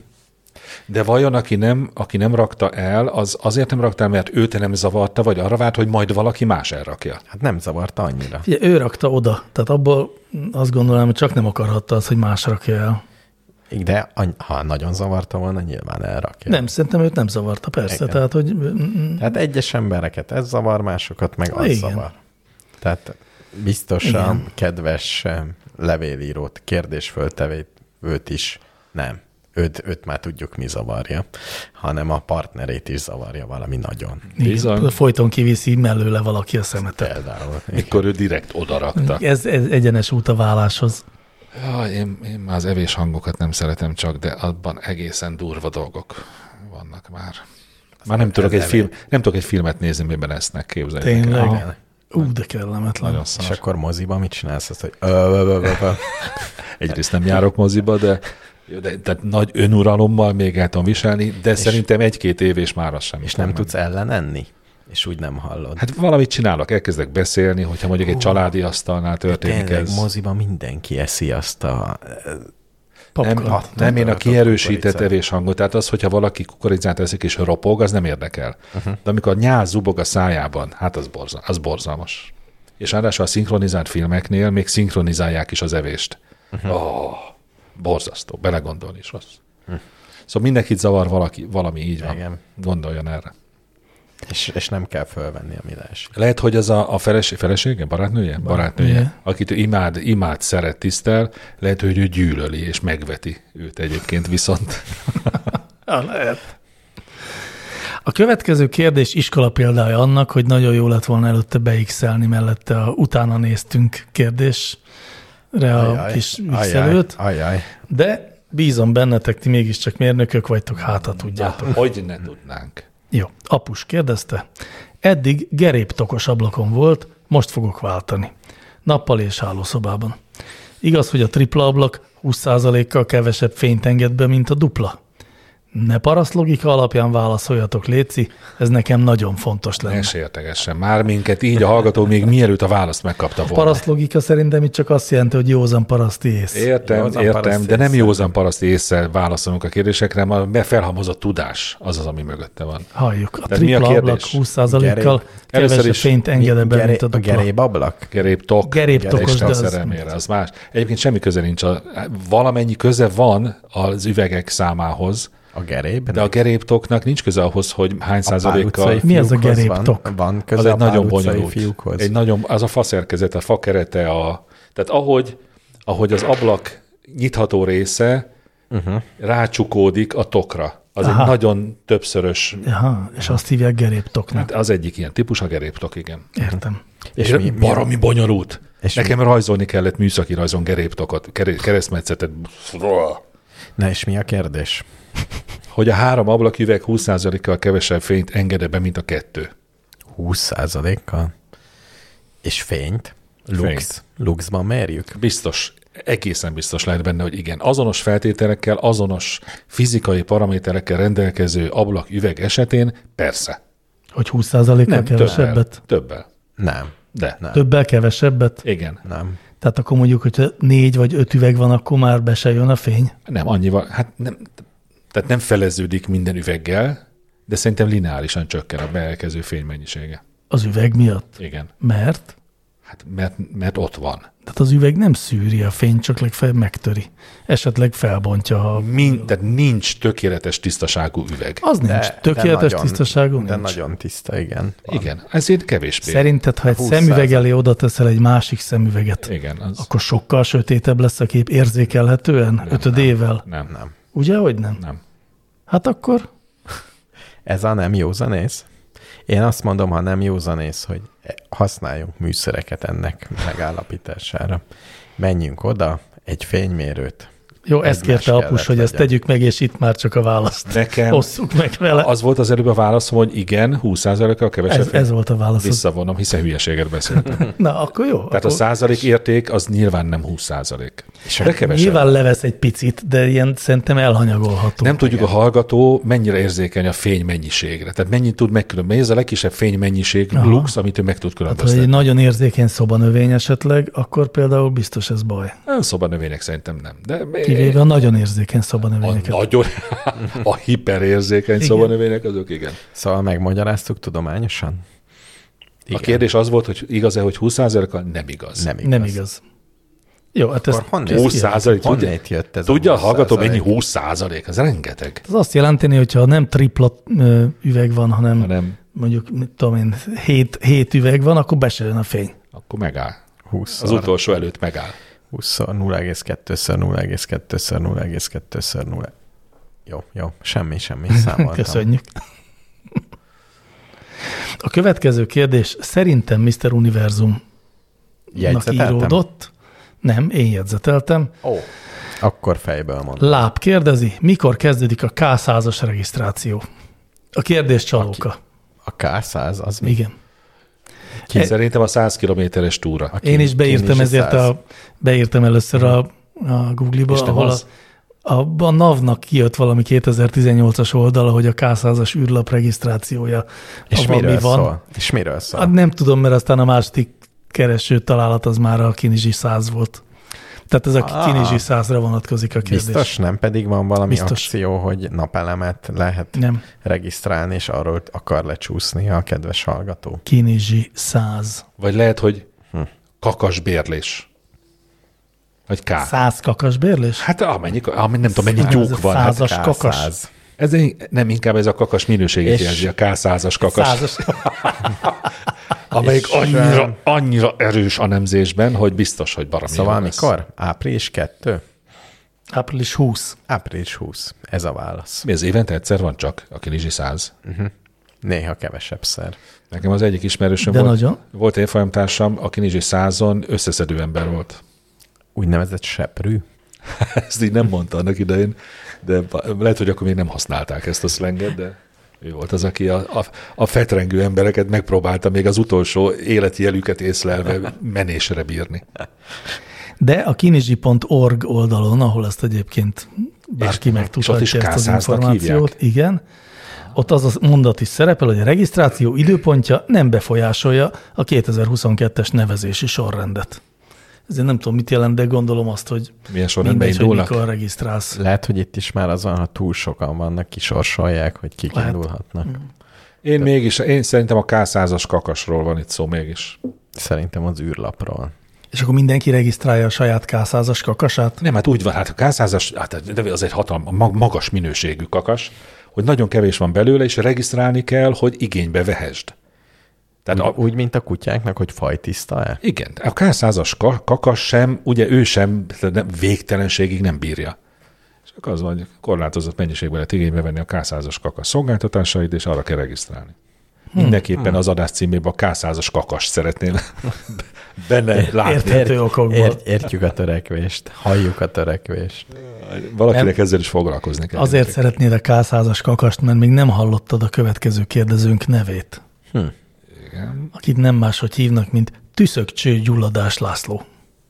De vajon, aki nem, aki nem rakta el, az azért nem rakta el, mert őt nem zavarta, vagy arra várt, hogy majd valaki más elrakja?
Hát nem zavarta annyira.
Ugye, ő rakta oda, tehát abból azt gondolom, hogy csak nem akarhatta az, hogy más rakja el.
De any- ha nagyon zavarta volna, nyilván elrakja.
Nem, szerintem őt nem zavarta, persze.
Igen.
Tehát, hogy mm,
Tehát egyes embereket ez zavar, másokat meg az
Igen.
zavar. Tehát biztosan
Igen.
kedves eh, levélírót, kérdésföltevőt is nem. Őt, őt már tudjuk, mi zavarja, hanem a partnerét is zavarja valami nagyon.
Bizony.
igen, folyton kiviszi mellőle valaki a szemetet.
Például.
Mikor ő direkt odarakta.
Ez, ez egyenes út a válláshoz.
Ja, én, én már az evés hangokat nem szeretem csak, de abban egészen durva dolgok vannak már. Már nem tudok, egy film, nem tudok egy filmet nézni, miben esznek, képzeljétek.
Tényleg.
el.
Igen.
Ú, de kellemetlen.
Nagyon
És
szar.
akkor moziba mit csinálsz? Azt, hogy ö, ö, ö, ö, ö.
Egyrészt nem járok moziba, de Jó, de, tehát nagy önuralommal még el tudom viselni, de és szerintem egy-két év és már az sem.
És nem menni. Tudsz ellenenni? És úgy nem hallod.
Hát valamit csinálok, elkezdek beszélni, hogyha mondjuk Hú, egy családi asztalnál történik
tényleg,
ez.
moziban mindenki eszi azt a...
Nem, a, nem én a kierősített evéshangot, tehát az, hogyha valaki kukoricát eszik és ropog, az nem érdekel. Uh-huh. De amikor a nyáz zubog a szájában, hát az, borzal, az borzalmas. És ráadásul a szinkronizált filmeknél még szinkronizálják is az evést. Uh-huh. Oh, borzasztó, belegondolni is rossz. Uh-huh. Szóval mindenkit zavar valaki, valami így van. Igen. Gondoljon erre.
És, és nem kell fölvenni, ami leesik.
Lehet, hogy az a, a feleség, felesége, barátnője? Barátnője, yeah. Akit ő imád, imád, szeret, tisztel, lehet, hogy ő gyűlöli és megveti őt egyébként viszont.
Ja, lehet. A következő kérdés iskola példája annak, hogy nagyon jó lett volna előtte beixelni mellette a utána néztünk kérdésre a ajaj, kis x-előt, de bízom bennetek, ti mégiscsak mérnökök vagytok, hát ha tudjátok.
Ja, hogy ne tudnánk.
Jó, apus kérdezte. Eddig geréptokos ablakon volt, most fogok váltani. Nappal és hálószobában. Igaz, hogy a tripla ablak húsz százalékkal kevesebb fényt enged be, mint a dupla? Ne paraszt logika alapján válaszoljatok, léci, ez nekem nagyon fontos lenne.
Ne sértegessen már minket, így a hallgató még mielőtt a választ megkapta volna.
Paraszt logika szerintem itt csak azt jelenti, hogy józan paraszti ész.
Értem, józan értem, de nem józan paraszti ésszel válaszolunk a kérdésekre, mert felhalmozott tudás az az, ami mögötte van.
Halljuk, a Tehát tripla ablak húsz százalékkal kevesebb fényt enged be, mint a dupla.
A geréb ablak?
Geréptok.
Geréptokos, de az...
szerelmére, az más. Egyébként semmi köze nincs. A, valamennyi köze van az üvegek számához,
a geréb?
De a geréptoknak nincs köze ahhoz, hogy hány százalékkal...
Mi az a geréptok?
Van, van köze
az egy
a
nagyon bonyolult.
Fiúkhoz.
Egy nagyon, az a faszerkezet, a fakerete, a, tehát ahogy, ahogy az ablak nyitható része uh-huh. rácsukódik a tokra. Az Aha. egy nagyon többszörös...
Aha, és azt hívják geréptoknak.
Hát az egyik ilyen típus a geréptok, igen.
Értem.
És, és mi, baromi mi bonyolult. És Nekem mi? rajzolni kellett műszaki rajzon geréptokot, keresztmetszetet.
Na és mi a kérdés?
Hogy a három ablaküveg húsz százalékkal kevesebb fényt enged be, mint a kettő.
húsz százalékkal? És fényt? Lux? Fényt. Luxban mérjük?
Biztos. Egészen biztos lehet benne, hogy igen. Azonos feltételekkel, azonos fizikai paraméterekkel rendelkező ablaküveg esetén persze.
Hogy húsz százalékkal kevesebbet?
Többel. Többel.
Nem.
De.
Nem. Többel kevesebbet?
Igen.
Nem.
Tehát akkor mondjuk, hogyha négy vagy öt üveg van, akkor már be se jön a fény?
Nem, annyival. Hát nem, tehát nem feleződik minden üveggel, de szerintem lineárisan csökken a beelkező fénymennyisége.
Az üveg miatt?
Igen.
Mert?
Hát mert, mert ott van.
Tehát az üveg nem szűri a fényt, csak legfeljebb megtöri. Esetleg felbontja. Ha...
Mind, tehát nincs tökéletes tisztaságú üveg.
Az nincs. De, tökéletes de nagyon, tisztaságú
De
nincs.
nagyon tiszta, igen.
Van. Igen, ezért kevésbé.
Szerinted, ha egy szemüveg elé oda teszel egy másik szemüveget,
igen, az...
akkor sokkal sötétebb lesz a kép érzékelhetően?
Nem,
ötödével?
Nem, nem.
Ugye, hogy nem?
Nem.
Hát akkor...
Ez a nem józanész? Én azt mondom, ha nem józanész, hogy használjunk műszereket ennek megállapítására. Menjünk oda, egy fénymérőt.
Jó, ezt kérte apus, hogy ezt tegyük meg, és itt már csak a választ.
Nekem
osszuk meg vele.
Az volt az előbb a válaszom, hogy igen, húsz százalékkal kevesebb.
Ez, ez volt a válasz.
Visszavonom, hiszen hülyeséget beszéltem.
Na, akkor jó.
Tehát
akkor...
a százalék érték az nyilván nem húsz százalék.
De kevesebb. Nyilván levesz egy picit, de ilyen szerintem elhanyagolható.
Nem tudjuk igen. A hallgató mennyire érzékeny a fény mennyiségre. Tehát mennyit tud megkülönböztetni. Ez a legkisebb fénymennyiség, Aha. lux, amit ő meg tud különböztetni.
Hát, ha egy nagyon érzékeny szobanövény esetleg, akkor például biztos ez baj.
A szobanövények szerintem nem. De
kivéve a nagyon érzékeny szobanövényeket.
A, nagyon, a hiperérzékeny szobanövények, azok igen.
Szóval megmagyaráztuk tudományosan?
Igen. A kérdés az volt, hogy igaz-e, hogy húsz százalékkal nem igaz.
Nem igaz.
Nem igaz. Jó, hát ez
húsz százalék. Tudja,
jött ez
tudja a hallgató, mennyi húsz százalék? Ez rengeteg.
Ez azt jelenteni, hogyha nem tripla üveg van, hanem, hanem mondjuk, mit tudom én, hét, hét üveg van, akkor be se jön a fény.
Akkor megáll.
húsz
Az utolsó előtt megáll.
húszszor nulla egész kettőször nulla egész kettőször nulla egész kettőször nulla. Jó, jó, semmi, semmi, számoltam.
Köszönjük. A következő kérdés szerintem miszter Univerzumnak íródott. Nem, én jegyzeteltem.
Ó, akkor fejből mondom.
Láb kérdezi, mikor kezdődik a ká százas regisztráció? A kérdés csalóka.
A ká száz az mi?
Igen.
Ki e... Szerintem a száz kilométeres túra.
Én is beírtam, ezért a, beírtam először a, a Google-ba, ahol a, A, a NAV-nak kijött valami kétezer-tizennyolcas oldala, hogy a K százas űrlap regisztrációja.
És miről van. szól? És miről szól?
Hát nem tudom, mert aztán a második kereső találat az már a Kinizsi száz volt. Tehát ez a ah, Kinizsi százra vonatkozik a kérdés.
Biztos nem, pedig van valami
biztos.
akció, hogy napelemet lehet
nem.
regisztrálni, és arról akar lecsúszni a kedves hallgató.
Kinizsi száz.
Vagy lehet, hogy hm. kakasbérlés. Vagy K.
Száz kakasbérlés?
Hát amennyi, amennyi nem tudom, mennyi tyúk van.
Százas
hát
kakas.
száz.
Ez nem inkább ez a kakas minőségét jelzi, a K százas kakas.
Százas.
Amelyik annyira, annyira erős a nemzésben, hogy biztos, hogy baromi.
Szóval mikor? Április kettő?
Április húsz.
Április húsz. Ez a válasz.
Mi az évente egyszer van csak a Kinizsi száz?
Uh-huh. Néha kevesebb szer.
Nekem az egyik ismerősöm
De
volt,
nagyon.
volt évfolyamtársam, a Kinizsi százon összeszedő ember volt.
Úgynevezett seprű?
Ezt így nem mondta annak idején, de lehet, hogy akkor még nem használták ezt a szlenget, de ő volt az, aki a, a, a fetrengő embereket megpróbálta még az utolsó életi jelüket észlelve menésre bírni.
De a kinizsi pont org oldalon, ahol ezt egyébként bárki megtudhatja ezt az információt, hívják. Igen, ott az a mondat is szerepel, hogy a regisztráció időpontja nem befolyásolja a kétezer-huszonkettes nevezési sorrendet. Ezért nem tudom, mit jelent, de gondolom azt, hogy
milyen sorrendben indulnak.
Mikor regisztrálsz.
Lehet, hogy itt is már az van, ha túl sokan vannak, kisorsolják, hogy kik Lehet. indulhatnak.
Én De... mégis, én szerintem a K százas kakasról van itt szó mégis.
Szerintem az űrlapról.
És akkor mindenki regisztrálja a saját K százas kakasát?
Nem, hát úgy van, hát a K százas, hát az egy hatalmas, magas minőségű kakas, hogy nagyon kevés van belőle, és regisztrálni kell, hogy igénybe vehesd.
Tehát úgy, a, úgy, mint a kutyáknak, hogy fajtiszta-e?
Igen. A K százas kakas sem, ugye ő sem végtelenségig nem bírja. És akkor az van, hogy korlátozott mennyiségben lehet igénybe venni a K százas kakas szolgáltatásait, és arra kell regisztrálni. Hmm. Mindenképpen hmm. az adás címében a K százas kakas szeretnél benne látni.
Érthető okokból.
Ért, értjük a törekvést, halljuk a törekvést.
Valakinek nem, ezzel is foglalkozni kell.
Azért nektek. Szeretnéd a K százas kakast, mert még nem hallottad a következő kérdezőnk nevét.
Hm.
Igen.
Akit nem máshogy hívnak, mint tüszökcsőgyulladás László.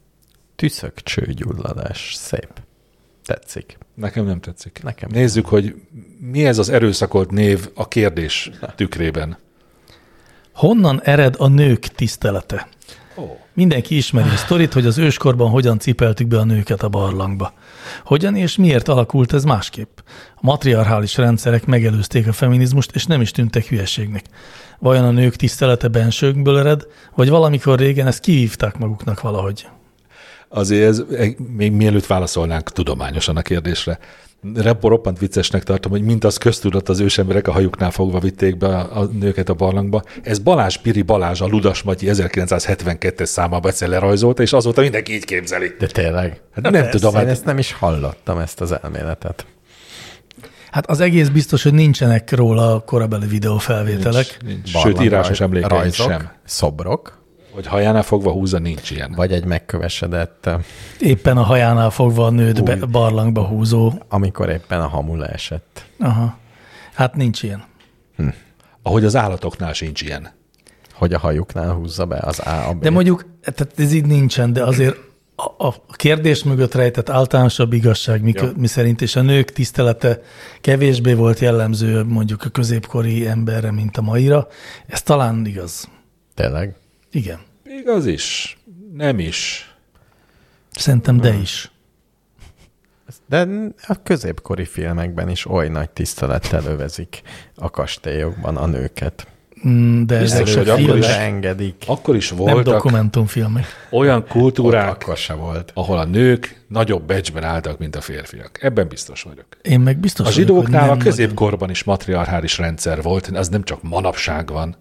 Tüszökcsőgyulladás. Szép. Tetszik.
Nekem nem tetszik.
Nekem
Nézzük, nem. hogy mi ez az erőszakolt név a kérdés tükrében.
Honnan ered a nők tisztelete?
Oh.
Mindenki ismeri a sztorit, hogy az őskorban hogyan cipeltük be a nőket a barlangba. Hogyan és miért alakult ez másképp? A matriarchális rendszerek megelőzték a feminizmust, és nem is tűntek hülyeségnek. Vajon a nők tisztelete bensőkből ered, vagy valamikor régen ezt kivívták maguknak valahogy?
Azért ez, még mielőtt válaszolnánk tudományosan a kérdésre, roppant viccesnek tartom, hogy mint az köztudat, az ősemberek a hajuknál fogva vitték be a, a nőket a barlangba. Ez Balázs Piri Balázs, a Ludas Matyi ezerkilencszázhetvenkettes számában egyszer lerajzolta, és azóta mindenki így képzeli.
De tényleg?
Hát nem
persze,
tudom.
Én
hát...
ezt nem is hallottam, ezt az elméletet.
Hát az egész biztos, hogy nincsenek róla korabeli videófelvételek.
Nincs, nincs. Sőt, írásos emlékeim sem.
Szobrok.
Hogy hajánál fogva húzza, nincs ilyen.
Vagy egy megkövesedett...
Éppen a hajánál fogva a nőt be, barlangba húzó.
Amikor éppen a hamu leesett.
Aha. Hát nincs ilyen.
Hm.
Ahogy az állatoknál sincs ilyen.
Hogy a hajuknál húzza be az A a B.
De mondjuk, tehát ez így nincsen, de azért a, a kérdés mögött rejtett általánosabb igazság, mi, mi szerint, és a nők tisztelete kevésbé volt jellemző mondjuk a középkori emberre, mint a maira. Ez talán igaz.
Tényleg?
Igen.
Igaz is. Nem is.
Szerintem de is.
De a középkori filmekben is oly nagy tisztelettel övezik a kastélyokban a nőket.
De ezek
Biztos,
se
akkor is,
engedik.
Akkor is
nem
voltak
dokumentumfilmek.
olyan kultúrák,
akkor se volt.
ahol a nők nagyobb becsben álltak, mint a férfiak. Ebben biztos vagyok.
Én meg biztos
A
vagyok,
zsidóknál a középkorban is matriarchális rendszer volt, az nem csak manapság van.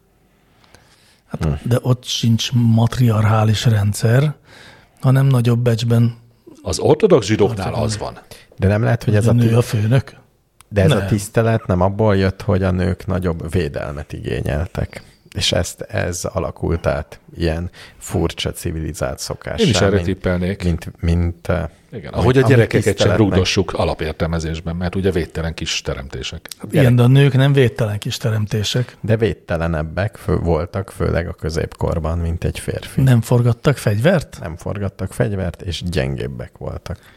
Hát, hm. De ott sincs matriarchális rendszer, hanem nagyobb becsben.
Az ortodox zsidóknál az van.
De nem lehet, hogy ez
a,
a,
nő a főnök?
De ez
nem.
a tisztelet nem abból jött, hogy a nők nagyobb védelmet igényeltek. És ezt, ez alakult át ilyen furcsa civilizált szokássá.
Én is erre tippelnék.
Mint, mint,
igen, ahogy a gyerekeket sem rúgdossuk alapértelmezésben, mert ugye védtelen kis teremtések.
Igen, de a nők nem védtelen kis teremtések.
De védtelenebbek fő, voltak, főleg a középkorban, mint egy férfi.
Nem forgattak fegyvert?
Nem forgattak fegyvert, és gyengébbek voltak.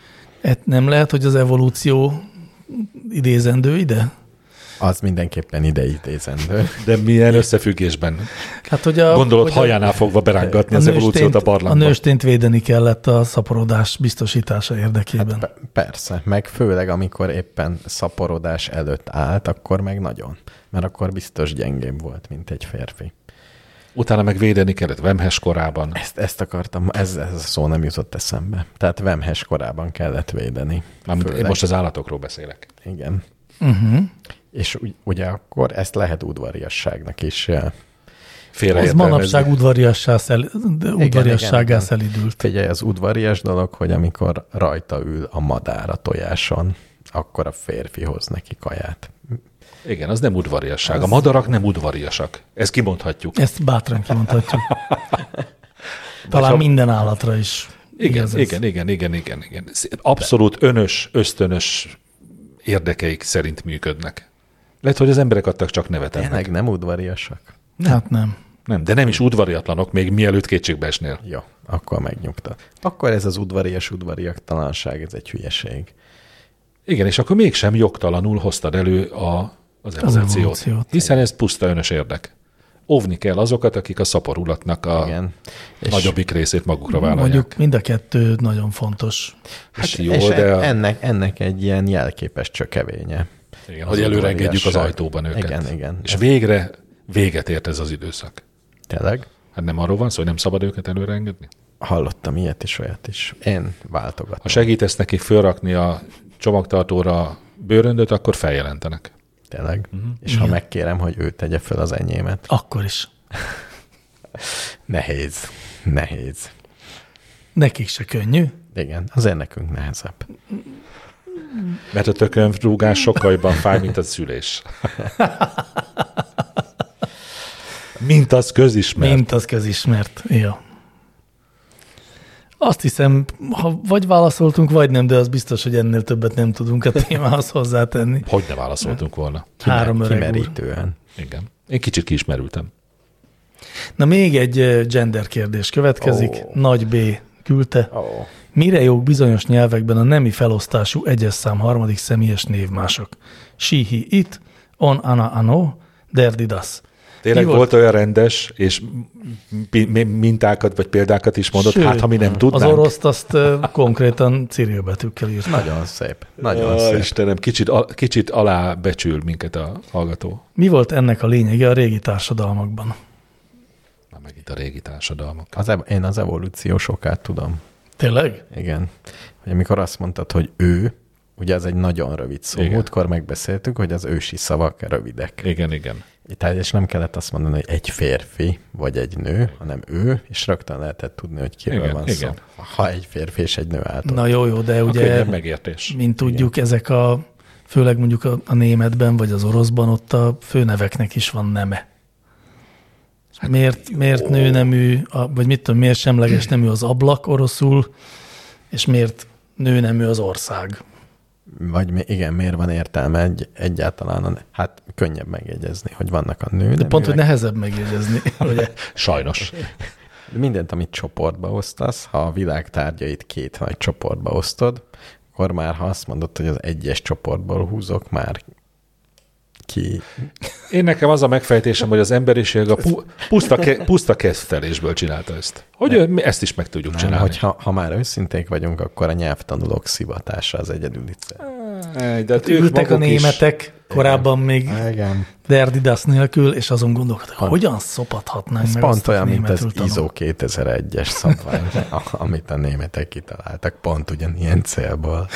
Et nem lehet, hogy az evolúció idézendő ide?
Az mindenképpen ide idézendő.
De milyen összefüggésben?
Hát, hogy a,
Gondolod,
hogy a,
hajánál fogva berángatni az evolúciót a
A
barlangban?
nőstényt védeni kellett a szaporodás biztosítása érdekében.
Hát pe- persze, meg főleg amikor éppen szaporodás előtt állt, akkor meg nagyon. Mert akkor biztos gyengébb volt, mint egy férfi.
Utána meg védeni kellett vemhes korában.
Ezt, ezt akartam, ez, ez a szó nem jutott eszembe. Tehát vemhes korában kellett védeni.
Mármint én
Főleg.
most az állatokról beszélek.
Igen.
Uh-huh.
És ugy, ugye akkor ezt lehet udvariasságnak is. eh,
Ez
Félreértelmezni.
manapság udvariassá szel, udvariasságá
igen.
szelidült.
Figyelj, az udvarias dolog, hogy amikor rajta ül a madár a tojáson, akkor a férfi hoz neki kaját.
Igen, az nem udvariasság. A madarak nem udvariasak. Ezt kimondhatjuk.
Ezt bátran kimondhatjuk. Talán
ha-
minden állatra is.
Igen,
igaz ez.
igen, igen, igen, igen, igen. Abszolút önös, ösztönös érdekeik szerint működnek. Lehet, hogy az emberek adtak csak nevet
Tényleg
ennek.
nem udvariasak?
Hát nem.
Nem, de nem is udvariatlanok, még mielőtt kétségbe esnél.
Jó, akkor megnyugtat. Akkor ez az udvarias udvariaktalanság, ez egy hülyeség.
Igen, és akkor mégsem jogtalanul hoztad elő a, az evolúciót.
evolúciót.
Hiszen ez puszta önös érdek. Óvni kell azokat, akik a szaporulatnak a
Igen. És-
nagyobbik részét magukra vállalják.
Mondjuk mind a kettő nagyon fontos.
Hát
Hát
jó,
és
de a,
ennek, ennek egy ilyen jelképes csökevénye.
igen,
az
hogy előreengedjük az
udvariasság.
ajtóban őket.
Igen, igen.
És végre véget ért ez az időszak.
Tényleg?
Hát nem arról van szó, hogy nem szabad őket előreengedni?
Hallottam ilyet is, olyat is. Én váltogatom.
Ha segítesz nekik fölrakni a csomagtartóra a bőröndöt, akkor feljelentenek.
Tényleg? Uh-huh. És
Igen.
ha megkérem, hogy ő tegye fel az enyémet.
Akkor is.
Nehéz. Nehéz.
Nekik se könnyű.
Igen, azért nekünk nehezebb.
Mert a tökönrúgás sokkal jobban fáj, mint a szülés. Mint az közismert.
Mint az közismert. Ja. Azt hiszem, ha vagy válaszoltunk, vagy nem, de az biztos, hogy ennél többet nem tudunk a témához hozzátenni.
Hogy ne válaszoltunk volna.
Három öreg úr.
Kimerítően.
Igen. Én kicsit kiismerültem.
Na még egy eh, gender kérdés következik.
Ó.
Nagy B küldte.
Ó.
Mire jók bizonyos nyelvekben a nemi felosztású egyes szám harmadik személyes névmások? She, he, it, on, ana, ano, der, di, das.
Tényleg
Mi
volt olyan rendes, és mi- mi- mintákat vagy példákat is mondott,
Sőt,
hát ha mi nem
Az
tudnánk.
oroszt azt eh, konkrétan cirilbetűkkel írta.
Nagyon szép. Nagyon
Ó,
szép.
Istenem, kicsit, al- kicsit alábecsül minket a hallgató.
Mi volt ennek a lényege a régi társadalmakban?
Na meg itt a régi társadalmak.
Az ev- én az evolúció sokát tudom.
Tényleg?
Igen. Hogy amikor azt mondtad, hogy ő, ugye az egy nagyon rövid szó.
Igen.
Múltkor megbeszéltük, hogy az ősi szavak rövidek.
Igen, igen.
Tehát és nem kellett azt mondani, hogy egy férfi vagy egy nő, hanem ő, és rögtön lehetett tudni, hogy kiről
Igen,
van
igen.
szó. Ha egy férfi és egy nő állt.
Na jó, jó, de
A
ugye,
könnyebb megértés.
mint tudjuk, ezek a, főleg mondjuk a, a németben, vagy az oroszban, ott a főneveknek is van neme. Miért, miért nőnemű, a- vagy mit tudom, miért semleges nemű az ablak oroszul, és miért nőnemű az ország?
Vagy mi, igen, miért van értelme egy, egyáltalán? A, hát könnyebb megjegyezni, hogy vannak a nő.
De pont, hogy nehezebb megjegyezni. Ugye?
Sajnos.
Mindent, amit csoportba osztasz, ha a világ tárgyait két nagy csoportba osztod, akkor már, ha azt mondod, hogy az egyes csoportból húzok, már ki...
Én nekem az a megfejtésem, hogy az emberiség a pu- puszta, ke- puszta kezdtelésből csinálta ezt. Hogy ő, mi ezt is meg tudjuk
Nem,
csinálni.
hogyha, ha már őszinték vagyunk, akkor a nyelvtanulók szivatása az egyedüli cél.
De hát ők
Ültek a
maguk is-
németek, korábban még
Igen.
Derdidas nélkül, és azon gondolkodtak, hogyan szopathatnánk
Ez
meg
pont
azt,
olyan,
aki
mint az
németül tanul.
ISO kétezer-egyes szabvány, a- amit a németek kitaláltak, pont ugyanilyen célból.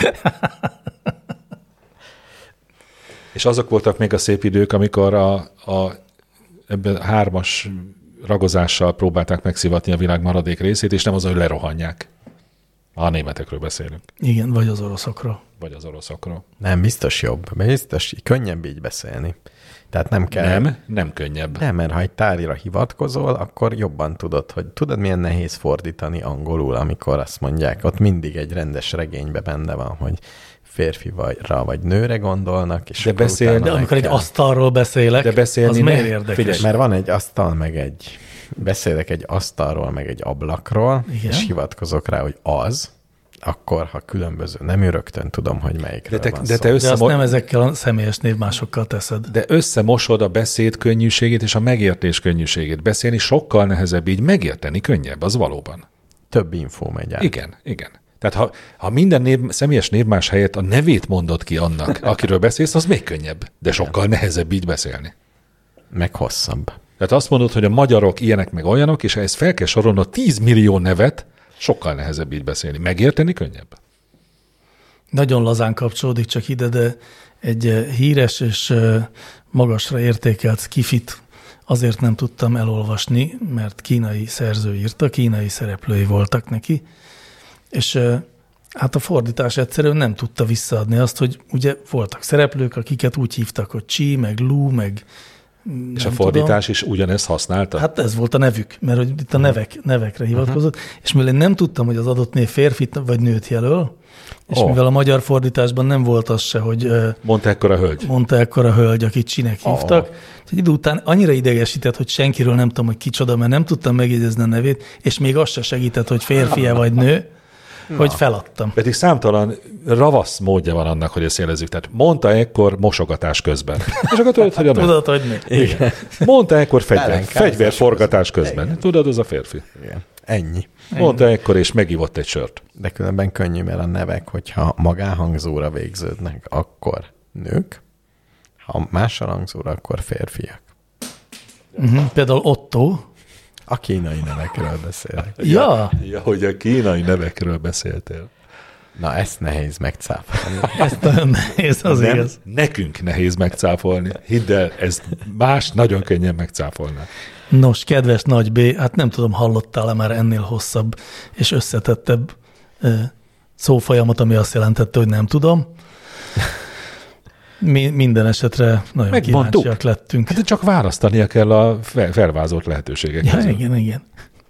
És azok voltak még a szép idők, amikor a, a ebben a hármas ragozással próbálták megszivatni a világ maradék részét, és nem az, hogy lerohanják. A németekről beszélünk,
Igen, vagy az oroszokról.
vagy az oroszokról.
Nem, biztos jobb. Biztos könnyebb így beszélni. Tehát nem kell...
Nem, nem könnyebb.
Nem, mert ha egy tárgyra hivatkozol, akkor jobban tudod, hogy tudod, milyen nehéz fordítani angolul, amikor azt mondják, ott mindig egy rendes regényben benne van, hogy férfira vagy nőre gondolnak, és
De
akkor
beszél-
utána
De
meg
amikor egy
kell.
asztalról beszélek,
De beszélni
az
ne-
miért érdekes?
Figyelj,
Mert van egy asztal, meg egy, beszélek egy asztalról, meg egy ablakról,
Igen.
és hivatkozok rá, hogy az, akkor, ha különböző nemű, rögtön tudom, hogy melyikről
De te,
van
de
szó.
te
De azt
összemo-
nem ezekkel a személyes névmásokkal teszed.
de összemosod a beszéd könnyűségét és a megértés könnyűségét. Beszélni sokkal nehezebb, így megérteni könnyebb, az valóban.
Több infó megy át.
Igen, igen. Tehát ha, ha minden név, személyes névmás helyett a nevét mondod ki annak, akiről beszélsz, az még könnyebb, de sokkal nehezebb így beszélni.
Meg hosszabb.
Tehát azt mondod, hogy a magyarok ilyenek meg olyanok, és ha ezt fel kell sorolnod tíz millió nevet, sokkal nehezebb így beszélni. Megérteni könnyebb.
Nagyon lazán kapcsolódik csak ide, de egy eh, híres és eh, magasra értékelt skifit azért nem tudtam elolvasni, mert kínai szerző írta, kínai szereplői voltak neki, és eh, hát a fordítás egyszerűen nem tudta visszaadni azt, hogy ugye voltak szereplők, akiket úgy hívtak, hogy Chi, meg Lu, meg
És a fordítás tudom. is ugyanezt használta?
Hát ez volt a nevük, mert hogy itt a nevek, nevekre hivatkozott, uh-huh. és mivel én nem tudtam, hogy az adott név férfit vagy nőt jelöl, és oh. mivel a magyar fordításban nem volt az se, hogy
mondta ekkora hölgy.
Mondta ekkora hölgy, akit Csinek hívtak. Oh. Egy idő után annyira idegesített, hogy senkiről nem tudom, hogy kicsoda, mert nem tudtam megjegyezni a nevét, és még az se segített, hogy férfi-e vagy nő, Na. hogy feladtam.
Pedig számtalan ravasz módja van annak, hogy ezt jelezzük. Tehát mondta ekkor mosogatás közben. És akkor tudod, hogy a nő.
Tudod, hogy mi.
Igen. Mondta ekkor fegyver, fegyverforgatás közben. Igen. Tudod, az a férfi.
Igen. Ennyi.
Mondta ekkor, és megivott egy sört.
De különben könnyű, mert a nevek, hogyha magánhangzóra végződnek, akkor nők, ha mással hangzóra, akkor férfiak.
Uh-huh. Például Otto.
A kínai nevekről beszélek.
Ja.
ja, hogy a kínai nevekről beszéltél.
Na, ezt nehéz megcáfolni.
Ezt nagyon nehéz, az
Nem,
igaz.
Nekünk nehéz megcáfolni. Hidd el, ezt más nagyon könnyen megcáfolná.
Nos, kedves Nagy B, hát nem tudom, hallottál-e már ennél hosszabb és összetettebb szófolyamot, ami azt jelentette, hogy nem tudom. Mi, minden esetre nagyon
Megmondtuk.
Kíváncsiak lettünk.
Hát csak választania kell a felvázolt lehetőségek
Ja,
közül.
igen, igen.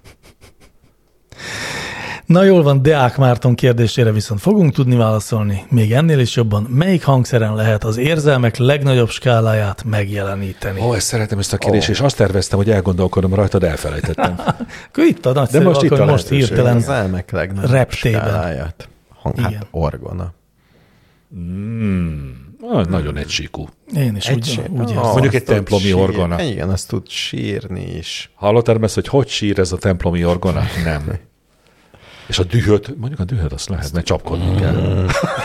Na jól van, Deák Márton kérdésére viszont fogunk tudni válaszolni. Még ennél is jobban, melyik hangszeren lehet az érzelmek legnagyobb skáláját megjeleníteni?
Ó, ezt szeretem ezt a kérdést, oh. és azt terveztem, hogy elgondolkodom rajta, de elfelejtettem.
Akkor itt a nagyszerű,
most itt
akkor
a
most
lehetőség.
hirtelen
Az elmek legnagyobb
reptében.
skáláját. Hang, hát
Igen.
orgona.
Mm, ah, nagyon egysíkú.
Én is
Egy
úgy,
sír-
úgy
Ah,
érzem.
Mondjuk egy
azt tud
templomi
sír-
orgona.
Igen, azt tud sírni is.
Hallottál ezt, hogy hogy sír ez a templomi orgona? Nem. És a dühöt, mondjuk a dühöt azt lehet, mert csapkodni kell.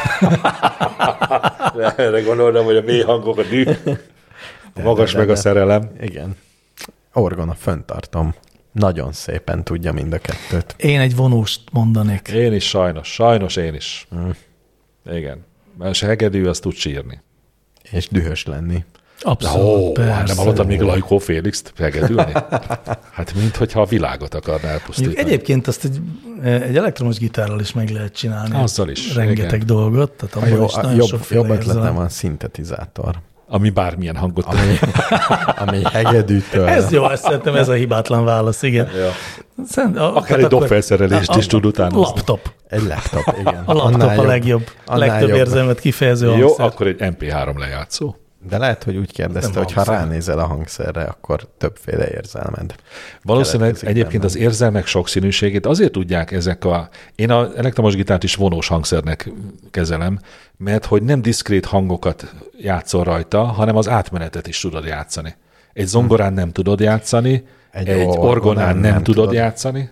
Erre gondoltam, hogy a mély hangok, a düh, a magas
de,
meg
de,
a szerelem.
Igen. Orgona, föntartom. Nagyon szépen tudja mind a kettőt.
Én egy vonóst mondanék.
Én is sajnos, sajnos én is.
Mm.
Igen. Mert a hegedű azt tud sírni.
És dühös lenni.
Abszolút,
Ó, hát nem
persze.
hallottad még Lajkó Félixt hegedülni? Hát minthogyha a világot akarná elpusztítani.
Mondjuk egyébként azt egy, egy elektromos gitárral is meg lehet csinálni.
Azzal is,
Rengeteg
igen.
dolgot. Tehát
A
abban
jó,
is
a
nagyon
jobb,
sokféle
jobb ötletem
érzelem.
van szintetizátor.
Ami bármilyen hangot
Ami, ami hegedűtől.
Ez jó, ezt szerintem ez a hibátlan válasz, igen.
Ja.
Szerint, a,
Akár egy
akkor-
dobfelszerelést
a-
is tud utánozni.
Laptop.
Egy laptop, igen.
A laptop
Annál
a
jobb.
legjobb,
Annál
legtöbb
jobb.
érzelmet kifejező
Jó,
hangszer.
akkor egy em pé három lejátszó.
De lehet, hogy úgy kérdezte,
Nem
hogy ha
hangszer.
ránézel a hangszerre, akkor többféle érzelmed.
Valószínűleg
keletkezik
egyébként
bennem.
az érzelmek sokszínűségét azért tudják ezek a... Én az elektromos gitárt is vonós hangszernek kezelem, mert hogy nem diszkrét hangokat játszol rajta, hanem az átmenetet is tudod játszani. Egy zongorán nem tudod játszani, egy,
Egy
egy
orgonán
orgonán nem,
nem
tudod
tudod.
játszani.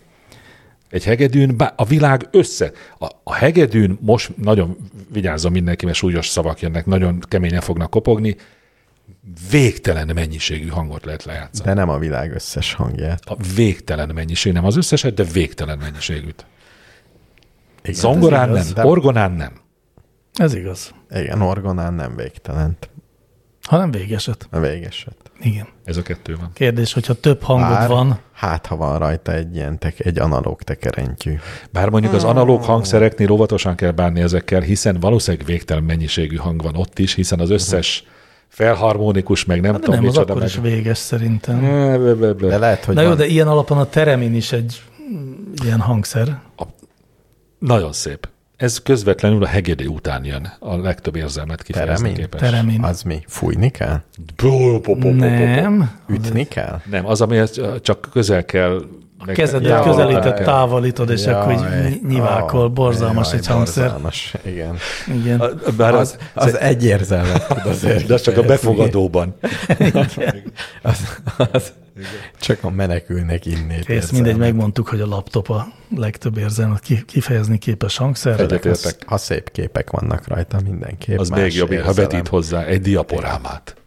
Egy hegedűn, bá- a világ össze. A, a hegedűn, most nagyon vigyázzon mindenki, mert súlyos szavak jönnek, nagyon keményen fognak kopogni, végtelen mennyiségű hangot lehet lejátszani.
De nem a világ összes hangját.
A végtelen mennyiség, nem az összeset, de végtelen mennyiségűt.
Igen,
Zongorán
ez
nem,
igaz,
de-
orgonán nem.
Ez igaz.
Igen, orgonán nem végtelent.
Hanem végeset.
A végeset.
Igen.
Ez a kettő van.
Kérdés, hogyha több hangod
Bár,
van,
hát ha van rajta egy ilyen tek, egy analóg tekerentyű.
Bár mondjuk az analóg hangszereknél óvatosan kell bánni ezekkel, hiszen valószínűleg végtelen mennyiségű hang van ott is, hiszen az összes felharmonikus, meg nem
de
tudom,
nem, az
micsoda
akkor
meg...
is véges szerintem.
Ble, ble, ble.
De lehet, hogy
Na jó,
van,
de ilyen alapon a teremin is egy mm, ilyen hangszer.
Nagyon szép. Ez közvetlenül a hegedű után jön, a legtöbb érzelmet kifejezni
Teremin?
képes.
Teremin.
az mi? Fújni kell?
Nem.
Ütni kell?
Nem, az, amihez csak közel kell
A kezedet
Jaj,
közelített,
jaj.
távolítod, és
Jaj,
akkor így nyilvákol. Borzalmas
jaj,
egy hangszer.
Borzalmas, igen.
Igen.
A- Bár
Az,
az,
az egy érzelmet tud azért.
de az csak a
kifejezni.
befogadóban.
Az, az csak a menekülnek innét.
Kész,
érzelmet.
mindegy, megmondtuk, hogy a laptop a legtöbb érzelmet ki- kifejezni képes hangszer.
Egyetértek.
Ha szép képek vannak rajta, mindenképp.
Az
más
még jobb, ha
érzelem.
vetít hozzá egy diaporámát.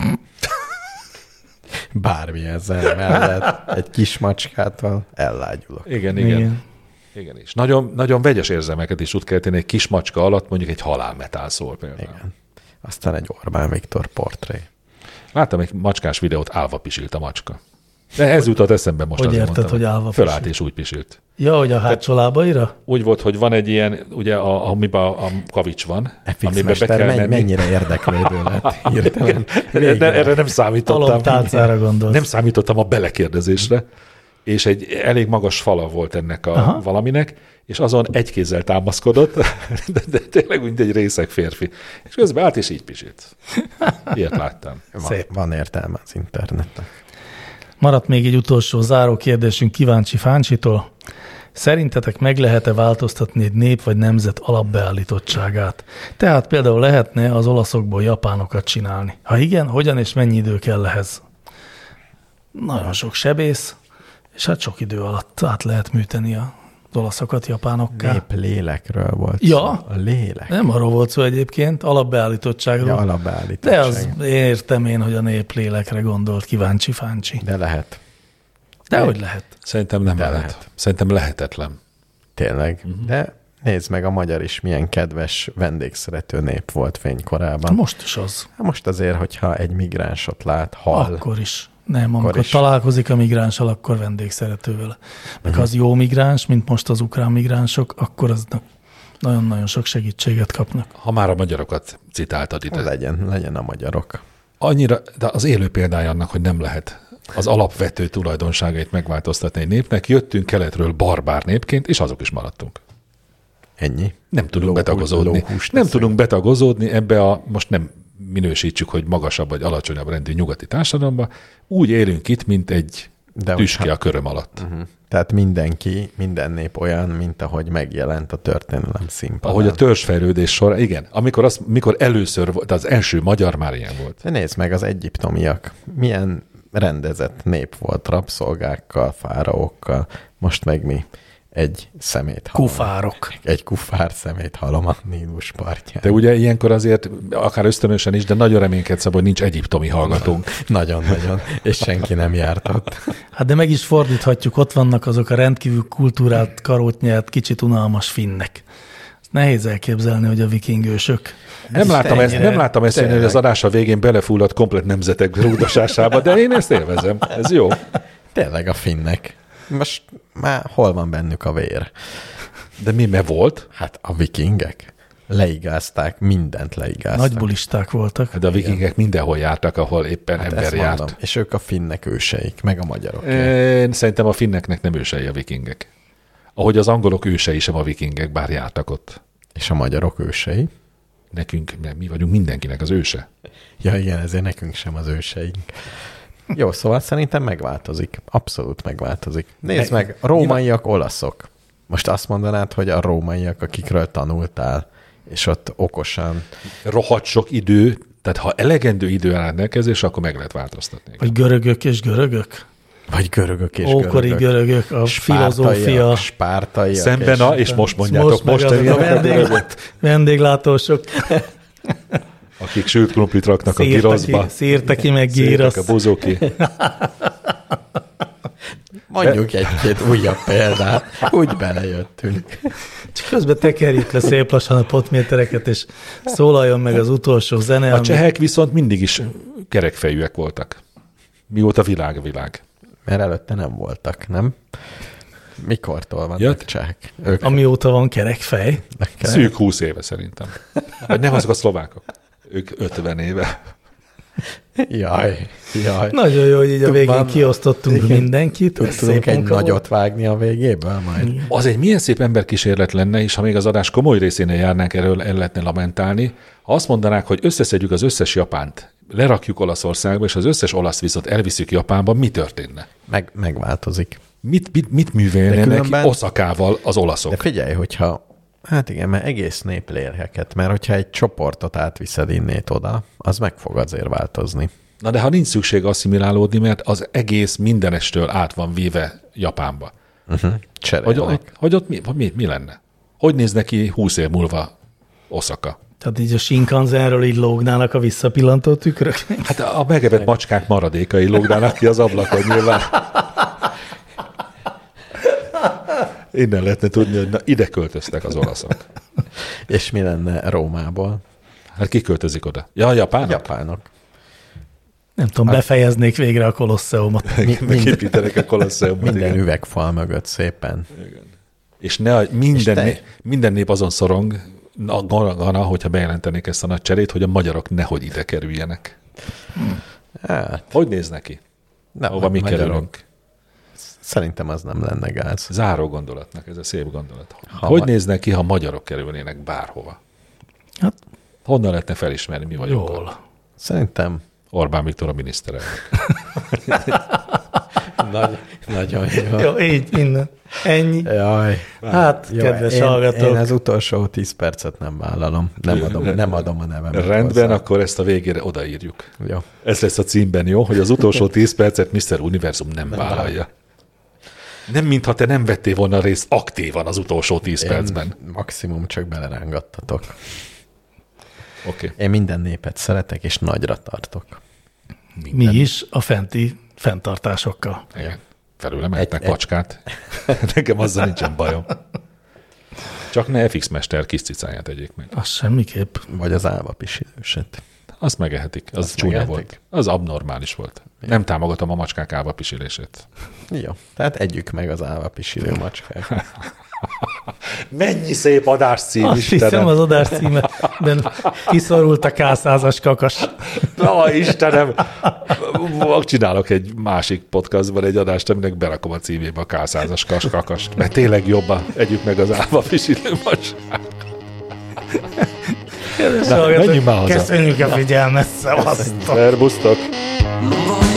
Bármi ezzel mellett egy kis macskától ellágyulok.
Igen, igen.
Igen.
Igen, és nagyon, nagyon vegyes érzelmeket is tud kelteni egy kis macska alatt, mondjuk egy halálmetál szól például.
Igen. Aztán egy Orbán Viktor portré.
Láttam egy macskás videót, állva pisilt a macska. De ez jutott eszembe most.
Hogy
azért
érted,
mondtam,
hogy állva
Fölállt
pisilt?
és úgy pisilt.
Ja, hogy a hátsó lábaira?
Úgy volt, hogy van egy ilyen, ugye, a, amiben a, a kavics van,
F X
amiben be
Mester
kell
menny-
menni.
mennyire érdeklődő lett hirtelen.
De, de erre nem számítottam.
Talomtálcára gondolsz.
Nem számítottam a belekérdezésre, és egy elég magas fala volt ennek a
Aha.
valaminek, és azon egy kézzel támaszkodott, de, de tényleg úgy egy részeg férfi. És közben állt, és így pisilt. Ilyet láttam.
Van,
Szép.
van értelme az internetnek.
Maradt még egy utolsó záró kérdésünk Kíváncsi Fáncsitól. Szerintetek meg lehet-e változtatni egy nép vagy nemzet alapbeállítottságát? Tehát például lehetne az olaszokból japánokat csinálni? Ha igen, hogyan és mennyi idő kell ehhez? Nagyon sok sebész, és hát sok idő alatt át lehet műteni a olaszokat japánokká.
Nép lélekről volt
Ja.
szó. A lélek.
Nem arról volt szó egyébként, alapbeállítottságról.
Ja, alapbeállítottság.
De az értem én, hogy a nép lélekre gondolt Kíváncsi Fáncsi.
De lehet.
De hogy lehet?
Szerintem nem
De
lehet.
lehet.
Szerintem lehetetlen.
Tényleg. Uh-huh. De nézd meg, a magyar is milyen kedves, vendégszerető nép volt fénykorában.
Most is az.
Hát most azért, hogyha egy migránsot lát, hal,
Akkor is. Nem, amikor
is.
találkozik a migránssal, akkor vendégszerető vele. Meg ha az jó migráns, mint most az ukrán migránsok, akkor aznak nagyon-nagyon sok segítséget kapnak.
Ha már a magyarokat citáltad ide.
legyen, legyen a magyarok.
Annyira, de az élő példája annak, hogy nem lehet az alapvető tulajdonságait megváltoztatni egy népnek. Jöttünk keletről barbár népként, és azok is maradtunk.
Ennyi.
Nem tudunk
Ló-
betagozódni.
lóhúst
Nem
teszünk.
tudunk betagozódni ebbe a, most nem minősítsük, hogy magasabb vagy alacsonyabb rendű nyugati társadalomba. Úgy élünk itt, mint egy
De
tüske
hogyha-
a köröm alatt.
Uh-huh. Tehát mindenki, minden nép olyan, mint ahogy megjelent a történelem színpadán.
Ahogy a törzsfejlődés során, igen, amikor, az, mikor először volt, az első magyar már ilyen volt.
De nézd meg, az egyiptomiak milyen rendezett nép volt, rabszolgákkal, fáraókkal, most meg mi? Egy szemét halom.
Kufárok.
Egy kufár szemét halom a Nílus partján.
De ugye ilyenkor azért, akár ösztönösen is, de nagyon reménykedsz abban, hogy nincs egyiptomi hallgatónk.
Nagyon-nagyon. És senki nem járt ott.
Hát de meg is fordíthatjuk, ott vannak azok a rendkívül kultúrált, karótnyelt, kicsit unalmas finnek. Ezt nehéz elképzelni, hogy a vikingősök.
Nem láttam, ezt,
ennyire-
nem láttam ezt jönni, hogy az adása végén belefulladt komplet nemzetek rúgdosásába, de én ezt élvezem. Ez jó.
Tényleg a finnek. Most már hol van bennük a vér?
De mi me volt?
Hát a vikingek leigázták, mindent leigáztak.
Nagy bulisták voltak.
De a vikingek mindenhol jártak, ahol éppen
Hát
ember
ezt
járt.
mondom. És ők a finnek őseik, meg a magyarok.
Én szerintem a finneknek nem ősei a vikingek. Ahogy az angolok ősei sem a vikingek, bár jártak ott.
És a magyarok ősei.
Nekünk, mi vagyunk mindenkinek az őse.
Ja igen, ezért nekünk sem az őseink. Jó, szóval szerintem megváltozik. Abszolút megváltozik. Nézd meg, rómaiak, olaszok. Most azt mondanád, hogy a rómaiak, akikről tanultál, és ott okosan...
Rohadt sok idő, tehát ha elegendő idő áll rendelkezés, akkor meg lehet változtatni.
Vagy görögök és görögök?
Vagy görögök és
Ókori
görögök.
görögök, a filozófia.
Spártaiak.
Szemben a, és most mondjátok,
Most,
most,
most meg azok a
most
vendéglát, vendéglátósok.
akik sült krumplit raknak a
Szírta
giroszba.
ki, szírta ki, meg
Szírtak
gírosz.
a buzóki.
Mondjuk egy-két újabb példát. Úgy belejöttünk.
Csak közben tekerjük le szép lassan a potmétereket, és szólaljon meg az utolsó zene.
A
ami-
csehek viszont mindig is kerekfejűek voltak. Mióta világ a világ.
Mert előtte nem voltak, nem? Mikortól vannak
Jött?
csehek? Ők
Amióta van kerek fej.
Szűk húsz éve szerintem. Vagy nem azok a szlovákok. Ők ötven éve.
Jaj, jaj.
Nagyon jó, hogy így a végén
Van-
kiosztottunk
Igen.
mindenkit. ez
Tudunk
szép
egy
munka volt.
nagyot vágni a végéből majd?
Az egy milyen szép emberkísérlet lenne, és ha még az adás komoly részénél járnánk, erről el lehetne lamentálni, ha azt mondanák, hogy összeszedjük az összes japánt, lerakjuk Olaszországba, és az összes olasz viszont elviszük Japánba, mi történne?
Meg, megváltozik.
mit, mit, mit művelnének
különben...
Oszakával az olaszok?
De figyelj, hogyha, hát igen, mert egész nép lélheket, mert hogyha egy csoportot átviszed innét oda, az meg fog azért változni.
Na de ha nincs szükség asszimilálódni, mert az egész mindenestől át van véve Japánba.
Uh-huh.
Hogy, hogy, hogy ott mi, mi, mi lenne? Hogy néz neki húsz év múlva Oszaka?
Tehát így a Shinkansenről így lógnának a visszapillantó tükrök?
Hát a megevett macskák maradékai lógnának ki az ablakon nyilván. Innen lehetne tudni, hogy na, ide költöztek az olaszok.
És mi lenne Rómából?
Hát ki költözik oda? Ja, a japánok?
Japánok.
Nem tudom, befejeznék végre a Kolosseumot.
Mi, megépítenek a Kolosseumot.
Minden
igen.
üvegfal mögött szépen.
Igen. És ne, minden,
És
né, minden nép azon szorong, Gana, hogyha bejelentenék ezt a nagy cserét, hogy a magyarok nehogy ide kerüljenek.
Hát,
Hogy néz neki?
nem,
Hova mi
magyarok.
kerülünk?
Szerintem az nem lenne gáz.
Záró gondolatnak, ez a szép gondolat.
Ha
hogy
ma-
néz neki, ha magyarok kerülnének bárhova?
Hát
Honnan lehetne felismerni, mi vagyunk?
jól.
Szerintem
Orbán Viktor a miniszterelnök.
Nagy, nagyon jó.
Jó, így innen. Ennyi.
Jaj.
Hát,
Jó,
kedves
én,
hallgatók.
Én az utolsó tíz percet nem vállalom. Nem adom, nem adom a nevemet.
Rendben,
hozzá.
akkor ezt a végére odaírjuk.
Jó.
Ez lesz a címben, jó? Hogy az utolsó tíz percet miszter Univerzum nem vállalja. Nem, mintha te nem vettél volna részt aktívan az utolsó tíz
Én
percben.
maximum csak belerángattatok.
Oké.
Én minden népet szeretek, és nagyra tartok.
Mi is a fenti fenntartásokkal.
Igen. Felőle mehetnek
Egy-
macskát. Nekem azzal nincsen bajom. Csak ne ef iksz Mester kis cicáját tegyék meg.
Az semmiképp.
Vagy az álva pisilőset.
Azt megehetik. Az
Azt
csúnya
megehetik?
volt. Az abnormális volt. Nem támogatom a macskák álva pisilését.
Jó. Tehát együk meg az álva pisilő macskák.
Mennyi szép adáscím,
Azt hiszem
Istenem!
az adás címben kiszorult a ká százas kakas.
Na, Istenem! Csinálok egy másik podcastban egy adást, aminek berakom a címébe a ká százas kakast, mert tényleg jobban együk meg az álva pisilő macskát.
Kedves
Na,
hallgatók,
menjünk már haza.
Köszönjük a figyelmet, szevasztok!
Szerbusztok!
Vagy